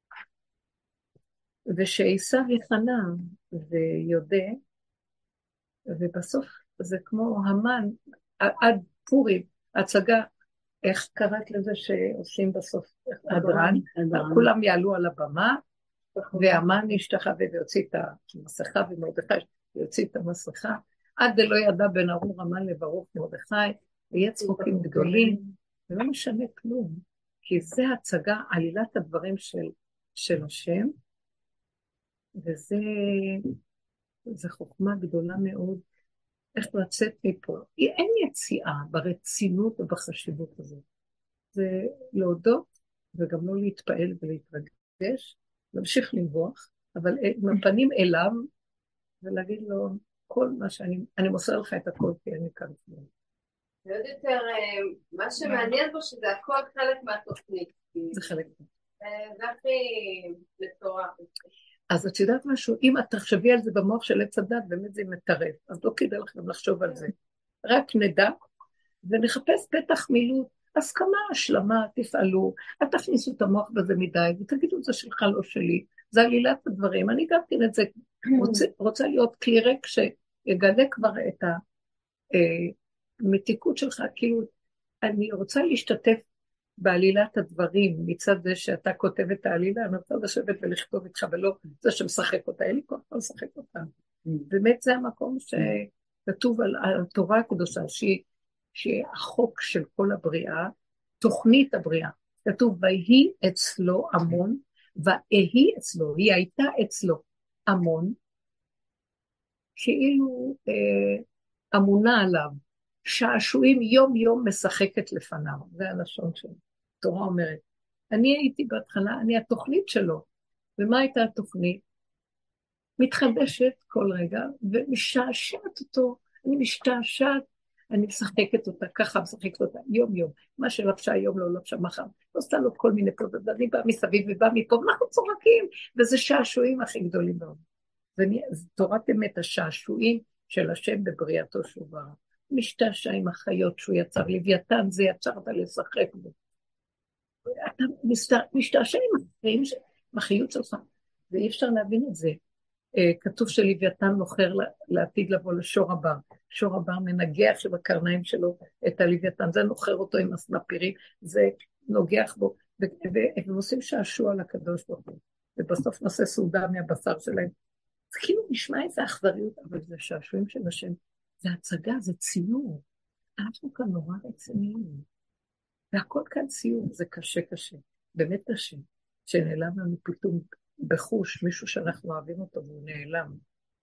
[SPEAKER 1] ושעשיו יכנע ויודע, ובסוף זה כמו המן, עד פורים, הצגה, איך קראת לזה שעושים בסוף הדרן, כולם יעלו על הבמה, והמן ישתחווה ויוציא את המסכה, ומרדכי יוציא את המסכה, עד דלא ידע בין ארור המן לברוך מרדכי, ויהיה צחוקים גדולים, ולא משנה כלום, כי זה הצגה, עלילת הדברים של, של השם, וזה זה חוכמה גדולה מאוד, איך לצאת מפה. אין יציאה ברצינות ובחשיבות הזאת. זה להודות וגם לא להתפעל ולהתרגש, להמשיך לנבוח, אבל עם הפנים אליו, ולהגיד לו, כל מה שאני, אני מוסר לך את הכל, כי אני כאן.
[SPEAKER 9] ועוד יותר, מה שמעניין בו שזה הכל חלק מהתוכנית.
[SPEAKER 1] זה חלק.
[SPEAKER 9] זה הכי לצורה.
[SPEAKER 1] אז את יודעת משהו, אם את תחשבי על זה במוח של עץ הדת, באמת זה מטרף, אז לא כדאי לך גם לחשוב על זה. רק נדע, ונחפש פתח מילוט, הסכמה, השלמה, תפעלו, את תכניסו את המוח בזה מדי, ותגידו זה שלך לא שלי, זה עלילת הדברים, אני גם כן את זה, רוצה, רוצה להיות כלי ריק שיגלה כבר את המתיקות שלך, כאילו, אני רוצה להשתתף בעלילת הדברים, מצד זה שאתה כותב את העלילה, אני רוצה לשבת ולכתוב איתך, ולא זה שמשחק אותה, אין לי כל כך לשחק אותה. באמת זה המקום שכתוב על התורה הקדושה, שהיא, שהיא החוק של כל הבריאה, תוכנית הבריאה. כתוב, והיא אצלו המון, והיא אצלו, היא הייתה אצלו המון, כאילו אה, אמונה עליו, שעשועים יום יום משחקת לפניו, זה הלשון שלו. התורה אומרת, אני הייתי בהתחלה, אני התוכנית שלו, ומה הייתה התוכנית? מתחדשת כל רגע, ומשעשעת אותו, אני משתעשעת, אני משחקת אותה, ככה משחקת אותה, יום יום, מה שלבשה היום לא לבשה מחר, לא עושה לו כל מיני פרודות, ואני באה מסביב ובאה מפה, אנחנו צורקים, וזה שעשועים הכי גדולים מאוד. זה תורת אמת השעשועים של השם בבריאתו שהוא ברא. משתעשע עם החיות שהוא יצר, לוויתן זה יצרת לשחק בו. אתה משתעשע עם החיים, עם החיות שלך, ואי אפשר להבין את זה. כתוב שלוויתן נוחר לעתיד לבוא לשור הבר, שור הבר מנגח עם הקרניים שלו את הלוויתן, זה נוחר אותו עם הסנפירים, זה נוגח בו, והם עושים שעשוע על הקדוש ברוך הוא, ובסוף נעשה סעודה מהבשר שלהם. זה כאילו נשמע איזה אכזריות, אבל זה שעשועים של השם, זה הצגה, זה ציור. אנחנו כאן נורא רציניים. והכל כאן ציור, זה קשה קשה. באמת קשה. שנעלם לנו פתאום בחוש, מישהו שאנחנו אוהבים אותו והוא נעלם.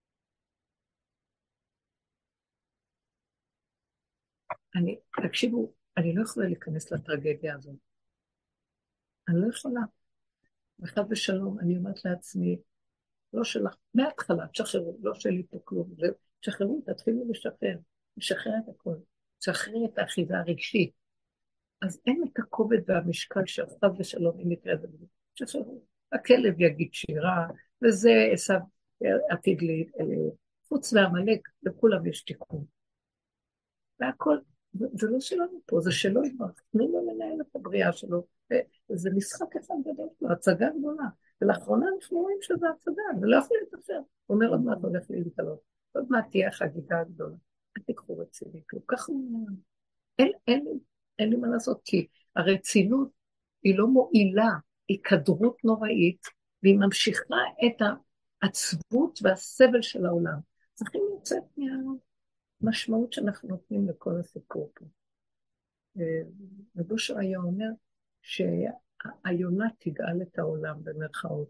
[SPEAKER 1] אני, תקשיבו, אני לא יכולה להיכנס לטרגדיה הזאת. אני לא יכולה. וחד ושלום, אני אומרת לעצמי, לא שלך, מההתחלה, תשחררו, לא שלי פה כלום. תשחררו, תתחילו לשחרר, לשחרר את הכל, לשחרר את האחיזה הרגשית. אז אין את הכובד והמשקל שחד ושלום, אם יקרה זה, תשחררו. הכלב יגיד שירה, וזה עשיו עתיד לי, חוץ מהמלאק, לכולם יש תיקון. והכל, זה לא שלנו פה, זה שלו יתמח, תנו לו לנהל את הבריאה שלו, זה משחק אחד גדול שלו, הצגה גדולה, ולאחרונה אנחנו רואים שזה הצגה, ולא יכול להתאפשר, הוא אומר עוד מעט הולך להתעלות, עוד מעט תהיה החגיגה הגדולה, אל תקחו רציני, כל כך מעניין, אין, אין, אין לי מה לעשות, כי הרצינות היא לא מועילה, היא כדרות נוראית, והיא ממשיכה את העצבות והסבל של העולם, צריכים לצאת מהמשמעות שאנחנו נותנים לכל הסיפור פה, ובושר היה אומר שהיונה תגאל את העולם במרכאות,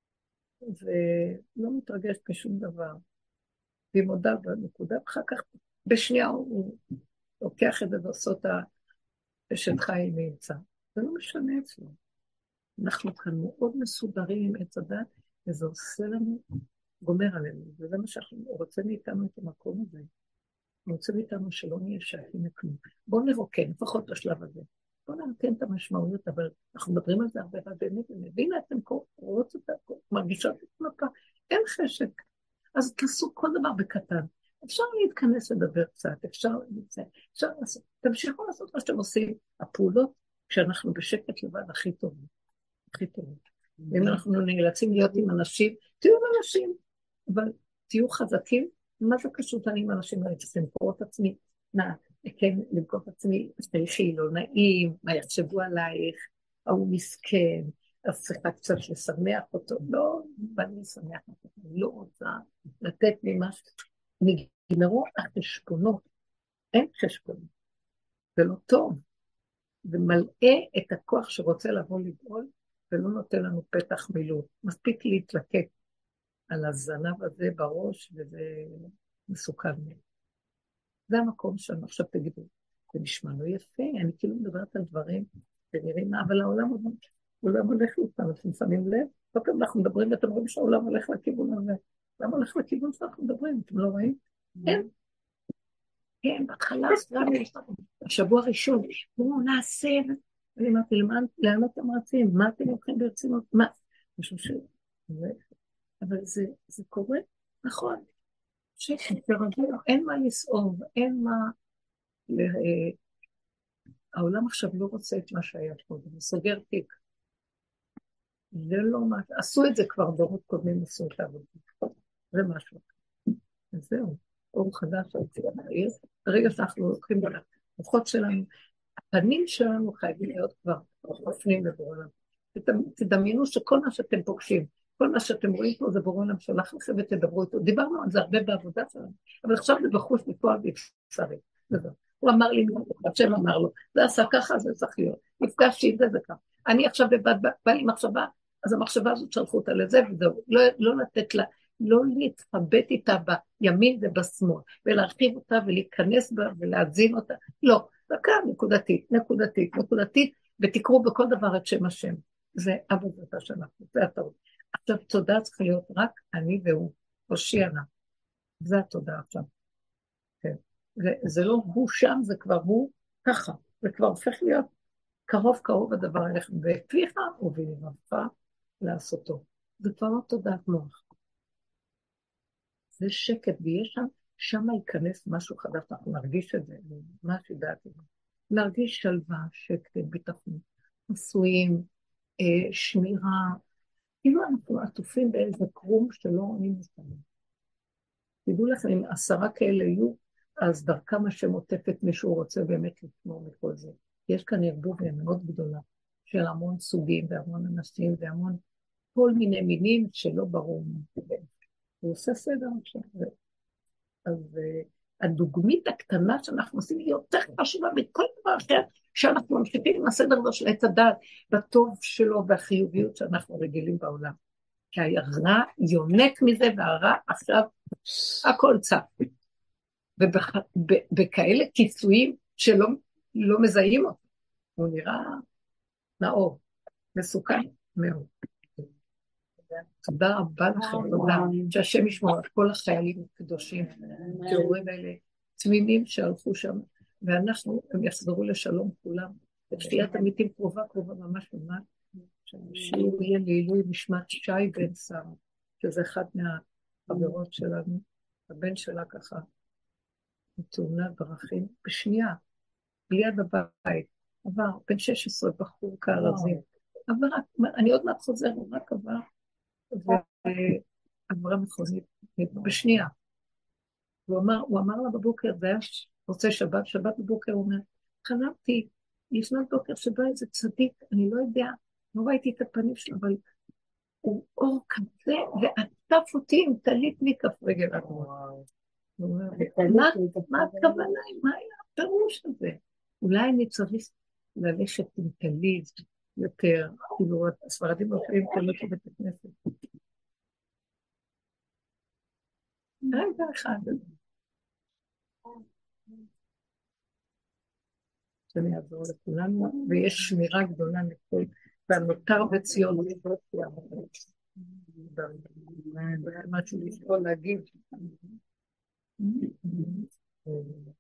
[SPEAKER 1] ולא מתרגשת בשום דבר, והיא מודה בנקודה, ואחר כך בשנייה הוא לוקח את זה ועושה אותה אשת חיים נמצא. זה לא משנה אצלו. אנחנו כאן מאוד מסודרים עם עץ הדת, וזה עושה לנו, גומר עלינו, וזה מה שאנחנו רוצים מאיתנו את המקום הזה. רוצים מאיתנו שלא נהיה שייכים לכלום. בואו נרוקן, לפחות בשלב הזה. בואו נרוקן את המשמעויות, אבל אנחנו מדברים על זה הרבה, ובאמת, ומבינה, אתם רואות אותה, מרגישות את המפה, אין חשק. אז תעשו כל דבר בקטן. אפשר להתכנס לדבר קצת, אפשר לצא, אפשר לעשות, תמשיכו לעשות מה שאתם עושים, הפעולות, כשאנחנו בשקט לבד הכי טובים, הכי טובים. ואם אנחנו נאלצים להיות עם אנשים, תהיו עם אנשים, אבל תהיו חזקים, מה זה קשור אני עם אנשים האלה, צריכים למכור את עצמי, מה, כן, למכור את עצמי, תריחי, לא נעים, מה יחשבו עלייך, הוא מסכן, אז צריכה קצת לשמח אותו, לא, ואני לשמח אותו, אני לא רוצה לתת לי משהו, נגמרו החשבונות, אין חשבונות, זה לא טוב, זה מלאה את הכוח שרוצה לבוא לגאול, ולא נותן לנו פתח מילוט, מספיק להתלקק על הזנב הזה בראש, וזה מסוכן מאוד. זה המקום שלנו, עכשיו תגידו, זה נשמע לא יפה, אני כאילו מדברת על דברים, ונראים מה, אבל העולם הוא העולם הולך לכאן, אתם שמים לב? לא פעם אנחנו מדברים, ואתם רואים שהעולם הולך לכיוון הזה. למה הולך לכיוון שאנחנו מדברים? אתם לא רואים? כן. כן, בהתחלה, השבוע הראשון, בואו נעשה, אני אמרתי, לאן אתם רצים? מה אתם הולכים ברצינות? מה? משהו ש... אבל זה קורה, נכון. אין מה לסעוב, אין מה... העולם עכשיו לא רוצה את מה שהיה קודם, הוא סוגר תיק. זה לא מה... עשו את זה כבר דורות קודמים, עשו את העבודה. זה משהו. זהו, אור חדש, ברגע שאנחנו לוקחים במוחות שלנו, הפנים שלנו חייבים להיות כבר מפנים לבורא. תדמיינו שכל מה שאתם פוגשים, כל מה שאתם רואים פה זה בורא עולם שלח לכם ותדברו איתו. דיברנו על זה הרבה בעבודה שלנו, אבל עכשיו זה בחוש בפועל ובשרי. הוא אמר לי, השם אמר לו, זה עשה ככה, זה צריך להיות. נפגשתי עם זה וכך. אני עכשיו בא לי מחשבה, אז המחשבה הזאת שלחו אותה לזה וזהו. לא, לא לתת לה, לא להתחבט איתה בימין ובשמאל, ולהרחיב אותה ולהיכנס בה ולהזין אותה. לא, דקה נקודתית, נקודתית, נקודתית, ותקראו בכל דבר את שם השם. זה עבודתה שלנו, זה הטעות. עכשיו תודה צריכה להיות רק אני והוא, הושיענה. זה התודה עכשיו. כן. זה, זה לא הוא שם, זה כבר הוא ככה. זה כבר הופך להיות קרוב קרוב הדבר הלך בפיך ובלבבך לעשותו. זה כבר לא תודעת מוח. זה שקט, ויש שם, שם ייכנס משהו חדש, אנחנו נרגיש את זה, מה שידעתי. נרגיש שלווה, שקט, ביטחון, עשויים, אה, שמירה, כאילו אנחנו עטופים באיזה קרום שלא עונים מסתמים. תדעו לכם, אם עשרה כאלה יהיו, אז דרכם השם עוטף את מי שהוא רוצה באמת לשמור מכל זה. יש כאן ערבוביה מאוד גדולה, של המון סוגים והמון אנשים והמון כל מיני מינים שלא ברור. הוא עושה סדר עכשיו. אז הדוגמית הקטנה שאנחנו עושים היא יותר חשובה מכל דבר אחר, שאנחנו ממשיכים עם הסדר הזה של עץ הדעת, בטוב שלו והחיוביות שאנחנו רגילים בעולם. כי הרע יונק מזה, והרע עכשיו הכל צף. ובכאלה כיסויים שלא לא מזהים אותו. הוא נראה נאור, מסוכן מאוד. תודה רבה לכם, תודה, שהשם ישמור את כל החיילים הקדושים, תיאורים האלה, תמימים שהלכו שם, ואנחנו, הם יחזרו לשלום כולם, ותחיית המתים קרובה קרובה ממש ממש, שהשיעור יהיה לעילוי נשמת שי בן שר, שזה אחד מהחברות שלנו, הבן שלה ככה, מתאונת דרכים, בשנייה, ליד הבית, עבר, בן שש עשרה בחור כארזים, עבר, אני עוד מעט חוזר, הוא רק עבר, ועברה מחוזית בשנייה. הוא אמר, הוא אמר לה בבוקר, זה היה רוצה שבת, שבת בבוקר, הוא אומר, חלמתי, לפנות בוקר שבא איזה צדיק, אני לא יודע, לא ראיתי את הפנים שלו, אבל הוא אור כזה, ועטף אותי עם טלית מכף רגל הגמור. מה הכוונה, מה היה הפירוש הזה? אולי אני צריך ללכת עם טלית יותר, כאילו הספרדים הולכים טלית לבית הכנסת. רגע אחד. זה יעזור לכולנו, ויש שמירה גדולה לכל, והנותר בציון, משהו לשאול להגיד.